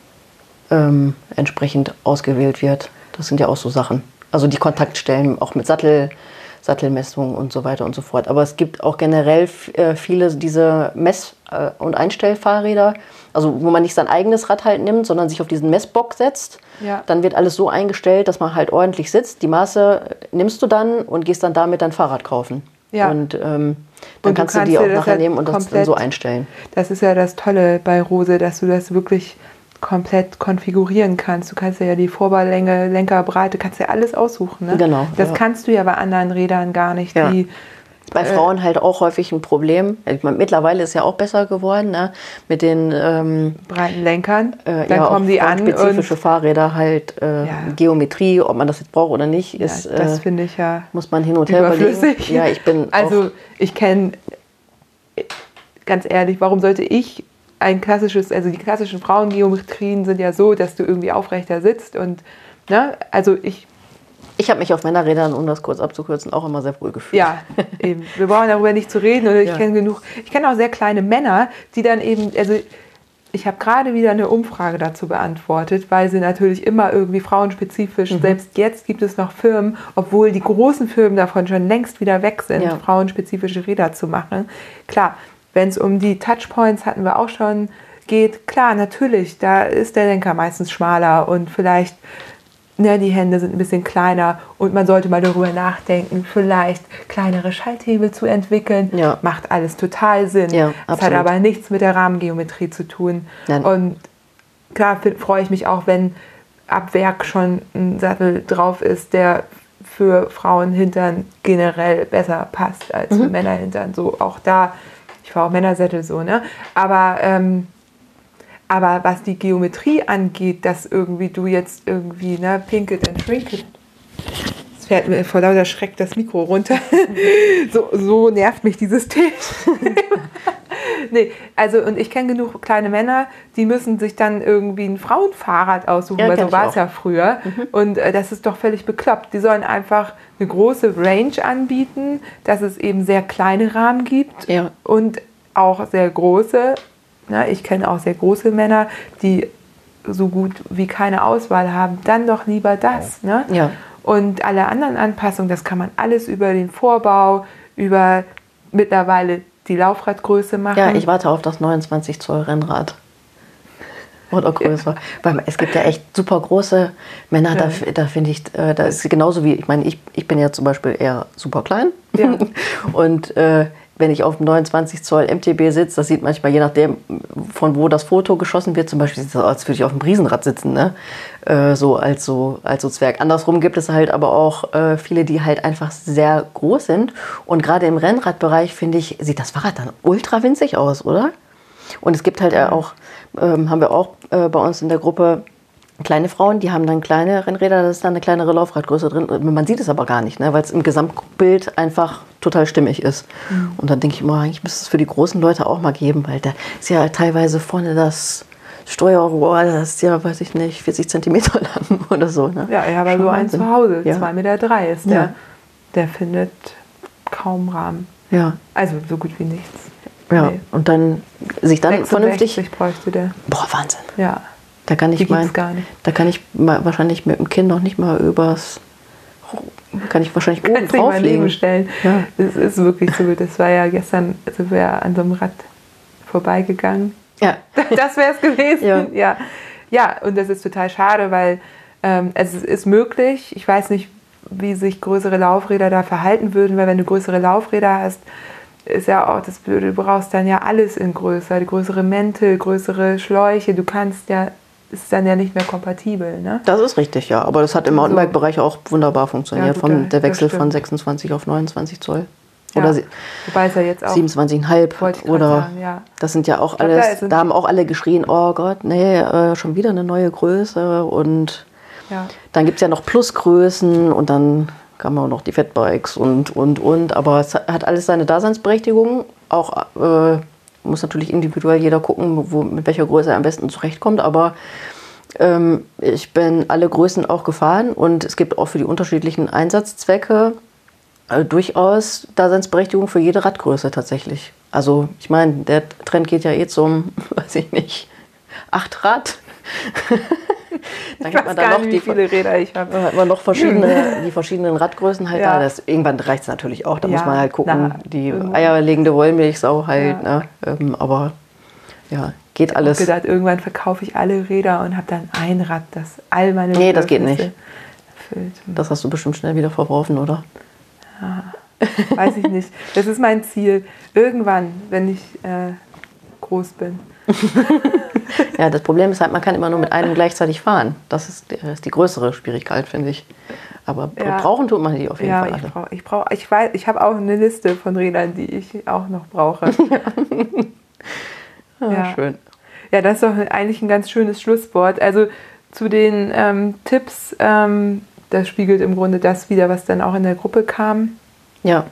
entsprechend ausgewählt wird. Das sind ja auch so Sachen. Also die Kontaktstellen, auch mit Sattelmessungen und so weiter und so fort. Aber es gibt auch generell viele diese Mess- und Einstellfahrräder, also wo man nicht sein eigenes Rad halt nimmt, sondern sich auf diesen Messbock setzt. Ja. Dann wird alles so eingestellt, dass man halt ordentlich sitzt. Die Maße nimmst du dann und gehst dann damit dein Fahrrad kaufen. Ja. Und dann kannst du die auch nachher nehmen und das dann so einstellen. Das ist ja das Tolle bei Rose, dass du das wirklich komplett konfigurieren kannst. Du kannst ja die Vorbaulänge, Lenkerbreite, kannst ja alles aussuchen. Ne? Genau. Das kannst du ja bei anderen Rädern gar nicht. Ja. Bei Frauen halt auch häufig ein Problem. Ich meine, mittlerweile ist ja auch besser geworden, ne? Mit den breiten Lenkern. Dann kommen die an. Spezifische Fahrräder halt Geometrie, ob man das jetzt braucht oder nicht, ist, das finde ich ja muss man hin und her überlegen. Ja, ich kenne, ganz ehrlich, warum sollte ich die klassischen Frauengeometrien sind ja so, dass du irgendwie aufrechter sitzt und, ne, also ich habe mich auf Männerrädern, um das kurz abzukürzen, auch immer sehr wohl gefühlt. Ja, eben. Wir brauchen darüber nicht zu reden. Oder ich kenne auch sehr kleine Männer, die dann eben, also ich habe gerade wieder eine Umfrage dazu beantwortet, weil sie natürlich immer irgendwie frauenspezifisch, selbst jetzt gibt es noch Firmen, obwohl die großen Firmen davon schon längst wieder weg sind, frauenspezifische Räder zu machen. Klar, wenn es um die Touchpoints hatten wir auch schon geht, klar, natürlich, da ist der Lenker meistens schmaler und vielleicht die Hände sind ein bisschen kleiner und man sollte mal darüber nachdenken, vielleicht kleinere Schalthebel zu entwickeln. Ja. Macht alles total Sinn. Ja, das hat aber nichts mit der Rahmengeometrie zu tun. Nein. Und klar freue ich mich auch, wenn ab Werk schon ein Sattel drauf ist, der für Frauenhintern generell besser passt als für Männerhintern. So auch da, ich fahre auch Männersättel so, ne? Aber was die Geometrie angeht, dass irgendwie du jetzt irgendwie, pink it and shrink it. Es fährt mir vor lauter Schreck das Mikro runter. so nervt mich dieses Thema. Nee, also und ich kenne genug kleine Männer, die müssen sich dann irgendwie ein Frauenfahrrad aussuchen, weil so war es ja früher. Und das ist doch völlig bekloppt. Die sollen einfach eine große Range anbieten, dass es eben sehr kleine Rahmen gibt und auch sehr große. Ich kenne auch sehr große Männer, die so gut wie keine Auswahl haben. Dann doch lieber das. Ne? Ja. Und alle anderen Anpassungen, das kann man alles über den Vorbau, über mittlerweile die Laufradgröße machen. Ja, ich warte auf das 29 Zoll Rennrad. Oder größer. Weil es gibt ja echt super große Männer, da finde ich, da ist genauso wie, ich meine, ich bin ja zum Beispiel eher super klein. Ja. Und wenn ich auf dem 29 Zoll MTB sitze, das sieht manchmal, je nachdem, von wo das Foto geschossen wird, zum Beispiel sieht es aus, als würde ich auf dem Riesenrad sitzen, ne? So als Zwerg. Andersrum gibt es halt aber auch viele, die halt einfach sehr groß sind. Und gerade im Rennradbereich, finde ich, sieht das Fahrrad dann ultra winzig aus, oder? Und es gibt halt auch, haben wir auch bei uns in der Gruppe, kleine Frauen, die haben dann kleine Rennräder, da ist dann eine kleinere Laufradgröße drin. Man sieht es aber gar nicht, ne, weil es im Gesamtbild einfach total stimmig ist. Mhm. Und dann denke ich immer, eigentlich müsste es für die großen Leute auch mal geben, weil da ist ja teilweise vorne das Steuerrohr, das ist ja, weiß ich nicht, 40 Zentimeter lang oder so. Ne? Ja, ich habe so einen zu Hause, 2,3 Meter ist der. Ja. Der findet kaum Rahmen. Ja. Also so gut wie nichts. Ja, nee. Und dann sich dann 66 vernünftig... bräuchte der. Boah, Wahnsinn. Ja. Da kann ich wahrscheinlich mit dem Kind noch nicht mal übers... Kann ich wahrscheinlich oben drauflegen. Stellen. Ja. Es ist wirklich so gut. Das war ja gestern, sind wir an so einem Rad vorbeigegangen. Ja. Das wäre es gewesen. Ja. Ja, und das ist total schade, weil es ist möglich. Ich weiß nicht, wie sich größere Laufräder da verhalten würden, weil wenn du größere Laufräder hast, ist ja auch das Blöde, du brauchst dann ja alles in größer, die größere Mäntel, größere Schläuche, du kannst ja, ist dann ja nicht mehr kompatibel, ne? Das ist richtig, ja, aber das hat im Mountainbike-Bereich auch wunderbar funktioniert, ja, gut, der Wechsel von 26 auf 29 Zoll. Oder wobei es ja jetzt auch 27,5 oder sagen, das sind ja auch alles, da haben auch alle geschrien, oh Gott, nee, schon wieder eine neue Größe und dann gibt es ja noch Plusgrößen und dann kann man auch noch die Fatbikes und, aber es hat alles seine Daseinsberechtigung. Auch muss natürlich individuell jeder gucken, mit welcher Größe er am besten zurechtkommt, aber ich bin alle Größen auch gefahren und es gibt auch für die unterschiedlichen Einsatzzwecke durchaus Daseinsberechtigung für jede Radgröße tatsächlich. Also ich meine, der Trend geht ja zum, weiß ich nicht, 8 Rad. Dann ich weiß gar nicht, wie viele Räder ich habe. Dann hat man noch die verschiedenen Radgrößen halt da. Irgendwann reicht es natürlich auch. Da muss man halt gucken, die eierlegende Wollmilchsau halt. Ne? Aber ja, geht alles. Ich habe gedacht, irgendwann verkaufe ich alle Räder und habe dann ein Rad, das all meine Bedürfnisse das geht nicht. Erfüllt. Das hast du bestimmt schnell wieder verworfen, oder? Ja, weiß ich nicht. Das ist mein Ziel. Irgendwann, wenn ich groß bin. Ja, das Problem ist halt, man kann immer nur mit einem gleichzeitig fahren. Das ist die größere Schwierigkeit, finde ich. Aber brauchen tut man die auf jeden Fall alle. Ich habe auch eine Liste von Rädern, die ich auch noch brauche. Schön. Ja, das ist doch eigentlich ein ganz schönes Schlusswort. Also zu den Tipps, das spiegelt im Grunde das wider, was dann auch in der Gruppe kam. Ja.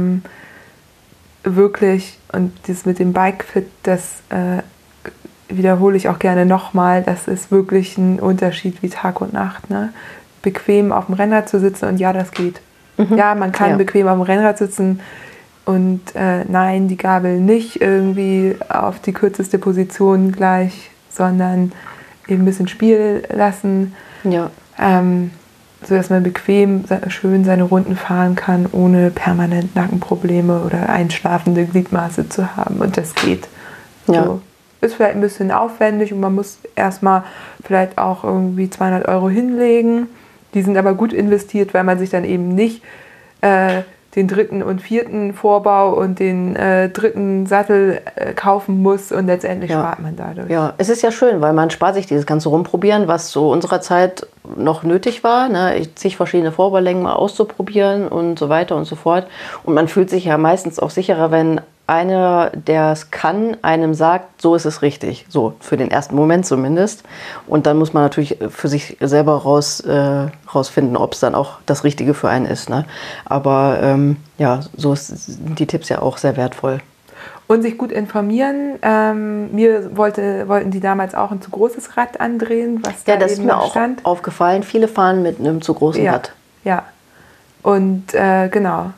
Wirklich, und das mit dem Bikefit, das wiederhole ich auch gerne nochmal, das ist wirklich ein Unterschied wie Tag und Nacht. Ne? Bequem auf dem Rennrad zu sitzen und ja, das geht. Mhm. Ja, man kann bequem auf dem Rennrad sitzen und nein, die Gabel nicht irgendwie auf die kürzeste Position gleich, sondern eben ein bisschen Spiel lassen, sodass man bequem schön seine Runden fahren kann, ohne permanent Nackenprobleme oder einschlafende Gliedmaße zu haben. Und das geht. Ja. So. Ist vielleicht ein bisschen aufwendig und man muss erstmal vielleicht auch irgendwie 200 € hinlegen. Die sind aber gut investiert, weil man sich dann eben nicht den 3. und 4. Vorbau und den 3. Sattel kaufen muss und letztendlich spart man dadurch. Ja, es ist ja schön, weil man spart sich dieses ganze Rumprobieren, was zu unserer Zeit noch nötig war, ne? Zig verschiedene Vorbaulängen mal auszuprobieren und so weiter und so fort. Und man fühlt sich ja meistens auch sicherer, wenn einer, der es kann, einem sagt, so ist es richtig. So, für den ersten Moment zumindest. Und dann muss man natürlich für sich selber rausfinden, ob es dann auch das Richtige für einen ist. Ne? Aber so sind die Tipps ja auch sehr wertvoll. Und sich gut informieren. Mir wollten die damals auch ein zu großes Rad andrehen, was da das eben ist mir auch stand. Aufgefallen. Viele fahren mit einem zu großen Rad. Ja, und genau,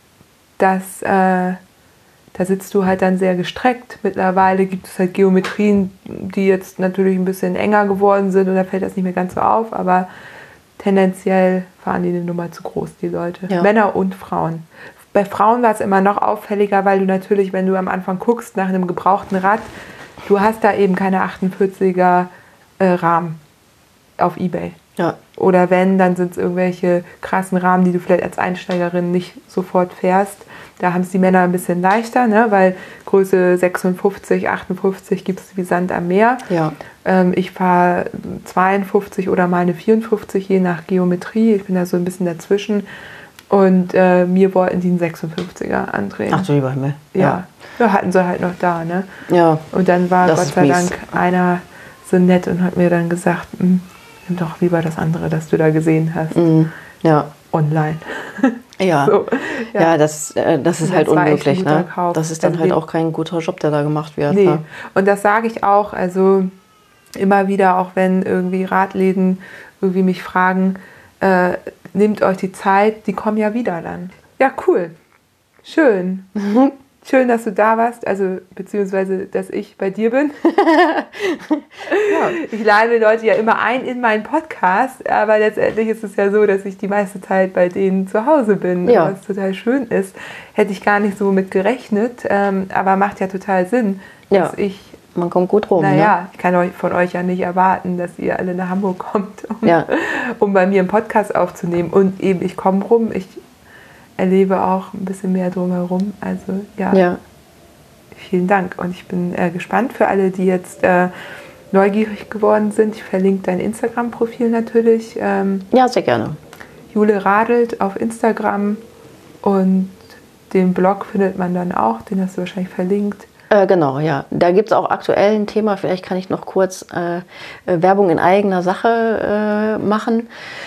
da sitzt du halt dann sehr gestreckt. Mittlerweile gibt es halt Geometrien, die jetzt natürlich ein bisschen enger geworden sind und da fällt das nicht mehr ganz so auf, aber tendenziell fahren die eine Nummer zu groß, die Leute. Ja. Männer und Frauen. Bei Frauen war es immer noch auffälliger, weil du natürlich, wenn du am Anfang guckst nach einem gebrauchten Rad, du hast da eben keine 48er Rahmen auf eBay. Ja. Oder wenn, dann sind es irgendwelche krassen Rahmen, die du vielleicht als Einsteigerin nicht sofort fährst. Da haben es die Männer ein bisschen leichter, ne? Weil Größe 56, 58 gibt es wie Sand am Meer. Ja. Ich fahre 52 oder mal eine 54, je nach Geometrie. Ich bin da so ein bisschen dazwischen. Und mir wollten die einen 56er andrehen. Ach du lieber Himmel. Ja. Ja, hatten sie halt noch da, ne? Ja. Und dann war Das Gott ist sei mies. Dank einer so nett und hat mir dann gesagt, nimm doch lieber das andere, das du da gesehen hast. Ja. Online. Ja. So, Ja, das ist halt das war echt ein unmöglich. guter Ne? Kauf. Das ist dann Also halt den- auch kein guter Job, der da gemacht wird. Nee, Ne? und das sage ich auch, also immer wieder, auch wenn irgendwie Radläden irgendwie mich fragen, nehmt euch die Zeit, die kommen ja wieder dann. Ja, cool. Schön. Schön, dass du da warst, also beziehungsweise, dass ich bei dir bin. Ich lade Leute ja immer ein in meinen Podcast, aber letztendlich ist es ja so, dass ich die meiste Zeit bei denen zu Hause bin, Ja. was total schön ist. Hätte ich gar nicht so mit gerechnet, aber macht ja total Sinn, Ja. dass ich, Man kommt gut rum. naja, ich kann von euch ja nicht erwarten, dass ihr alle nach Hamburg kommt, Ja. um bei mir einen Podcast aufzunehmen. Und eben, ich komme rum, ich erlebe auch ein bisschen mehr drumherum. Also Ne? Ja. vielen Dank. Und ich bin gespannt für alle, die jetzt neugierig geworden sind. Ich verlinke dein Instagram-Profil natürlich. Ja, sehr gerne. Jule Radelt auf Instagram. Und den Blog findet man dann auch. Den hast du wahrscheinlich verlinkt. Genau, ja. Da gibt es auch aktuell ein Thema. Vielleicht kann ich noch kurz Werbung in eigener Sache machen.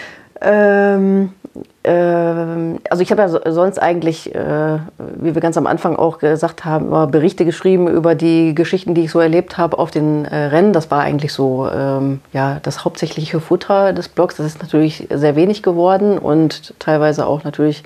Also ich habe ja sonst eigentlich, wie wir ganz am Anfang auch gesagt haben, immer Berichte geschrieben über die Geschichten, die ich so erlebt habe auf den Rennen. Das war eigentlich so ja, das hauptsächliche Futter des Blogs. Das ist natürlich sehr wenig geworden und teilweise auch natürlich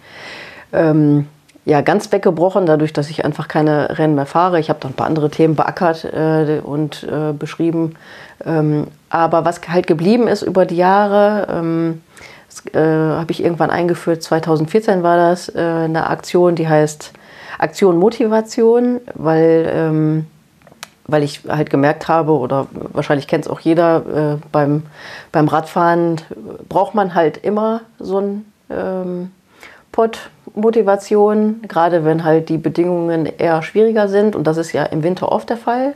ja, ganz weggebrochen, dadurch, dass ich einfach keine Rennen mehr fahre. Ich habe dann ein paar andere Themen beackert und beschrieben. Aber was halt geblieben ist über die Jahre, habe ich irgendwann eingeführt, 2014 war das, eine Aktion, die heißt Aktion Motivation, weil ich halt gemerkt habe, oder wahrscheinlich kennt es auch jeder, beim Radfahren braucht man halt immer so ein Pott Motivation, gerade wenn halt die Bedingungen eher schwieriger sind, und das ist ja im Winter oft der Fall.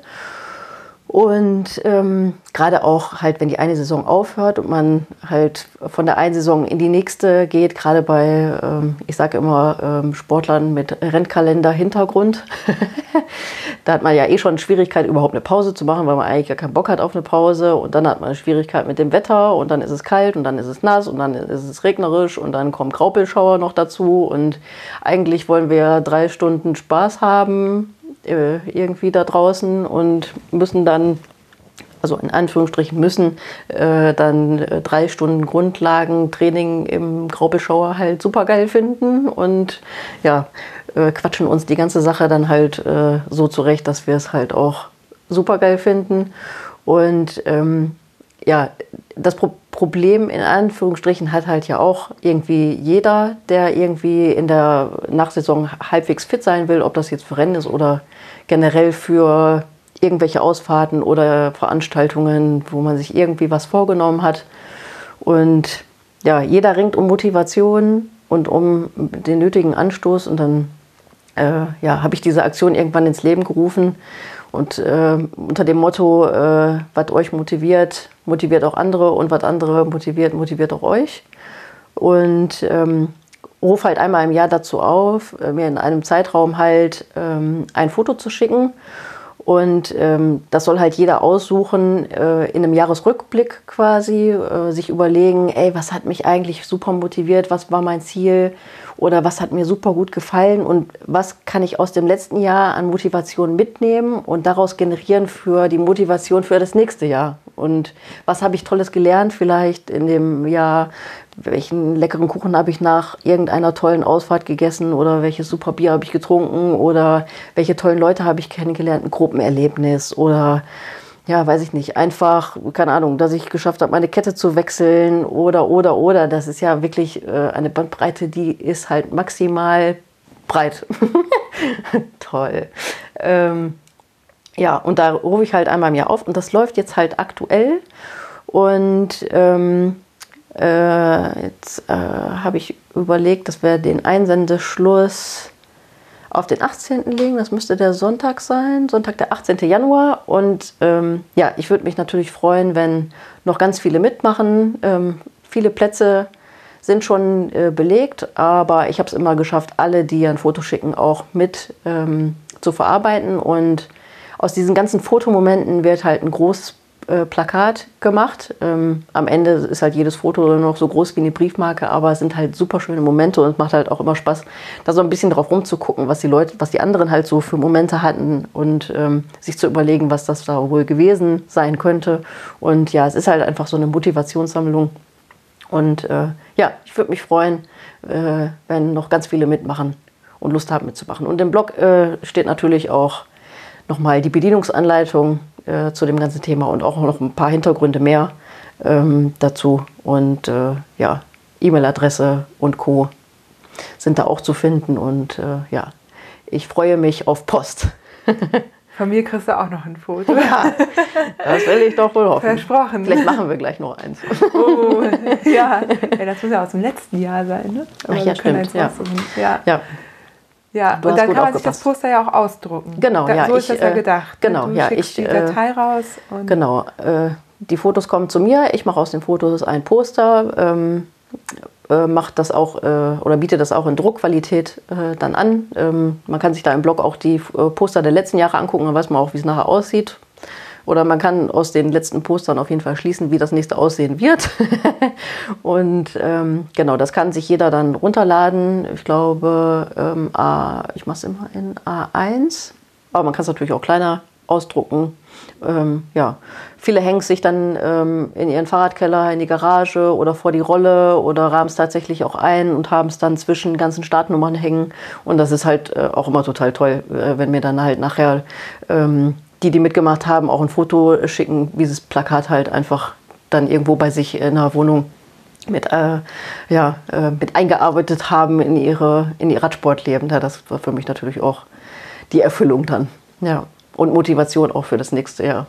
Und gerade auch halt, wenn die eine Saison aufhört und man halt von der einen Saison in die nächste geht, gerade bei, ich sage immer, Sportlern mit Rennkalender-Hintergrund, da hat man ja eh schon Schwierigkeit, überhaupt eine Pause zu machen, weil man eigentlich gar keinen Bock hat auf eine Pause. Und dann hat man eine Schwierigkeit mit dem Wetter und dann ist es kalt und dann ist es nass und dann ist es regnerisch und dann kommen Graupelschauer noch dazu. Und eigentlich wollen wir 3 Stunden Spaß haben, irgendwie da draußen, und müssen dann, also in Anführungsstrichen müssen, dann 3 Stunden Grundlagentraining im Graupelschauer halt super geil finden und ja, quatschen uns die ganze Sache dann halt so zurecht, dass wir es halt auch super geil finden. Und ja, das Problem in Anführungsstrichen hat halt ja auch irgendwie jeder, der irgendwie in der Nachsaison halbwegs fit sein will, ob das jetzt für Rennen ist oder generell für irgendwelche Ausfahrten oder Veranstaltungen, wo man sich irgendwie was vorgenommen hat. Und ja, jeder ringt um Motivation und um den nötigen Anstoß. Und dann ja, habe ich diese Aktion irgendwann ins Leben gerufen. Und unter dem Motto, was euch motiviert, motiviert auch andere, und was andere motiviert, motiviert auch euch. Und rufe halt einmal im Jahr dazu auf, mir in einem Zeitraum halt ein Foto zu schicken. Und das soll halt jeder aussuchen, in einem Jahresrückblick quasi, sich überlegen, ey, was hat mich eigentlich super motiviert, was war mein Ziel oder was hat mir super gut gefallen und was kann ich aus dem letzten Jahr an Motivation mitnehmen und daraus generieren für die Motivation für das nächste Jahr. Und was habe ich Tolles gelernt vielleicht in dem Jahr, welchen leckeren Kuchen habe ich nach irgendeiner tollen Ausfahrt gegessen oder welches super Bier habe ich getrunken oder welche tollen Leute habe ich kennengelernt, ein Gruppenerlebnis oder ja, weiß ich nicht, einfach, keine Ahnung, dass ich geschafft habe, meine Kette zu wechseln oder. Das ist ja wirklich eine Bandbreite, die ist halt maximal breit. Toll. Ja, und da rufe ich halt einmal im Jahr auf und das läuft jetzt halt aktuell. Und jetzt habe ich überlegt, dass wir den Einsendeschluss auf den 18. legen. Das müsste der Sonntag sein, Sonntag der 18. Januar. Und ja, ich würde mich natürlich freuen, wenn noch ganz viele mitmachen. Viele Plätze sind schon belegt, aber ich habe es immer geschafft, alle, die ein Foto schicken, auch mit zu verarbeiten. Und aus diesen ganzen Fotomomenten wird halt ein großes Plakat gemacht. Am Ende ist halt jedes Foto noch so groß wie eine Briefmarke, aber es sind halt super schöne Momente und es macht halt auch immer Spaß, da so ein bisschen drauf rumzugucken, was die anderen halt so für Momente hatten und sich zu überlegen, was das da wohl gewesen sein könnte. Und ja, es ist halt einfach so eine Motivationssammlung. Und ja, ich würde mich freuen, wenn noch ganz viele mitmachen und Lust haben mitzumachen. Und im Blog steht natürlich auch nochmal die Bedienungsanleitung zu dem ganzen Thema und auch noch ein paar Hintergründe mehr dazu. Und ja, E-Mail-Adresse und Co. sind da auch zu finden. Und ja, ich freue mich auf Post. Von mir kriegst du auch noch ein Foto. Ja, das will ich doch wohl hoffen. Versprochen. Vielleicht machen wir gleich noch eins. Oh, ja. Ja, das muss ja aus dem letzten Jahr sein, ne? Aber ach ja, stimmt. Ja. Ja. Ja, und dann kann man sich das Poster ja auch ausdrucken. Genau, ja. So ist das ja gedacht. Genau, du ja. schickst die Datei raus. Und genau. Die Fotos kommen zu mir. Ich mache aus den Fotos ein Poster, mache das auch oder biete das auch in Druckqualität dann an. Man kann sich da im Blog auch die Poster der letzten Jahre angucken, dann weiß man auch, wie es nachher aussieht. Oder man kann aus den letzten Postern auf jeden Fall schließen, wie das nächste aussehen wird. Und genau, das kann sich jeder dann runterladen. Ich glaube, ich mache es immer in A1, aber man kann es natürlich auch kleiner ausdrucken. Ja, viele hängen sich dann in ihren Fahrradkeller, in die Garage oder vor die Rolle oder rahmen es tatsächlich auch ein und haben es dann zwischen ganzen Startnummern hängen. Und das ist halt auch immer total toll, wenn mir dann halt nachher die mitgemacht haben, auch ein Foto schicken, wie sie das Plakat halt einfach dann irgendwo bei sich in der Wohnung mit eingearbeitet haben in ihr Radsportleben. Ja, das war für mich natürlich auch die Erfüllung dann. Ja. Und Motivation auch für das nächste Jahr.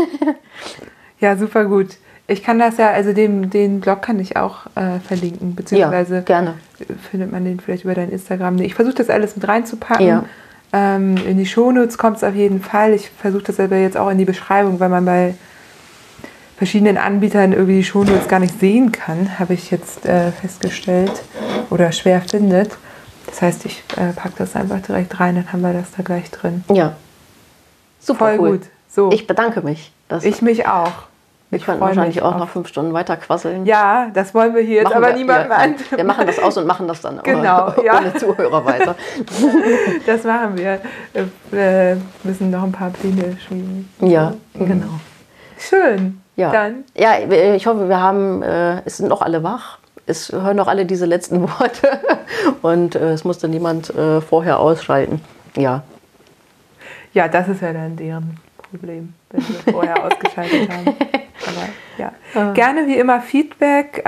Ja, super gut. Ich kann das ja, also den Blog kann ich auch verlinken, beziehungsweise ja, gerne. Findet man den vielleicht über dein Instagram. Ich versuche das alles mit reinzupacken. Ja. In die Shownotes kommt es auf jeden Fall. Ich versuche das aber jetzt auch in die Beschreibung, weil man bei verschiedenen Anbietern irgendwie die Shownotes gar nicht sehen kann, habe ich jetzt festgestellt oder schwer findet. Das heißt, ich packe das einfach direkt rein, dann haben wir das da gleich drin. Ja, super voll cool. Gut. So. Ich bedanke mich. Ich mich auch. Wir können wahrscheinlich auch noch 5 Stunden weiter quasseln. Ja, das wollen wir hier jetzt aber niemandem an. Wir machen das aus und machen das dann genau, ohne Zuhörer weiter. Das machen wir. Wir müssen noch ein paar Pläne schmieden. Ja, genau. Schön. Ja. Dann. Ja, ich hoffe, es sind noch alle wach. Es hören noch alle diese letzten Worte. Und es musste niemand vorher ausschalten. Ja. Ja, das ist ja dann deren Problem, wenn wir vorher ausgeschaltet haben. Aber ja. Gerne wie immer Feedback.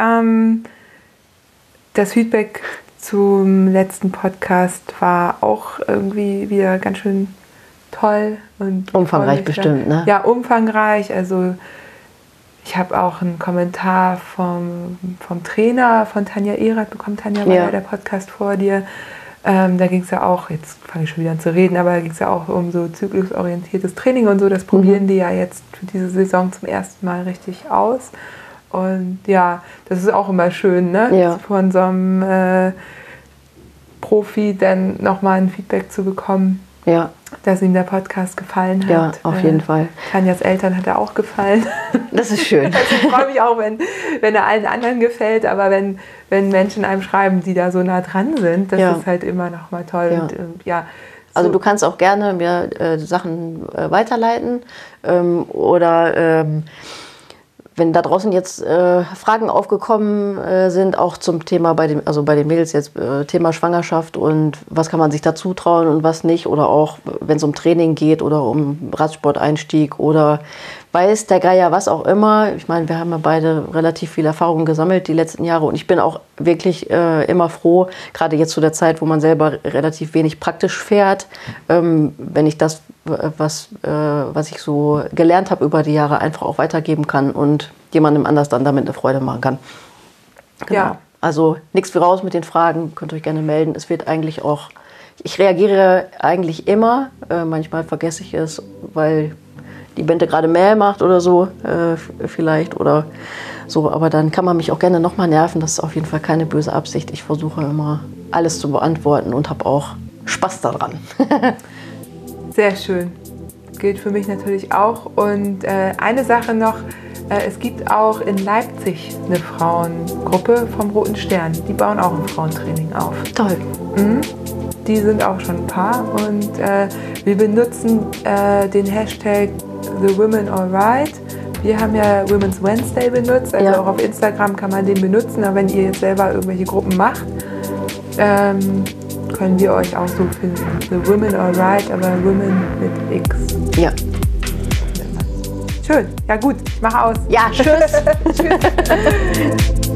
Das Feedback zum letzten Podcast war auch irgendwie wieder ganz schön toll. Und umfangreich bestimmt, ne? Ja, umfangreich. Also ich habe auch einen Kommentar vom Trainer von Tanja Erath bekommen. Tanja war ja der Podcast vor dir. Da ging es ja auch, jetzt fange ich schon wieder an zu reden, aber da ging es ja auch um so zyklusorientiertes Training und so. Das probieren die ja jetzt für diese Saison zum ersten Mal richtig aus. Und ja, das ist auch immer schön, ne? Ja. Von so einem Profi dann nochmal ein Feedback zu bekommen. Ja. Dass ihm der Podcast gefallen hat. Ja, auf jeden Fall. Tanjas Eltern hat er auch gefallen. Das ist schön. Also ich freue mich auch, wenn er allen anderen gefällt, aber wenn Menschen einem schreiben, die da so nah dran sind, das ist halt immer noch mal toll. Ja. Und, so. Also du kannst auch gerne mir Sachen weiterleiten oder wenn da draußen jetzt Fragen aufgekommen sind, auch zum Thema bei den Mädels jetzt Thema Schwangerschaft und was kann man sich da zutrauen und was nicht oder auch wenn es um Training geht oder um Radsport-Einstieg oder weiß der Geier was auch immer. Ich meine, wir haben ja beide relativ viel Erfahrung gesammelt die letzten Jahre und ich bin auch wirklich immer froh, gerade jetzt zu der Zeit, wo man selber relativ wenig praktisch fährt, wenn ich das, was ich so gelernt habe über die Jahre, einfach auch weitergeben kann und jemandem anders dann damit eine Freude machen kann. Genau. Ja. Also nichts wie raus mit den Fragen, könnt ihr euch gerne melden. Es wird eigentlich auch, ich reagiere eigentlich immer, manchmal vergesse ich es, weil die Bente gerade Mäh macht oder so, vielleicht oder so. Aber dann kann man mich auch gerne nochmal nerven. Das ist auf jeden Fall keine böse Absicht. Ich versuche immer alles zu beantworten und habe auch Spaß daran. Sehr schön. Gilt für mich natürlich auch. Und eine Sache noch, es gibt auch in Leipzig eine Frauengruppe vom Roten Stern. Die bauen auch ein Frauentraining auf. Toll. Mhm. Die sind auch schon ein paar und wir benutzen den Hashtag TheWomenAllRight. Wir haben ja Women's Wednesday benutzt, also auch auf Instagram kann man den benutzen, aber wenn ihr jetzt selber irgendwelche Gruppen macht, können wir euch auch so finden. TheWomenAllRight, aber Women mit X. Ja. Schön. Ja gut, ich mache aus. Ja, tschüss. Tschüss.